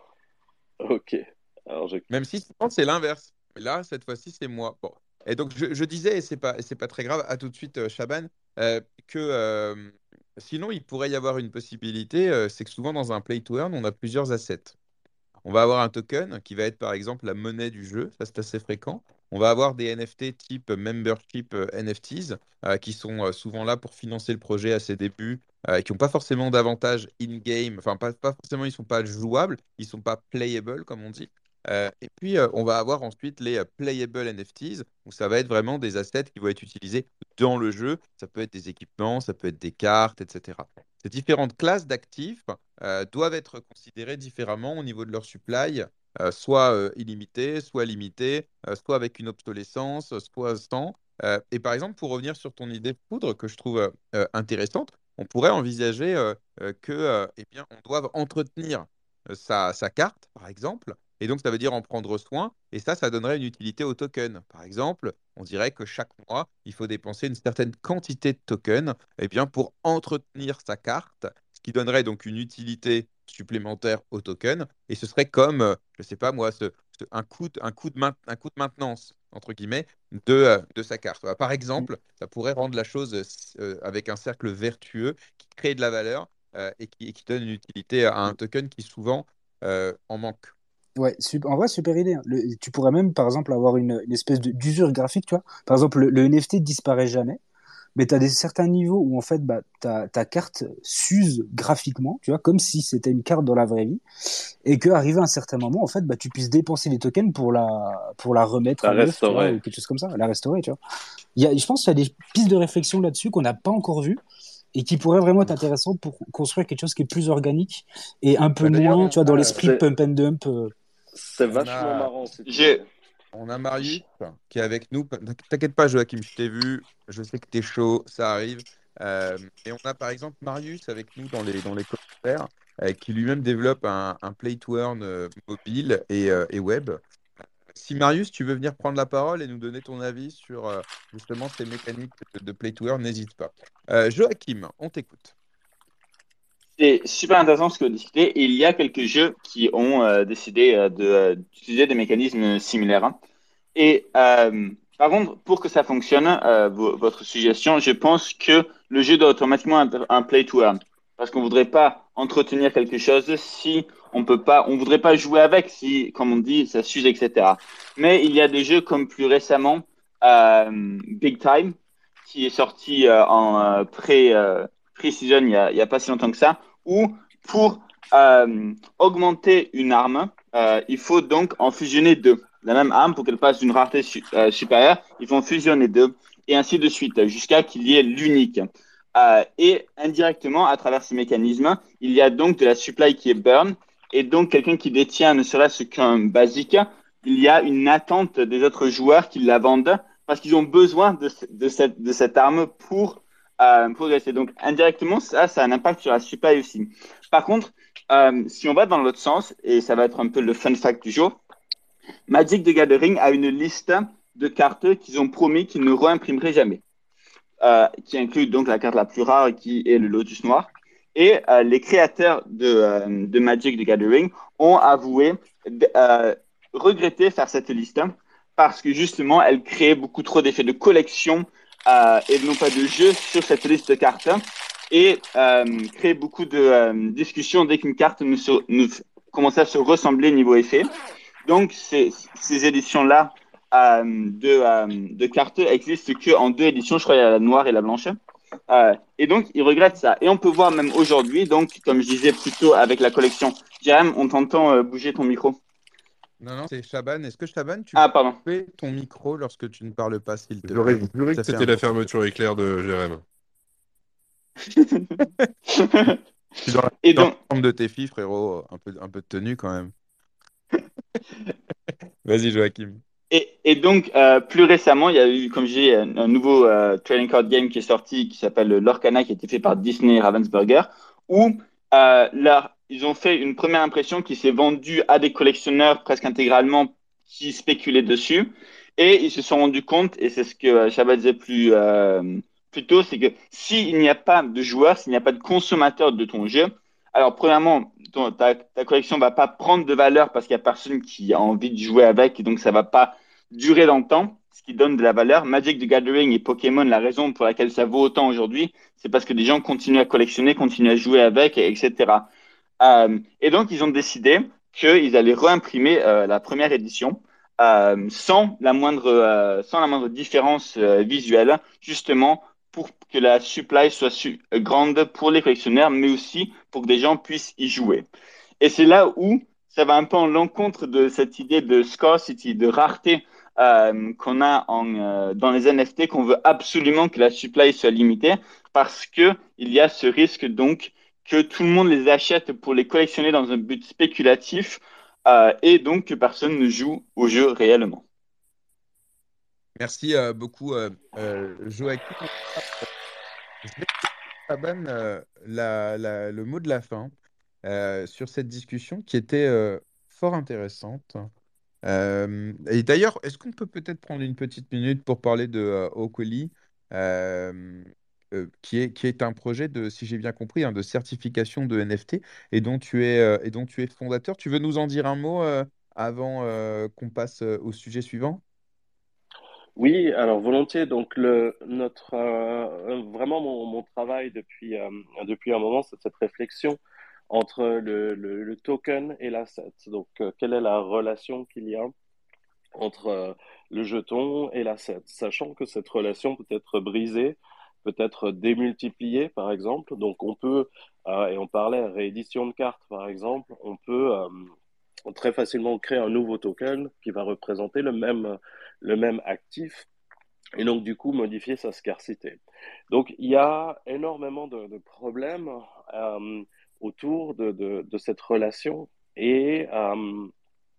Speaker 6: Ok. Alors, je...
Speaker 1: Même si souvent c'est l'inverse. Là, cette fois-ci, c'est moi. Bon. Et donc, je, je disais, et c'est pas, et c'est pas très grave, à tout de suite, euh, Chaban, euh, que euh, sinon, il pourrait y avoir une possibilité, euh, c'est que souvent, dans un play to earn, on a plusieurs assets. On va avoir un token qui va être par exemple la monnaie du jeu, ça c'est assez fréquent. On va avoir des N F T type membership euh, N F Ts euh, qui sont euh, souvent là pour financer le projet à ses débuts euh, qui n'ont pas forcément d'avantage in-game, enfin pas, pas forcément, ils ne sont pas jouables, ils ne sont pas playable comme on dit. Euh, et puis euh, on va avoir ensuite les euh, playable N F Ts, où ça va être vraiment des assets qui vont être utilisés dans le jeu. Ça peut être des équipements, ça peut être des cartes, et cetera. Ces différentes classes d'actifs euh, doivent être considérées différemment au niveau de leur supply, euh, soit euh, illimité, soit limité, euh, soit avec une obsolescence, soit sans. Euh, et par exemple, pour revenir sur ton idée de poudre que je trouve euh, euh, intéressante, on pourrait envisager euh, euh, que, euh, eh bien, on doive entretenir euh, sa, sa carte, par exemple, et donc ça veut dire en prendre soin, et ça, ça donnerait une utilité au token. Par exemple, on dirait que chaque mois, il faut dépenser une certaine quantité de tokens, eh bien, pour entretenir sa carte, ce qui donnerait donc une utilité supplémentaire au token, et ce serait comme, euh, je ne sais pas moi, ce- ce- un coût, de- un coût de main- un coût de maintenance, entre guillemets, de, euh, de sa carte. Voilà. Par exemple, ça pourrait rendre la chose euh, avec un cercle vertueux qui crée de la valeur euh, et qui, et qui donne une utilité à un token qui souvent euh, en manque.
Speaker 5: Ouais, sup- en vrai, super idée, hein. Le- tu pourrais même, par exemple, avoir une, une espèce de- d'usure graphique, tu vois. Par exemple, le, le N F T disparaît jamais, mais tu as des certains niveaux où, en fait, bah, ta, ta carte s'use graphiquement, tu vois, comme si c'était une carte dans la vraie vie, et qu'arrivé à un certain moment, en fait, bah, tu puisses dépenser des tokens pour la, pour la remettre
Speaker 6: La
Speaker 5: à neuf, tu vois, ou
Speaker 6: restaurer.
Speaker 5: quelque chose comme ça, la restaurer, tu vois. Il y a, je pense qu'il y a des pistes de réflexion là-dessus qu'on n'a pas encore vues et qui pourraient vraiment être intéressantes pour construire quelque chose qui est plus organique et un peu
Speaker 1: Bah, d'ailleurs,
Speaker 5: moins,
Speaker 1: on
Speaker 5: tu vois, dans
Speaker 1: a,
Speaker 5: l'esprit
Speaker 6: C'est
Speaker 5: pump and dump. euh.
Speaker 6: c'est
Speaker 1: on
Speaker 6: vachement
Speaker 1: a,
Speaker 6: marrant si tu
Speaker 3: Je,
Speaker 6: veux.
Speaker 1: on a Marius
Speaker 3: je-
Speaker 1: qui est avec nous. T'inquiète pas, Joachim, je t'ai vu. Je sais que t'es chaud, ça arrive. Euh, et on a par exemple Marius avec nous dans les, dans les commentaires, euh, qui lui-même développe un, un play to earn euh, mobile et, euh, et web. Si Marius, tu veux venir prendre la parole et nous donner ton avis sur euh, justement ces mécaniques de, de play to earn, n'hésite pas. Euh, Joachim, on t'écoute.
Speaker 3: c'est super intéressant ce que vous discutez. Et il y a quelques jeux qui ont euh, décidé euh, de, euh, d'utiliser des mécanismes similaires, hein. Et euh, par contre, pour que ça fonctionne, euh, vo- votre suggestion, je pense que le jeu doit automatiquement être un play to earn. Parce qu'on voudrait pas entretenir quelque chose si on peut pas, on voudrait pas jouer avec si, comme on dit, ça s'use, et cetera. Mais il y a des jeux comme plus récemment euh, Big Time, qui est sorti euh, en euh, pré, euh, pré-season il y a, il y a pas si longtemps que ça, où pour euh, augmenter une arme, euh, il faut donc en fusionner deux. La même arme, pour qu'elle passe d'une rareté su- euh, supérieure, ils vont fusionner deux, et ainsi de suite, jusqu'à qu'il y ait l'unique. Euh, et indirectement, à travers ces mécanismes, il y a donc de la supply qui est burn, et donc quelqu'un qui détient ne serait-ce qu'un basique, il y a une attente des autres joueurs qui la vendent, parce qu'ils ont besoin de, de, cette, de cette arme pour euh, progresser. Donc indirectement, ça, ça a un impact sur la supply aussi. Par contre, euh, si on va dans l'autre sens, et ça va être un peu le fun fact du jour, Magic the Gathering a une liste de cartes qu'ils ont promis qu'ils ne réimprimeraient jamais, euh, qui inclut donc la carte la plus rare qui est le Lotus Noir. Et euh, les créateurs de, euh, de Magic the Gathering ont avoué euh, regretter faire cette liste parce que justement, elle crée beaucoup trop d'effets de collection euh, et non pas de jeu sur cette liste de cartes et euh, crée beaucoup de euh, discussions dès qu'une carte ne, se, ne commence à se ressembler niveau effet. Donc, ces, ces éditions-là euh, de, euh, de cartes existent qu'en deux éditions, je crois, il y a la noire et la blanche. Euh, et donc, ils regrettent ça. Et on peut voir même aujourd'hui, donc, comme je disais plus tôt avec la collection. Jérém, on t'entend euh, bouger ton micro.
Speaker 1: Non, non, c'est Chaban. Est-ce que Chaban, tu
Speaker 3: Ah,
Speaker 1: peux
Speaker 3: pardon.
Speaker 1: couper ton micro lorsque tu ne parles pas, s'il te
Speaker 4: J'aurais
Speaker 1: plaît?
Speaker 4: juré que
Speaker 1: Ça fait
Speaker 4: c'était
Speaker 1: un
Speaker 4: la
Speaker 1: bruit.
Speaker 4: fermeture éclair de Jérém.
Speaker 1: Je suis dans la,
Speaker 3: Et
Speaker 1: dans la
Speaker 3: donc,
Speaker 1: forme de tes filles, frérot. Un peu, un peu de tenue quand même. Vas-y, Joachim.
Speaker 3: Et, et donc, euh, plus récemment, il y a eu, comme j'ai dit, un, un nouveau euh, trading card game qui est sorti, qui s'appelle l'Orcana, qui a été fait par Disney et Ravensburger, où euh, leur, ils ont fait une première impression qui s'est vendue à des collectionneurs presque intégralement qui spéculaient dessus. Et ils se sont rendus compte, et c'est ce que euh, Chabat disait plus, euh, plus tôt, c'est que s'il n'y a pas de joueurs, s'il n'y a pas de consommateurs de ton jeu, alors premièrement, ton- ta, ta collection va pas prendre de valeur parce qu'il y a personne qui a envie de jouer avec, et donc ça va pas durer dans le temps, ce qui donne de la valeur. Magic the Gathering et Pokémon, la raison pour laquelle ça vaut autant aujourd'hui, c'est parce que des gens continuent à collectionner, continuent à jouer avec, et etc. Euh, et donc, ils ont décidé qu'ils allaient réimprimer euh, la première édition euh, sans la moindre, euh, sans la moindre différence euh, visuelle, justement pour que la supply soit su- grande pour les collectionneurs, mais aussi pour que des gens puissent y jouer. Et c'est là où ça va un peu en l'encontre de cette idée de scarcity, de rareté euh, qu'on a en, euh, dans les N F T, qu'on veut absolument que la supply soit limitée, parce que il y a ce risque donc que tout le monde les achète pour les collectionner dans un but spéculatif, euh, et donc que personne ne joue au jeu réellement.
Speaker 1: Merci euh, beaucoup, euh, euh, Joachim. Je vais te Chaban, euh, la- la- le mot de la fin euh, sur cette discussion qui était euh, fort intéressante. Euh, et d'ailleurs, est-ce qu'on peut peut-être prendre une petite minute pour parler de euh, Oakley, euh, euh, qui est, qui est un projet de, si j'ai bien compris, hein, de certification de N F T et dont tu es, euh, et dont tu es fondateur. Tu veux nous en dire un mot euh, avant euh, qu'on passe euh, au sujet suivant?
Speaker 6: Oui, alors volontiers. Donc le notre euh, vraiment mon, mon travail depuis euh, depuis un moment, c'est cette réflexion entre le, le, le token et l'asset. Donc euh, quelle est la relation qu'il y a entre euh, le jeton et l'asset, sachant que cette relation peut être brisée, peut être démultipliée, par exemple. Donc on peut, euh, et on parlait réédition de cartes, par exemple, on peut euh, très facilement créer un nouveau token qui va représenter le même, le même actif et donc du coup modifier sa scarcité. Donc il y a énormément de, de problèmes euh, autour de, de, de, cette relation et euh,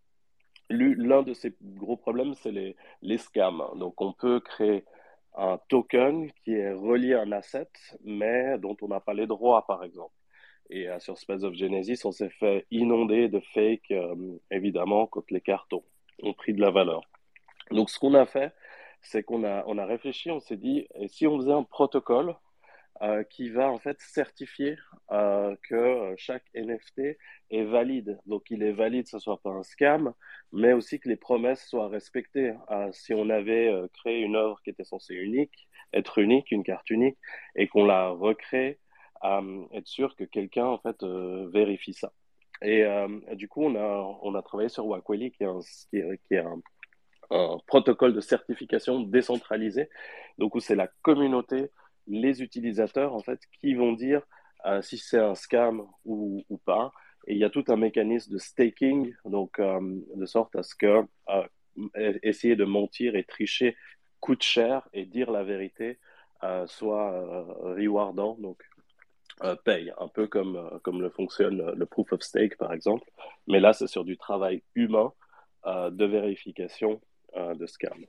Speaker 6: l'un de ces gros problèmes, c'est les, les scams. Donc, on peut créer un token qui est relié à un asset, mais dont on n'a pas les droits, par exemple. Et euh, sur Space of Genesis, on s'est fait inonder de fake, euh, évidemment, quand les cartes ont, ont pris de la valeur. Donc, ce qu'on a fait, c'est qu'on a, on a réfléchi, on s'est dit, et si on faisait un protocole euh, qui va en fait certifier euh, que chaque N F T est valide. Donc il est valide, que ce soit pas un scam, mais aussi que les promesses soient respectées. Euh, si on avait euh, créé une œuvre qui était censée unique, être unique, une carte unique, et qu'on la recrée, euh, être sûr que quelqu'un en fait euh, vérifie ça. Et euh, du coup, on a, on a travaillé sur Wakweli, qui est un, qui est, qui est un, un protocole de certification décentralisé, donc où c'est la communauté, les utilisateurs en fait, qui vont dire euh, si c'est un scam ou, ou pas. Et il y a tout un mécanisme de staking, donc euh, de sorte à ce que euh, essayer de mentir et tricher coûte cher et dire la vérité euh, soit euh, rewardant, donc euh, paye, un peu comme, euh, comme le fonctionne le proof of stake par exemple. Mais là, c'est sur du travail humain euh, de vérification euh, de scam.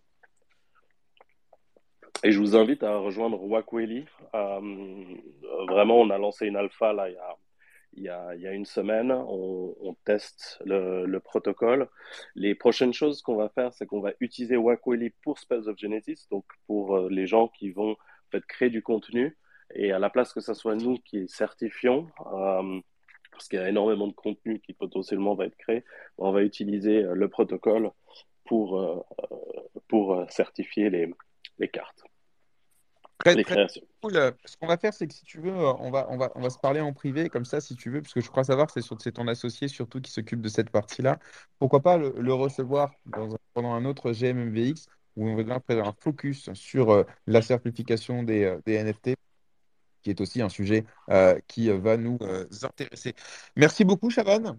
Speaker 6: Et je vous invite à rejoindre Wakweli. Euh, vraiment, on a lancé une alpha là, il y a, il y a, il y a une semaine. On, on teste le, le, protocole. Les prochaines choses qu'on va faire, c'est qu'on va utiliser Wakweli pour Space of Genesis, donc pour euh, les gens qui vont en fait, créer du contenu. Et à la place que ce soit nous qui certifions, euh, parce qu'il y a énormément de contenu qui potentiellement va être créé, on va utiliser euh, le protocole pour, euh, pour certifier les, les cartes,
Speaker 1: Très,
Speaker 6: les
Speaker 1: très
Speaker 6: créations.
Speaker 1: cool. Euh, Ce qu'on va faire, c'est que si tu veux, euh, on va, on va, on va se parler en privé, comme ça, si tu veux, parce que je crois savoir que c'est sur- c'est ton associé surtout qui s'occupe de cette partie-là. Pourquoi pas le, le recevoir dans un- pendant un autre G M M V X où on va faire un focus sur euh, la certification des, euh, des N F T, qui est aussi un sujet euh, qui euh, va nous euh, intéresser. Merci beaucoup, Chaban.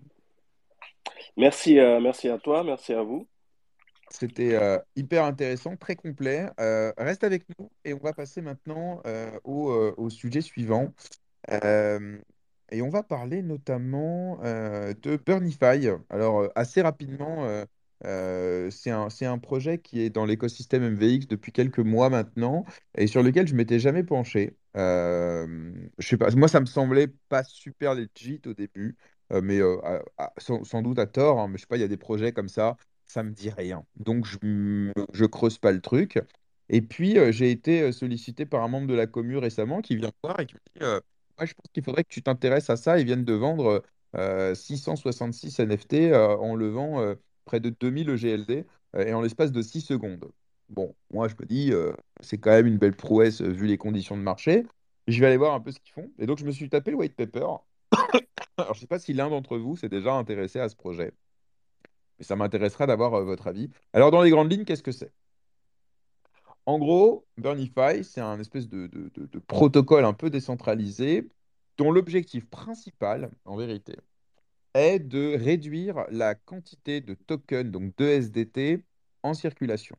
Speaker 6: Merci, euh, merci à toi, merci à vous.
Speaker 1: C'était euh, hyper intéressant, très complet. Euh, reste avec nous et on va passer maintenant euh, au, euh, au sujet suivant. Euh, et on va parler notamment euh, de Burnify. Alors, euh, assez rapidement, euh, euh, c'est un, c'est un projet qui est dans l'écosystème M V X depuis quelques mois maintenant et sur lequel je m'étais jamais penché. Euh, je sais pas, moi, ça me semblait pas super legit au début, euh, mais euh, à- à- sans, sans doute à tort, hein, mais je sais pas, il y a des projets comme ça, ça me dit rien. Donc, je, je creuse pas le truc. Et puis, euh, j'ai été euh, sollicité par un membre de la commu récemment qui vient me voir et qui me dit euh, moi, je pense qu'il faudrait que tu t'intéresses à ça. Ils viennent de vendre euh, six cent soixante-six N F T euh, en levant euh, près de deux mille E G L D euh, et en l'espace de six secondes. Bon, moi, je me dis, euh, c'est quand même une belle prouesse euh, vu les conditions de marché. Je vais aller voir un peu ce qu'ils font. Et donc, je me suis tapé le white paper. Alors, je ne sais pas si l'un d'entre vous s'est déjà intéressé à ce projet, mais ça m'intéressera d'avoir euh, votre avis. Alors, dans les grandes lignes, qu'est-ce que c'est? En gros, Burnify, c'est un espèce de, de- de- de protocole un peu décentralisé dont l'objectif principal, en vérité, est de réduire la quantité de tokens, donc d'E S D T, en circulation.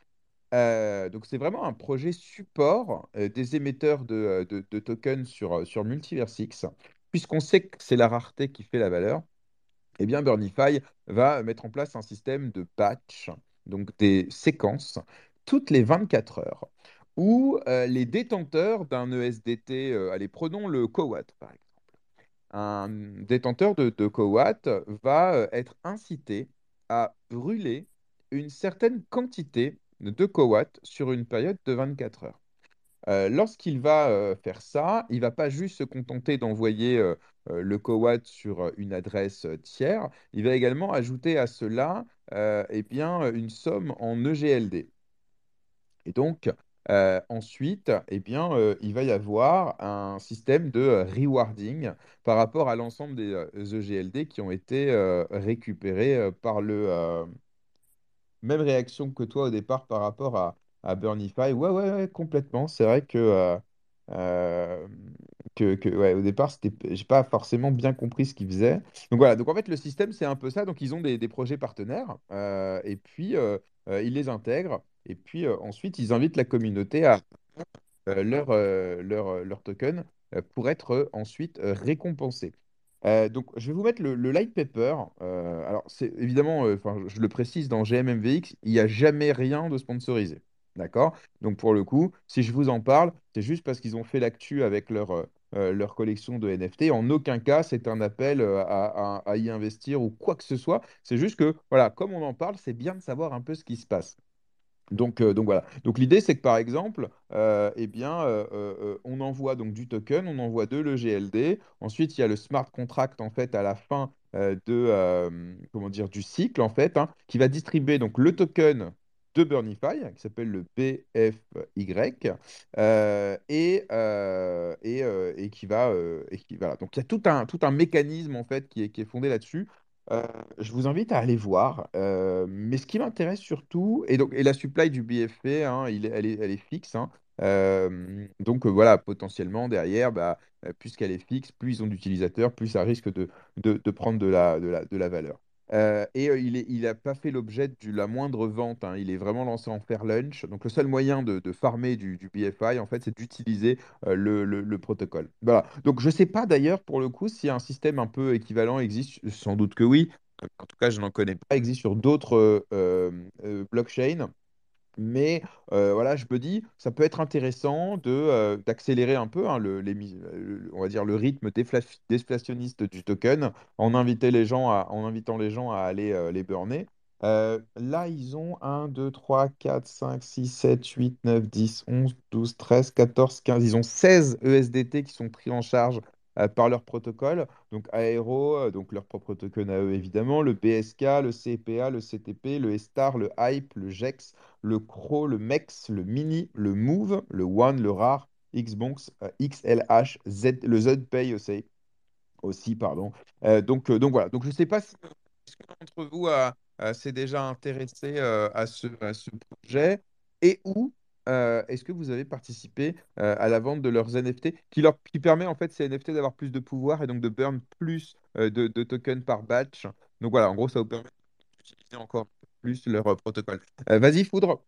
Speaker 1: Euh, donc c'est vraiment un projet support euh, des émetteurs de, euh, de- de tokens sur, euh, sur Multiversix. Puisqu'on sait que c'est la rareté qui fait la valeur, eh bien Burnify va mettre en place un système de batch, donc des séquences, toutes les vingt-quatre heures, où euh, les détenteurs d'un E S D T, euh, allez, prenons le Cowat par exemple. Un détenteur de, de Cowat va euh, être incité à brûler une certaine quantité de Cowat sur une période de vingt-quatre heures. Euh, lorsqu'il va euh, faire ça, il ne va pas juste se contenter d'envoyer euh, euh, le Cowat sur euh, une adresse euh, tiers, il va également ajouter à cela euh, eh bien, une somme en E G L D. Et donc, euh, ensuite, eh bien, euh, il va y avoir un système de euh, rewarding par rapport à l'ensemble des euh, E G L D qui ont été euh, récupérés euh, par le, euh, même réaction que toi au départ par rapport à, à Burnify. Ouais, ouais, ouais, complètement. C'est vrai que, euh, euh, que, que, ouais, au départ, c'était, j'ai pas forcément bien compris ce qu'ils faisaient. Donc voilà, donc en fait, le système, c'est un peu ça. Donc ils ont des, des projets partenaires euh, et puis euh, euh, ils les intègrent. Et puis euh, ensuite, ils invitent la communauté à euh, leur, euh, leur, euh, leur token euh, pour être euh, ensuite euh, récompensés. Euh, donc, je vais vous mettre le, le light paper. Euh, alors, c'est évidemment, euh, enfin, je le précise, dans G M M V X, il n'y a jamais rien de sponsorisé. D'accord? Donc, pour le coup, si je vous en parle, c'est juste parce qu'ils ont fait l'actu avec leur, euh, euh, leur collection de N F T. En aucun cas, c'est un appel euh, à, à- à y investir ou quoi que ce soit. C'est juste que, voilà, comme on en parle, c'est bien de savoir un peu ce qui se passe. Donc, euh, donc voilà. Donc l'idée, c'est que par exemple, euh, eh bien, euh, euh, euh, on envoie donc du token, on envoie de l'E G L D. Ensuite, il y a le smart contract en fait à la fin euh, de euh, comment dire du cycle en fait, hein, qui va distribuer donc le token de Burnify qui s'appelle le B F Y euh, et, euh, et, euh, et qui va euh, et qui voilà. Donc il y a tout un tout un mécanisme en fait qui est, qui est fondé là-dessus. Euh, je vous invite à aller voir. Euh, mais ce qui m'intéresse surtout, et donc et la supply du B F P, hein, il est- elle est, elle est fixe, hein. Euh, donc euh, voilà, potentiellement derrière, bah, euh, puisqu'elle est fixe, plus ils ont d'utilisateurs, plus ça risque de, de, de prendre de la, de la, de la valeur. Euh, et euh, il est, il n'a pas fait l'objet de la moindre vente, hein. Il est vraiment lancé en fair lunch. Donc le seul moyen de, de farmer du, du B F I, en fait, c'est d'utiliser euh, le, le- le protocole. Voilà. Donc je ne sais pas d'ailleurs pour le coup si un système un peu équivalent existe, sans doute que oui. En tout cas, je n'en connais pas, existe sur d'autres euh, euh, euh, blockchains. Mais euh, voilà, je me dis, ça peut être intéressant de, euh, d'accélérer un peu hein, le, les mis- le- on va dire le rythme défla- déflationniste du token en, inviter les gens à, en invitant les gens à aller euh, les burner. Euh, là, ils ont un, deux, trois, quatre, cinq, six, sept, huit, neuf, dix, onze, douze, treize, quatorze, quinze. Ils ont seize E S D T qui sont pris en charge euh, par leur protocole. Donc Aero, euh, donc leur propre token à eux évidemment, le B S K, le C P A, le C T P, le S-Star, le Hype, le Gex, le Crow, le Mex, le Mini, le Move, le One, le Rare, Xbox, euh, X L H, Z, le ZPay aussi, aussi pardon. Euh, donc, euh, donc voilà. Donc je ne sais pas si d'entre vous a, a- s'est déjà intéressé euh, à ce, à ce projet et où euh, est-ce que vous avez participé euh, à la vente de leurs N F T qui, leur, qui permet en fait ces N F T d'avoir plus de pouvoir et donc de burn plus euh, de, de tokens par batch. Donc voilà, en gros, ça vous permet d'utiliser encore plus leur euh, protocole. Euh, vas-y, Foudre.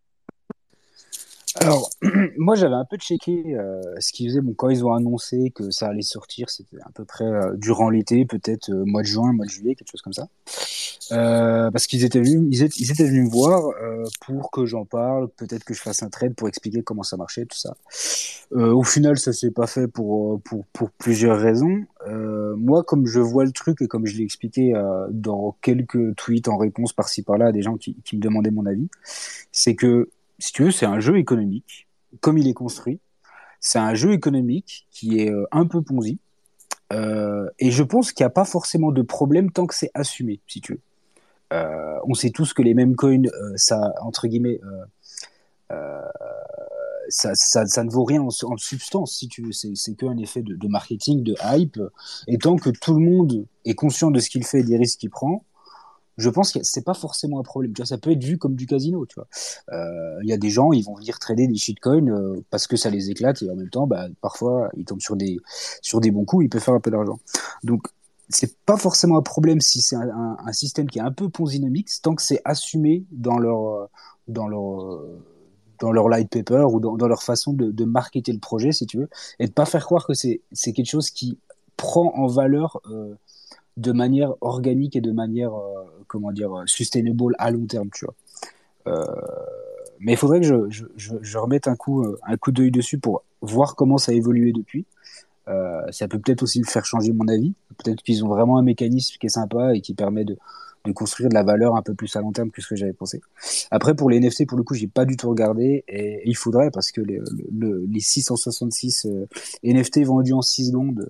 Speaker 5: Alors, moi, j'avais un peu checké euh, ce qu'ils faisaient. Bon, quand ils ont annoncé que ça allait sortir, c'était à peu près euh, durant l'été, peut-être euh, mois de juin, mois de juillet, quelque chose comme ça. Euh, parce qu'ils étaient venus, ils étaient, ils étaient venus me voir euh, pour que j'en parle, peut-être que je fasse un trade pour expliquer comment ça marchait, tout ça. Euh, au final, ça s'est pas fait pour euh, pour pour plusieurs raisons. Euh, moi, comme je vois le truc et comme je l'ai expliqué euh, dans quelques tweets en réponse par-ci par-là à des gens qui, qui me demandaient mon avis, c'est que si tu veux, c'est un jeu économique, comme il est construit. C'est un jeu économique qui est euh, un peu Ponzi. Euh, et je pense qu'il n'y a pas forcément de problème tant que c'est assumé, si tu veux. Euh, on sait tous que les mêmes coins, euh, ça, entre guillemets, euh, euh, ça, ça, ça ne vaut rien en, en substance, si tu veux. C'est, c'est qu'un effet de, de marketing, de hype. Et tant que tout le monde est conscient de ce qu'il fait et des risques qu'il prend, je pense que c'est pas forcément un problème. Tu vois, ça peut être vu comme du casino, tu vois. Euh, Il y a des gens, ils vont venir trader des shitcoins euh, parce que ça les éclate et en même temps, bah, parfois, ils tombent sur des, sur des bons coups, ils peuvent faire un peu d'argent. Donc, c'est pas forcément un problème si c'est un, un, un système qui est un peu ponzinomique, tant que c'est assumé dans leur, euh, dans leur, euh, dans leur light paper ou dans, dans leur façon de, de marketer le projet, si tu veux, et de pas faire croire que c'est, c'est quelque chose qui prend en valeur euh, de manière organique et de manière, euh, comment dire, euh, sustainable à long terme, tu vois. Euh, mais il faudrait que je, je, je, je remette un coup, euh, un coup d'œil dessus pour voir comment ça a évolué depuis. Euh, ça peut peut-être aussi me faire changer mon avis. Peut-être qu'ils ont vraiment un mécanisme qui est sympa et qui permet de, de construire de la valeur un peu plus à long terme que ce que j'avais pensé. Après, pour les N F T, pour le coup, j'ai pas du tout regardé et, et il faudrait parce que les, le, les six cent soixante-six euh, N F T vendus en six secondes,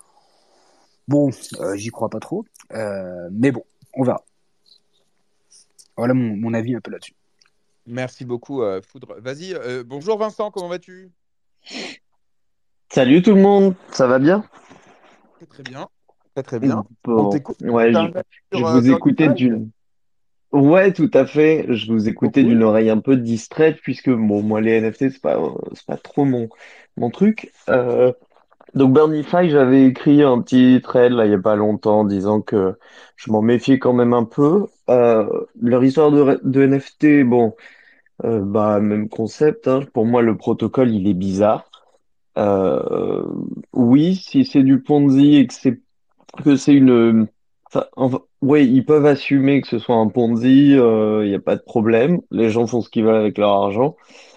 Speaker 5: bon, euh, j'y crois pas trop. Euh, mais bon, on verra. Voilà mon, mon avis un peu là-dessus.
Speaker 1: Merci beaucoup, euh, Foudre. Vas-y, euh, bonjour Vincent, comment vas-tu?
Speaker 7: Salut tout le monde, ça va bien?
Speaker 1: Très très bien. Très très bien. On
Speaker 7: Bon,
Speaker 1: t'écoute.
Speaker 7: ouais,
Speaker 1: T'as
Speaker 7: je,
Speaker 1: un avis
Speaker 7: je
Speaker 1: sur euh,
Speaker 7: vous écoutais
Speaker 1: Burning
Speaker 7: d'une... Ouais, tout à fait, je vous
Speaker 1: Trop
Speaker 7: écoutais d'une
Speaker 1: cool.
Speaker 7: oreille un peu distraite puisque, bon, moi, les N F T, c'est pas, euh, c'est pas trop mon, mon truc. Euh, donc, Burnify, j'avais écrit un petit thread, là, il y a pas longtemps, disant que je m'en méfiais quand même un peu. Euh, leur histoire de, de N F T, bon, euh, bah, même concept, hein. Pour moi, le protocole, il est bizarre. Euh, oui, si c'est du Ponzi et que c'est que c'est une... Enfin, enfin, ouais, ils peuvent assumer que ce soit un Ponzi, il n'y a pas de problème. Les gens font ce qu'ils veulent avec leur argent.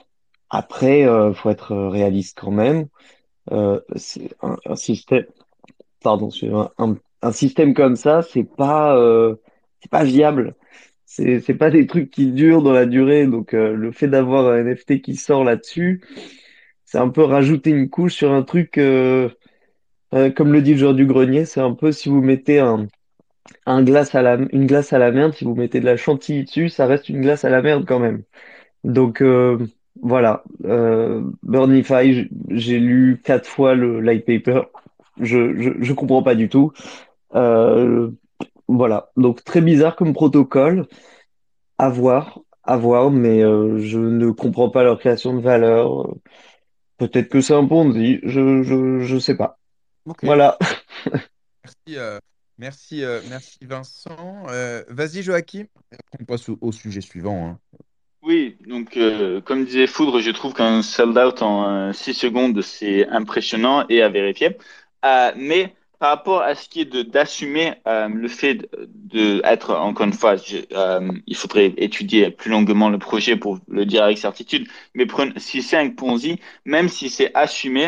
Speaker 7: Après, euh, faut être réaliste quand même. Euh, c'est un, un système, pardon, c'est un, un, un système comme ça, c'est pas, euh, c'est pas viable. C'est, c'est pas des trucs qui durent dans la durée. Donc, euh, le fait d'avoir un N F T qui sort là-dessus, c'est un peu rajouter une couche sur un truc, euh, euh, comme le dit le joueur du grenier, c'est un peu si vous mettez un un glace à la, une glace à la merde, si vous mettez de la chantilly dessus, ça reste une glace à la merde quand même. Donc euh, voilà, euh, Burnify, j- j'ai lu quatre fois le light paper, je, je, je comprends pas du tout. Euh, voilà, donc très bizarre comme protocole, à voir, à voir, mais euh, je ne comprends pas leur création de valeur. Peut-être que c'est un Ponzi, je, je, je sais pas.
Speaker 1: Ok,
Speaker 7: Voilà.
Speaker 1: merci, euh, merci, euh, merci Vincent. Euh, vas-y Joachim. Après, on passe au, au sujet suivant, hein.
Speaker 3: Oui, donc euh, comme disait Foudre, je trouve qu'un sold out en euh, six secondes, c'est impressionnant et à vérifier. Euh, mais par rapport à ce qui est de d'assumer euh, le fait de, de être, encore une fois, je- euh, il faudrait étudier plus longuement le projet pour le dire avec certitude. Mais prenez- si c'est un Ponzi, même si c'est assumé,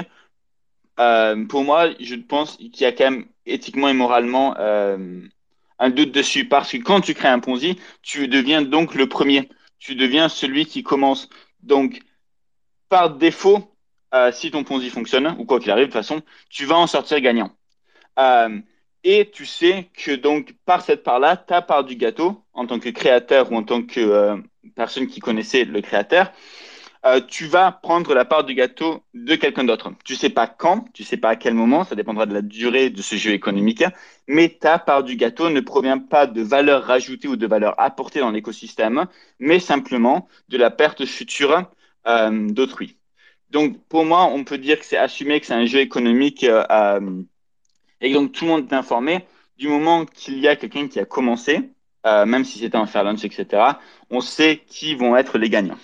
Speaker 3: euh, pour moi, je pense qu'il y a quand même éthiquement et moralement euh, un doute dessus. Parce que quand tu crées un Ponzi, tu deviens donc le premier. Tu deviens celui qui commence. Donc, par défaut, euh, si ton Ponzi fonctionne, ou quoi qu'il arrive, de toute façon, tu vas en sortir gagnant. Euh, et tu sais que donc, par cette part-là, ta part du gâteau, en tant que créateur ou en tant que euh, personne qui connaissait le créateur, euh, tu vas prendre la part du gâteau de quelqu'un d'autre. Tu sais pas quand, tu sais pas à quel moment, ça dépendra de la durée de ce jeu économique, mais ta part du gâteau ne provient pas de valeur rajoutée ou de valeur apportée dans l'écosystème, mais simplement de la perte future euh, d'autrui. Donc pour moi, on peut dire que c'est assumé que c'est un jeu économique euh, et donc tout le monde est informé du moment qu'il y a quelqu'un qui a commencé, euh, même si c'était un fair lunch, et cetera. On sait qui vont être les gagnants.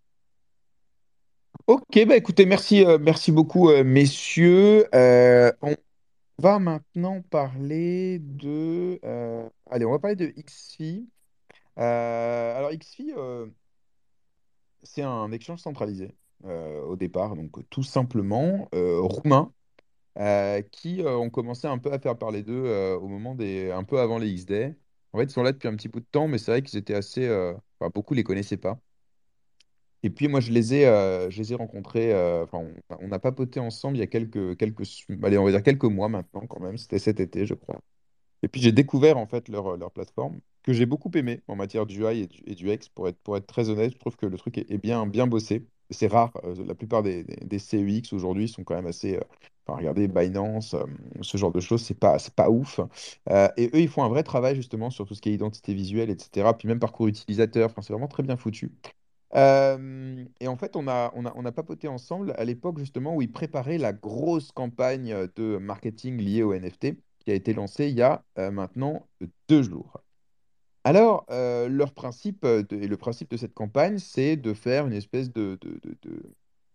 Speaker 1: Ok, bah écoutez, merci, euh, merci beaucoup, euh, messieurs. Euh, on va maintenant parler de. Euh, allez, on va parler de X F I. Euh, alors, X F I, euh, c'est un exchange centralisé euh, au départ, donc tout simplement euh, roumain, euh, qui euh, ont commencé un peu à faire parler d'eux euh, au moment des. Un peu avant les X-Day. En fait, ils sont là depuis un petit bout de temps, mais c'est vrai qu'ils étaient assez. Euh, enfin, beaucoup les connaissaient pas. Et puis moi, je les ai, euh, je les ai rencontrés, euh, enfin, on, on a papoté ensemble il y a quelques, quelques, allez, on va dire quelques mois maintenant quand même, c'était cet été, je crois. Et puis j'ai découvert en fait leur, leur plateforme, que j'ai beaucoup aimé en matière du U I et du, et du X, pour être, pour être très honnête, je trouve que le truc est, est bien, bien bossé. c'est rare. Euh, la plupart des, des, des C E X aujourd'hui sont quand même assez. Euh, enfin, regardez, Binance, euh, ce genre de choses, c'est pas, c'est pas ouf. Euh, et eux, ils font un vrai travail justement sur tout ce qui est identité visuelle, et cetera. Puis même parcours utilisateur. Enfin, c'est vraiment très bien foutu. Euh, et en fait, on a, on a, on a papoté ensemble à l'époque justement où ils préparaient la grosse campagne de marketing liée au N F T qui a été lancée il y a euh, maintenant deux jours. Alors, euh, leur principe, euh, de- et le principe de cette campagne, c'est de faire une espèce de, de, de, de-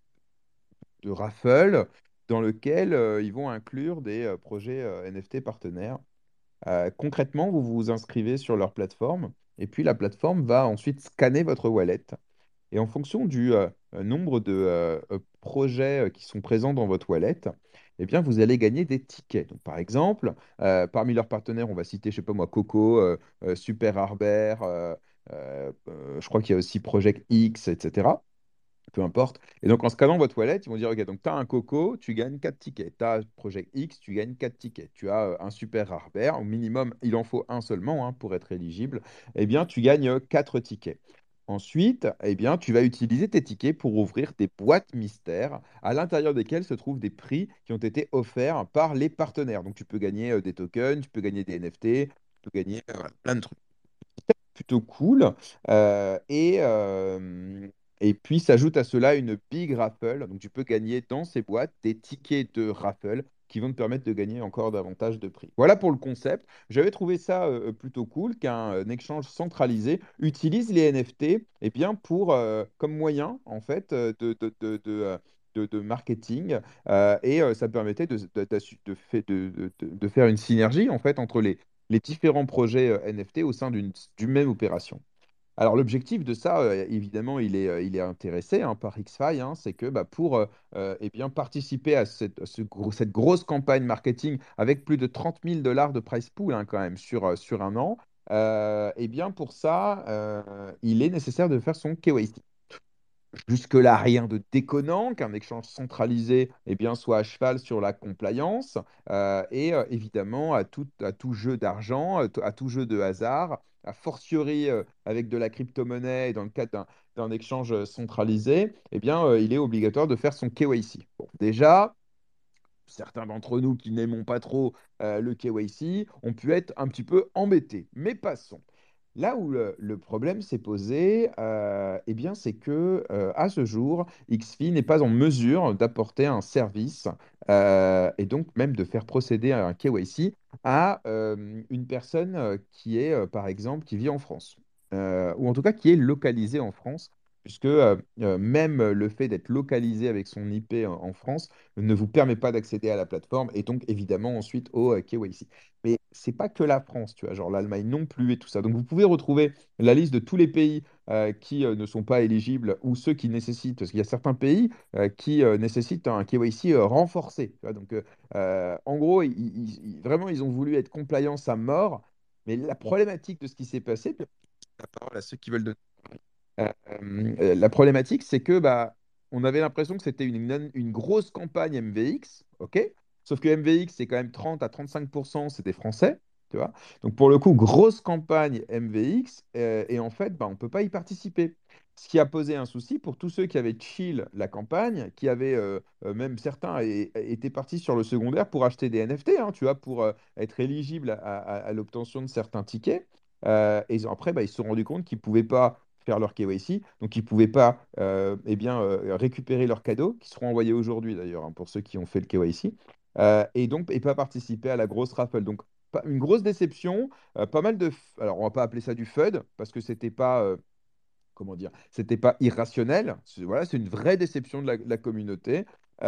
Speaker 1: de raffle dans lequel euh, ils vont inclure des euh, projets euh, N F T partenaires. Euh, concrètement, vous vous inscrivez sur leur plateforme et puis la plateforme va ensuite scanner votre wallet. Et en fonction du euh, euh, nombre de euh, euh, projets euh, qui sont présents dans votre wallet, eh bien, vous allez gagner des tickets. Donc, par exemple, euh, parmi leurs partenaires, on va citer, je sais pas moi, Coco, euh, euh, Super Harbert, euh, euh, euh, je crois qu'il y a aussi Project X, et cetera. Peu importe. Et donc, en scannant votre wallet, ils vont dire, OK, donc tu as un Coco, tu gagnes quatre tickets. Tu as Project X, tu gagnes quatre tickets. Tu as euh, un Super Harbert, au minimum, il en faut un seulement hein, pour être éligible. Eh bien, tu gagnes euh, quatre tickets. Ensuite, eh bien, tu vas utiliser tes tickets pour ouvrir des boîtes mystères à l'intérieur desquelles se trouvent des prix qui ont été offerts par les partenaires. Donc, tu peux gagner euh, des tokens, tu peux gagner des N F T, tu peux gagner euh, voilà, plein de trucs plutôt cool. Euh, et, euh, et puis s'ajoute à cela une big raffle. Donc tu peux gagner dans ces boîtes des tickets de raffle qui vont te permettre de gagner encore davantage de prix. Voilà pour le concept. J'avais trouvé ça euh, plutôt cool qu'un euh, échange centralisé utilise les N F T eh bien, pour, euh, comme moyen en fait, euh, de, de, de, de, euh, de- de marketing euh, et euh, ça permettait de, de, d'assu- de fait- de- de- de- de faire une synergie en fait entre les, les différents projets euh, N F T au sein d'une d'une même opération. Alors l'objectif de ça, euh, évidemment, il est, euh, il est intéressé hein, par X F I, hein, c'est que bah, pour euh, euh, eh bien, participer à cette, à ce gros- cette grosse campagne marketing avec plus de trente mille dollars de price pool hein, quand même sur, euh, sur un an, euh, eh bien pour ça, euh, il est nécessaire de faire son K Y C. Jusque-là, rien de déconnant, qu'un échange centralisé eh bien, soit à cheval sur la compliance euh, et euh, évidemment à tout, à tout jeu d'argent, à, tout à tout jeu de hasard, a fortiori euh, avec de la crypto-monnaie et dans le cadre d'un d'un échange euh, centralisé, eh bien, euh, il est obligatoire de faire son K Y C. Bon, déjà, certains d'entre nous qui n'aimons pas trop euh, le K Y C ont pu être un petit peu embêtés. Mais passons. Là où le, le problème s'est posé, euh, eh bien, c'est que euh, à ce jour, X F I n'est pas en mesure d'apporter un service euh, et donc même de faire procéder à un K Y C à euh, une personne euh, qui est, euh, par exemple, qui vit en France, Euh, ou en tout cas qui est localisée en France, puisque euh, euh, même le fait d'être localisé avec son I P en, en France ne vous permet pas d'accéder à la plateforme et donc évidemment ensuite au euh, K Y C. Mais c'est pas que la France, tu vois, genre l'Allemagne non plus et tout ça. Donc vous pouvez retrouver la liste de tous les pays euh, qui euh, ne sont pas éligibles ou ceux qui nécessitent, parce qu'il y a certains pays euh, qui euh, nécessitent un K Y C euh, renforcé. Tu vois. Donc euh, euh, en gros, ils- ils- ils- vraiment, ils ont voulu être compliance à mort. Mais la problématique de ce qui s'est passé, puis la parole à ceux qui veulent euh, euh, la problématique, c'est que bah, on avait l'impression que c'était une, une, une grosse campagne M V X, ok? Sauf que M V X, c'est quand même trente à trente-cinq pour cent, c'était français, tu vois? Donc pour le coup, grosse campagne M V X, euh, et en fait, bah, on ne peut pas y participer. Ce qui a posé un souci pour tous ceux qui avaient chill la campagne, qui avaient, euh, euh, même certains é- étaient partis sur le secondaire pour acheter des N F T, hein, tu vois, pour euh, être éligible à, à- à l'obtention de certains tickets. Euh, et ils ont- après, bah, ils se sont rendus compte qu'ils ne pouvaient pas faire leur K Y C. Donc, ils ne pouvaient pas euh, eh bien, euh, récupérer leurs cadeaux, qui seront envoyés aujourd'hui d'ailleurs, hein, pour ceux qui ont fait le K Y C, euh, et donc et pas participer à la grosse raffle. Donc, pas- une grosse déception, euh, pas mal de... f- Alors, on va pas appeler ça du F U D, parce que c'était pas... euh, comment dire, c'était pas irrationnel. C'est- Voilà, c'est une vraie déception de la, de la communauté.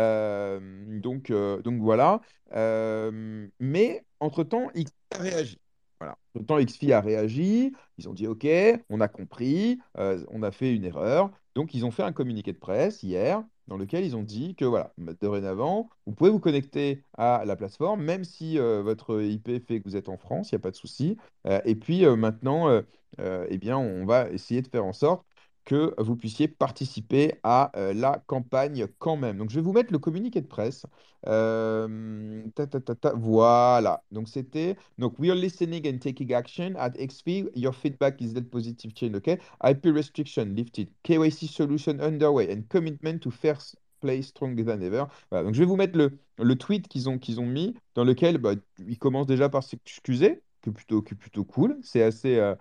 Speaker 1: Euh, donc, euh, donc voilà. Euh, mais entre-temps, X a réagi. Voilà. Entre-temps, X F I a réagi. Ils ont dit OK, on a compris, euh, on a fait une erreur. Donc, ils ont fait un communiqué de presse hier dans lequel ils ont dit que voilà, dorénavant, vous pouvez vous connecter à la plateforme, même si euh, votre I P fait que vous êtes en France, il n'y a pas de souci. Euh, et puis euh, maintenant, euh, euh, eh bien, on va essayer de faire en sorte. que vous puissiez participer à euh, la campagne quand même. Donc, je vais vous mettre le communiqué de presse. Euh, ta, ta, ta, ta, voilà. Donc, c'était. Donc, we are listening and taking action at X P. Your feedback is that positive change. OK? I P restriction lifted. K Y C solution underway and commitment to first play stronger than ever. Voilà. Donc, je vais vous mettre le, le tweet qu'ils ont, qu'ils ont mis dans lequel bah, ils commencent déjà par s'excuser, que plutôt, que plutôt cool. C'est assez. euh,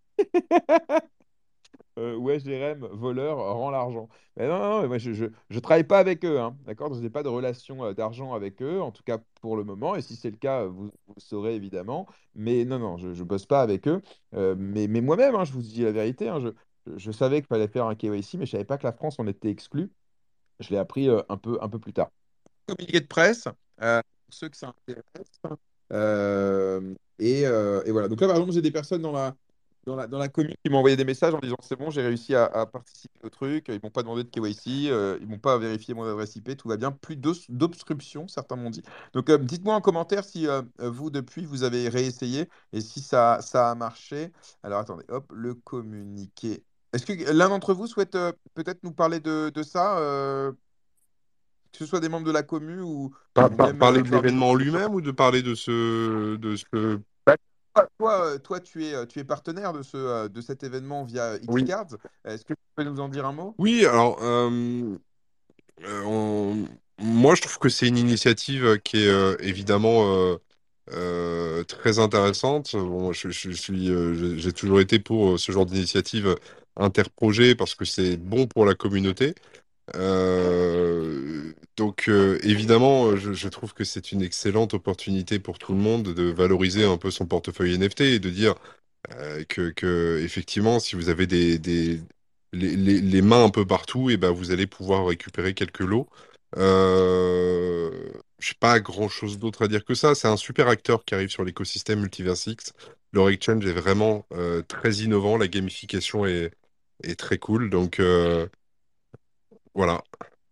Speaker 1: euh, ouais, Jérém, voleur, rend l'argent. Mais non, non, non, moi, je, je, je travaille pas avec eux, hein, d'accord? Je n'ai pas de relation euh, d'argent avec eux, en tout cas pour le moment. Et si c'est le cas, vous, vous le saurez évidemment. Mais non, non, je ne bosse pas avec eux. Euh, mais mais moi-même, hein, je vous dis la vérité, hein, je, je savais qu'il fallait faire un K Y C, mais je savais pas que la France en était exclue. Je l'ai appris euh, un peu, un peu plus tard. Communiqué de presse, euh, pour ceux que ça intéresse. Euh, et, euh, et voilà. Donc là, par exemple, j'ai des personnes dans la, dans la, dans la commune qui m'ont envoyé des messages en disant c'est bon, j'ai réussi à, à participer au truc. Ils m'ont pas demandé de K Y C, euh, ils m'ont pas vérifié mon adresse I P, tout va bien. Plus d'os- d'obstruction, certains m'ont dit. Donc euh, dites-moi en commentaire si euh, vous, depuis, vous avez réessayé et si ça, ça a marché. Alors attendez, hop, le communiqué. Est-ce que l'un d'entre vous souhaite euh, peut-être nous parler de, de ça, euh, que ce soit des membres de la commu ou,
Speaker 4: Par-
Speaker 1: ou
Speaker 4: par-
Speaker 1: même
Speaker 4: parler
Speaker 1: euh,
Speaker 4: de
Speaker 1: parmi
Speaker 4: l'événement en
Speaker 1: vous?
Speaker 4: lui-même ou de parler de ce, de ce...
Speaker 1: Bah, toi, toi, euh, toi, tu es, euh, tu es partenaire de ce, euh, de cet événement via
Speaker 4: Oui.
Speaker 1: Xcards. Est-ce que tu peux nous en dire un mot?
Speaker 4: Oui, alors, euh, euh, on- moi, je trouve que c'est une initiative qui est euh, évidemment euh, euh, très intéressante. Bon, je, je- je suis, euh, j'ai j'ai toujours été pour euh, ce genre d'initiative interprojet parce que c'est bon pour la communauté. Euh, donc, euh, évidemment, je, je trouve que c'est une excellente opportunité pour tout le monde de valoriser un peu son portefeuille N F T et de dire euh, que, que, effectivement, si vous avez des, des les, les- les mains un peu partout, et ben vous allez pouvoir récupérer quelques lots. Euh, je n'ai pas grand-chose d'autre à dire que ça. C'est un super acteur qui arrive sur l'écosystème Multiversix. Leur exchange est vraiment euh, très innovant. La gamification est, est très cool. Donc euh, voilà.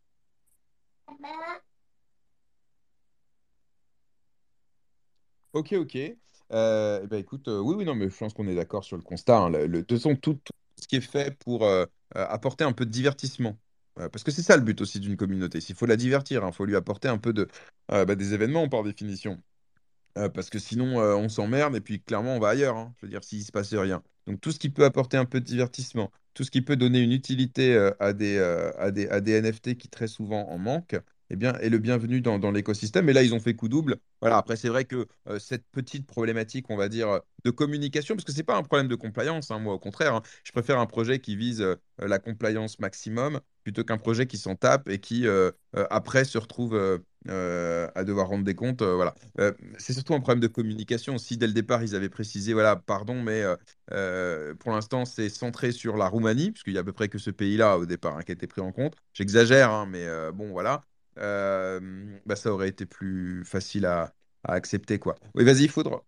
Speaker 1: Ok, ok. Euh, eh ben, écoute, euh, oui, oui, non, mais je pense qu'on est d'accord sur le constat, hein. Le, le- de toute façon, tout, tout ce qui est fait pour euh, euh, apporter un peu de divertissement. Euh, parce que c'est ça le but aussi d'une communauté. S'il faut la divertir, il faut lui apporter un peu de, euh, bah, des événements par définition. Euh, parce que sinon, euh, on s'emmerde et puis clairement, on va ailleurs, hein. Je veux dire, s'il se passe rien. Donc, tout ce qui peut apporter un peu de divertissement, tout ce qui peut donner une utilité euh, à des, euh, à des, à des N F T qui très souvent en manquent, eh bien, est le bienvenu dans, dans l'écosystème. Et là, ils ont fait coup double. Voilà, après, c'est vrai que euh, cette petite problématique, on va dire, euh, de communication, parce que c'est pas un problème de compliance, hein, moi, au contraire, hein. Je préfère un projet qui vise euh, la compliance maximum plutôt qu'un projet qui s'en tape et qui, euh, euh, après, se retrouve euh, euh, à devoir rendre des comptes. Euh, voilà. Euh, c'est surtout un problème de communication. Si dès le départ, ils avaient précisé, voilà, pardon, mais euh, euh, pour l'instant, c'est centré sur la Roumanie, puisqu'il y a à peu près que ce pays-là au départ hein, qui a été pris en compte. J'exagère, hein, mais euh, bon, voilà. Euh, bah, ça aurait été plus facile à, à accepter, quoi. Oui, vas-y, Foudre.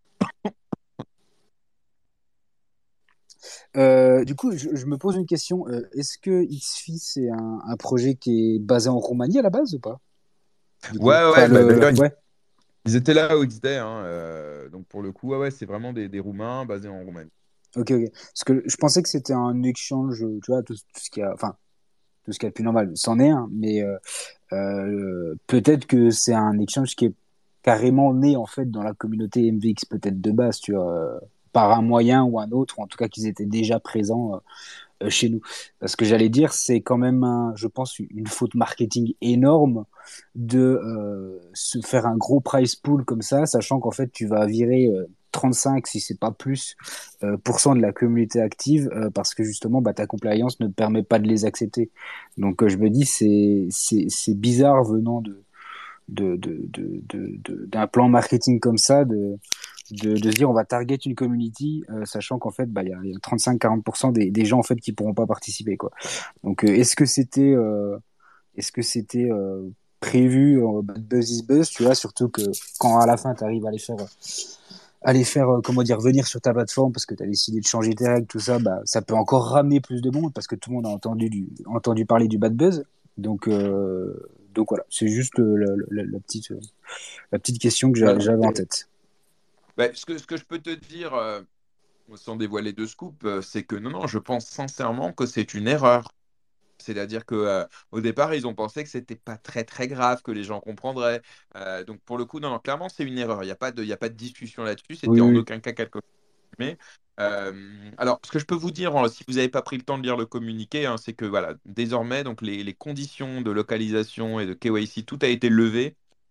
Speaker 5: Euh, du coup, je, je me pose une question. Euh, est-ce que X F I c'est un, un projet qui est basé en Roumanie à la base ou pas? Du coup,
Speaker 1: Ouais,
Speaker 5: enfin
Speaker 1: ouais, bah,
Speaker 5: le,
Speaker 1: d'ailleurs, ils,
Speaker 5: ouais.
Speaker 1: ils étaient là au X Day, hein, euh, donc pour le coup, ouais, ouais, c'est vraiment des, des Roumains basés en Roumanie.
Speaker 5: Ok, ok. Parce que je pensais que c'était un échange, tu vois, tout, tout ce qui a, enfin, tout ce qui est le plus normal, c'en est un, mais euh, euh, peut-être que c'est un échange qui est carrément né en fait dans la communauté M V X peut-être de base, tu vois, euh, par un moyen ou un autre, ou en tout cas qu'ils étaient déjà présents euh, euh, chez nous. Parce que j'allais dire, c'est quand même, un, je pense, une faute marketing énorme de euh, se faire un gros price pool comme ça, sachant qu'en fait, tu vas virer euh, trente-cinq, si c'est pas plus, euh, pour cent de la communauté active, euh, parce que justement, bah, ta compliance ne te permet pas de les accepter. Donc, euh, je me dis, c'est, c'est, c'est bizarre venant de, de, de, de, de, de- d'un plan marketing comme ça, de, de, de se dire on va target une community, euh, sachant qu'en fait, bah, il y a, il y a trente-cinq à quarante pour cent des, des gens en fait qui pourront pas participer, quoi. Donc, euh, est-ce que c'était, euh, est-ce que c'était euh, prévu euh, buzz is buzz, tu vois, surtout que quand à la fin tu arrives à les faire, à les faire, euh, comment dire, venir sur ta plateforme parce que tu as décidé de changer tes règles, tout ça, bah, ça peut encore ramener plus de monde parce que tout le monde a entendu, du, entendu parler du bad buzz. Donc, euh, donc voilà, c'est juste le, le- le- la, petite, euh, la petite question que
Speaker 1: Bah,
Speaker 5: j'a- j'avais en tête.
Speaker 1: bah, ce que, ce que je peux te dire, euh, sans dévoiler de scoop, euh, c'est que non, non, je pense sincèrement que c'est une erreur. C'est-à-dire que euh, au départ, ils ont pensé que c'était pas très très grave, que les gens comprendraient. Euh, donc pour le coup, non, non, clairement, c'est une erreur. Il n'y a pas de, il y a pas de discussion là-dessus.
Speaker 5: Oui,
Speaker 1: C'était en
Speaker 5: oui.
Speaker 1: aucun cas quelque chose. Mais euh, alors, ce que je peux vous dire, hein, si vous n'avez pas pris le temps de lire le communiqué, hein, c'est que voilà, désormais, donc les, les conditions de localisation et de K Y C, tout a été levé.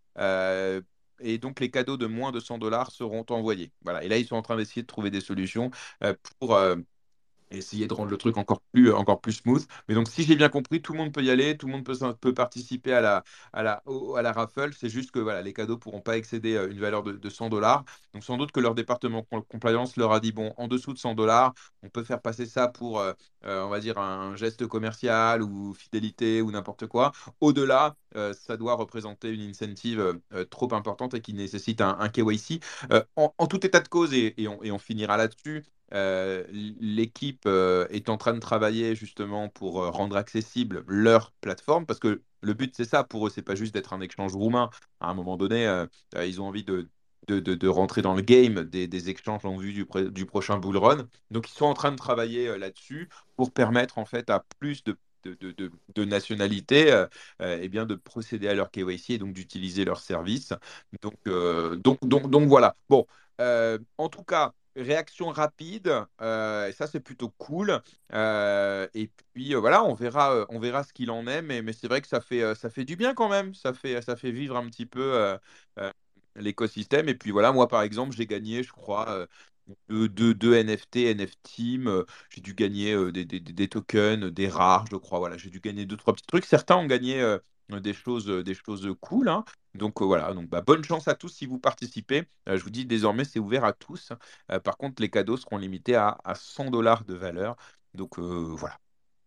Speaker 1: Euh, et donc les cadeaux de moins de cent dollars seront envoyés. Voilà. Et là, ils sont en train d'essayer de trouver des solutions euh, pour, euh, essayer de rendre le truc encore plus, encore plus smooth. Mais donc, si j'ai bien compris, tout le monde peut y aller, tout le monde peut, s'in- peut participer à la, à la, au- à la raffle. C'est juste que voilà, les cadeaux pourront pas excéder euh, une valeur de, de cent dollars. Donc, sans doute que leur département com- compliance leur a dit, bon, en dessous de cent dollars, on peut faire passer ça pour, euh, euh, on va dire, un geste commercial ou fidélité ou n'importe quoi. Au-delà, euh, ça doit représenter une incentive euh, euh, trop importante et qui nécessite un, un K Y C. Euh, en, en tout état de cause, et, et on, et on finira là-dessus, euh, l'équipe euh, est en train de travailler justement pour euh, rendre accessible leur plateforme, parce que le but c'est ça pour eux, c'est pas juste d'être un échange roumain. À un moment donné, euh, euh, ils ont envie de, de, de- de rentrer dans le game des, des échanges en vue du, pré- du prochain bull run. Donc ils sont en train de travailler euh, là-dessus pour permettre en fait à plus de de, de, de- de nationalités euh, euh, eh bien, de procéder à leur K Y C et donc d'utiliser leurs services. Donc, euh, donc, donc, donc voilà. Bon, euh, en tout cas, réaction rapide, euh, et ça c'est plutôt cool. Euh, et puis euh, voilà, on verra, euh, on verra ce qu'il en est, mais, mais c'est vrai que ça fait, euh, ça fait du bien quand même. Ça fait, ça fait vivre un petit peu euh, euh, l'écosystème. Et puis voilà, moi par exemple, j'ai gagné, je crois, euh, deux, deux, deux N F T, N F Team. euh, j'ai dû gagner euh, des, des- des tokens, des rares, je crois. Voilà, j'ai dû gagner deux, trois petits trucs. Certains ont gagné euh, des choses, euh, des choses cool, hein. Donc euh, voilà, donc bah, bonne chance à tous si vous participez. Euh, je vous dis désormais c'est ouvert à tous. Euh, par contre, les cadeaux seront limités à, à cent dollars de valeur. Donc euh, voilà.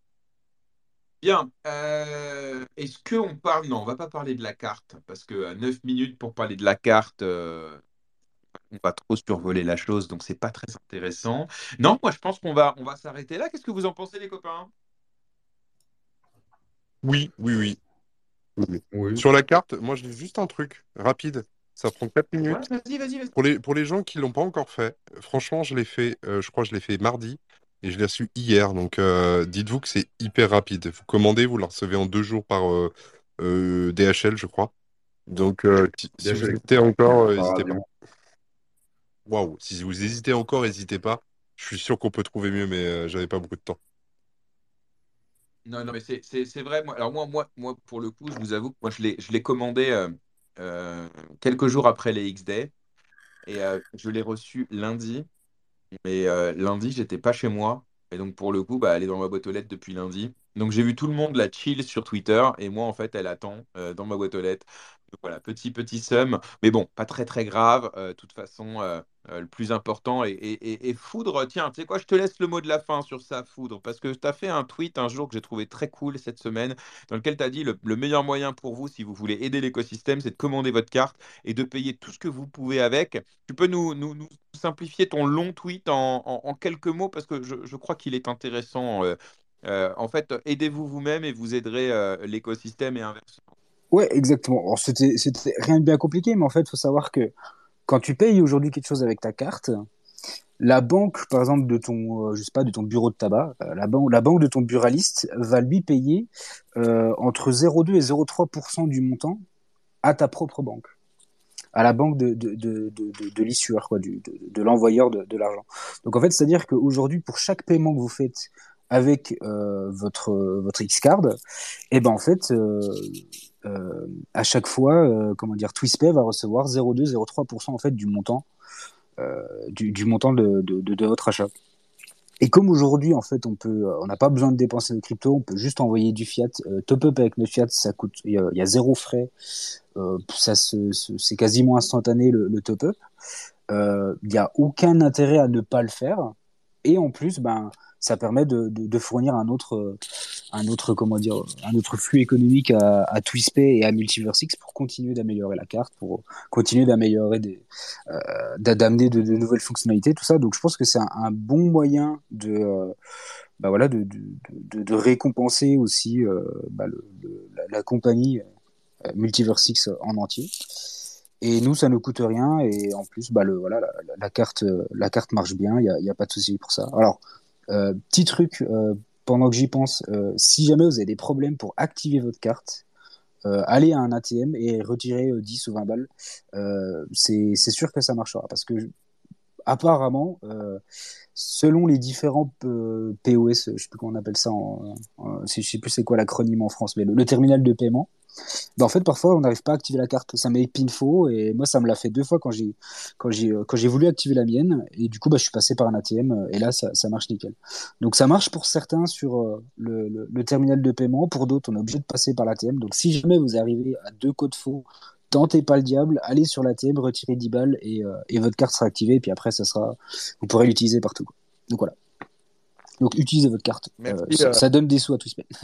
Speaker 1: Bien. Euh, est-ce qu'on parle? Non, on va pas parler de la carte parce que à neuf minutes pour parler de la carte, euh, on va trop survoler la chose, donc c'est pas très intéressant. Non, moi je pense qu'on va, on va s'arrêter là. Qu'est-ce que vous en pensez, les copains?
Speaker 4: Oui, oui, oui. Oui, oui.
Speaker 2: Oui.
Speaker 4: Sur la carte, moi, je dis juste un truc rapide. Ça prend quatre
Speaker 1: Ouais,
Speaker 4: minutes.
Speaker 1: vas-y, vas-y, vas-y.
Speaker 4: Pour les, pour les gens qui l'ont pas encore fait, euh, franchement, je l'ai fait, euh, je crois que je l'ai fait mardi et je l'ai reçu hier. Donc, euh, dites-vous que c'est hyper rapide. Vous commandez, vous le recevez en deux jours par euh, euh, D H L, je crois. Donc, euh, si si vous
Speaker 2: D H L
Speaker 4: hésitez encore, euh,
Speaker 2: par
Speaker 4: n'hésitez pas.
Speaker 2: avion.
Speaker 4: Waouh, si vous hésitez encore, n'hésitez pas. Je suis sûr qu'on peut trouver mieux, mais euh, j'avais pas beaucoup de temps.
Speaker 1: Non, non, mais c'est c'est- c'est vrai. Moi, alors moi, moi, moi, pour le coup, je vous avoue que moi, je l'ai je l'ai commandé euh, euh, quelques jours après les X-Day et euh, je l'ai reçu lundi. Mais euh, lundi, j'étais pas chez moi. Et donc, pour le coup, bah, elle est dans ma boîte aux lettres depuis lundi. Donc, j'ai vu tout le monde la chill sur Twitter. Et moi, en fait, elle attend euh, dans ma boîte aux lettres. Donc, voilà, petit, petit seum. Mais bon, pas très, très grave. Euh, De toute façon, euh, euh, le plus important. Et, et, et- et Foudre, tiens, tu sais quoi, je te laisse le mot de la fin sur ça, Foudre. Parce que tu as fait un tweet un jour que j'ai trouvé très cool cette semaine, dans lequel tu as dit le, le meilleur moyen pour vous, si vous voulez aider l'écosystème, c'est de commander votre carte et de payer tout ce que vous pouvez avec. Tu peux nous, nous, nous simplifier ton long tweet en, en- en quelques mots parce que je, je crois qu'il est intéressant. euh, euh, en fait, aidez-vous vous-même et vous aiderez euh, l'écosystème et inversement.
Speaker 5: Ouais, exactement. Alors, c'était, c'était rien de bien compliqué, mais en fait, il faut savoir que quand tu payes aujourd'hui quelque chose avec ta carte, la banque, par exemple, de ton, euh, je sais pas, de ton bureau de tabac, euh, la banque, la banque de ton buraliste va lui payer euh, entre zéro virgule deux et zéro virgule trois pour cent du montant à ta propre banque, à la banque de, de, de, de, de, de l'issueur, quoi, du, de, de l'envoyeur de, de l'argent. Donc en fait, c'est-à-dire qu'aujourd'hui, pour chaque paiement que vous faites avec euh, votre votre X-Card, et ben en fait, euh, euh, à chaque fois, euh, comment dire, TwistPay va recevoir zéro virgule deux, zéro virgule trois pour cent en fait du montant euh, du, du montant de, de, de, de votre achat. Et comme aujourd'hui, en fait, on peut, on n'a pas besoin de dépenser de crypto, on peut juste envoyer du fiat, euh, top up avec notre fiat, ça coûte, il y, a- il y a zéro frais, euh, ça se, se- c'est quasiment instantané le, le top up. Euh, Il n'y a aucun intérêt à ne pas le faire. Et en plus, ben, ça permet de, de, de fournir un autre, euh, un autre, comment dire, un autre flux économique à, à TwistPay et à Multiversix pour continuer d'améliorer la carte, pour continuer d'améliorer des, euh, d'a- d'amener de, de nouvelles fonctionnalités, tout ça. Donc, je pense que c'est un, un bon moyen de, euh, bah voilà, de, de, de, de récompenser aussi euh, bah, le, le- la, la compagnie euh, Multiversix en entier. Et nous, ça ne coûte rien. Et en plus, bah, le, voilà, la, la- la carte, euh, la carte marche bien. Il n'y a, il y a pas de souci pour ça. Alors, euh, petit truc, euh, pendant que j'y pense, euh, si jamais vous avez des problèmes pour activer votre carte, euh, allez à un A T M et retirez euh, dix ou vingt balles. Euh, c'est c'est sûr que ça marchera. Parce que apparemment, euh, selon les différents euh, P O S, je sais plus comment on appelle ça, en, en- je sais plus c'est quoi l'acronyme en France, mais le, le terminal de paiement, bah, en fait, parfois, on n'arrive pas à activer la carte. Ça met pin faux et moi, ça me l'a fait deux fois quand j'ai quand j'ai euh, quand j'ai voulu activer la mienne et du coup, bah, je suis passé par un A T M euh, et là, ça, ça marche nickel. Donc, ça marche pour certains sur euh, le, le, le terminal de paiement. Pour d'autres, on est obligé de passer par l'A T M. Donc, si jamais vous arrivez à deux codes faux, tentez pas le diable, allez sur l'A T M, retirez dix balles et, euh, et votre carte sera activée. Et puis après, ça sera, vous pourrez l'utiliser partout. Donc voilà. Donc, utilisez votre carte. Euh,
Speaker 1: Merci,
Speaker 5: ça,
Speaker 1: euh,
Speaker 5: ça donne des sous à tous semaine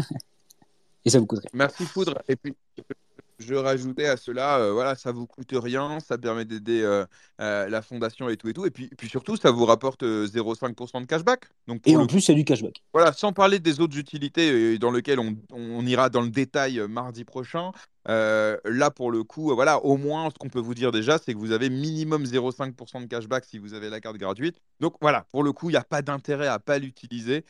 Speaker 5: et ça vous coûte rien.
Speaker 1: merci Foudre. Et puis, je rajoutais à cela, euh, voilà, ça vous coûte rien, ça permet d'aider euh, euh, la fondation et tout et tout. Et puis, puis surtout, ça vous rapporte euh, zéro virgule cinq pour cent de cashback. Donc
Speaker 5: Et
Speaker 1: pour
Speaker 5: en
Speaker 1: le coup,
Speaker 5: plus, il y a du cashback.
Speaker 1: voilà, sans parler des autres utilités euh, dans lesquelles on, on ira dans le détail euh, mardi prochain. Euh, là, pour le coup, euh, voilà, au moins, ce qu'on peut vous dire déjà, c'est que vous avez minimum zéro virgule cinq pour cent de cashback si vous avez la carte gratuite. Donc voilà, pour le coup, il n'y a pas d'intérêt à pas l'utiliser.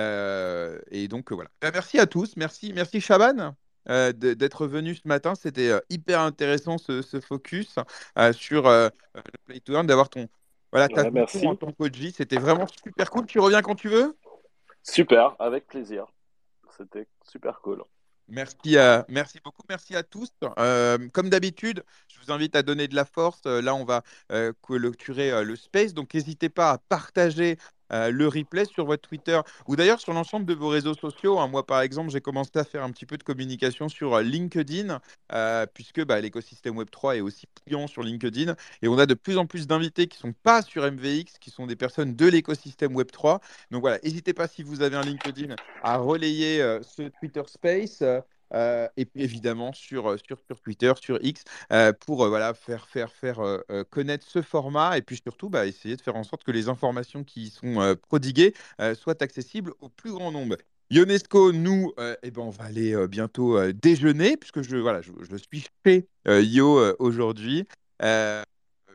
Speaker 1: Euh, et donc euh, voilà. Ben, merci à tous. Merci, merci Chaban euh, de- d'être venu ce matin. C'était euh, hyper intéressant ce, ce focus euh, sur euh, euh, le Play to Earn, d'avoir ton, voilà, ta
Speaker 6: Ouais,
Speaker 1: vision en
Speaker 6: merci.
Speaker 1: tant que coach. C'était vraiment super cool. Tu reviens quand tu veux?
Speaker 6: Super, avec plaisir. C'était super cool.
Speaker 1: Merci, à- merci beaucoup, merci à tous. Euh, comme d'habitude, je vous invite à donner de la force. Euh, là, on va euh, clôturer euh, le space, donc n'hésitez pas à partager euh, le replay sur votre Twitter ou d'ailleurs sur l'ensemble de vos réseaux sociaux, hein. Moi, par exemple, j'ai commencé à faire un petit peu de communication sur euh, LinkedIn, euh, puisque bah, l'écosystème web trois est aussi pliant sur LinkedIn, et on a de plus en plus d'invités qui sont pas sur M V X, qui sont des personnes de l'écosystème web trois. Donc voilà, n'hésitez pas si vous avez un LinkedIn à relayer euh, ce Twitter Space. euh, euh, et puis évidemment sur, euh, sur, sur Twitter, sur X, euh, pour euh, voilà, faire, faire, faire euh, euh, connaître ce format et puis surtout bah, essayer de faire en sorte que les informations qui y sont euh, prodiguées euh, soient accessibles au plus grand nombre. Ionesco, nous, euh, eh ben, on va aller euh, bientôt euh, déjeuner, puisque je, voilà, je, je suis chez euh, Yo euh, aujourd'hui. Euh,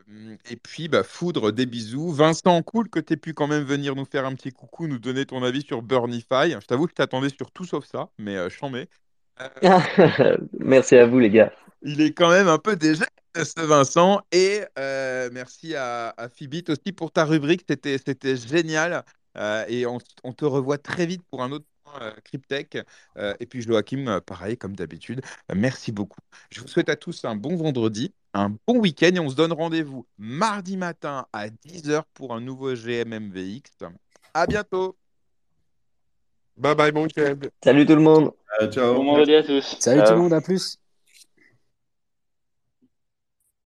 Speaker 1: et puis, bah, Foudre, des bisous. Vincent, cool que tu aies pu quand même venir nous faire un petit coucou, nous donner ton avis sur Burnify. Je t'avoue que je t'attendais sur tout sauf ça, mais euh, je t'en mets. Euh,
Speaker 7: Merci à vous, les gars.
Speaker 1: il est quand même un peu déjà, ce Vincent. Et euh, merci à, à Phibit aussi pour ta rubrique. C'était, c'était génial. Euh, et on, on te revoit très vite pour un autre point euh, Cryptech. Euh, et puis Joachim, euh, pareil, comme d'habitude. Euh, merci beaucoup. Je vous souhaite à tous un bon vendredi, un bon week-end. Et on se donne rendez-vous mardi matin à dix heures pour un nouveau G M M V X. À bientôt.
Speaker 4: Bye bye, bon week-end.
Speaker 7: Salut tout le monde.
Speaker 2: Euh,
Speaker 3: Bon
Speaker 2: ciao.
Speaker 3: vendredi à tous.
Speaker 5: Salut tout le
Speaker 3: Ciao.
Speaker 5: monde, à plus.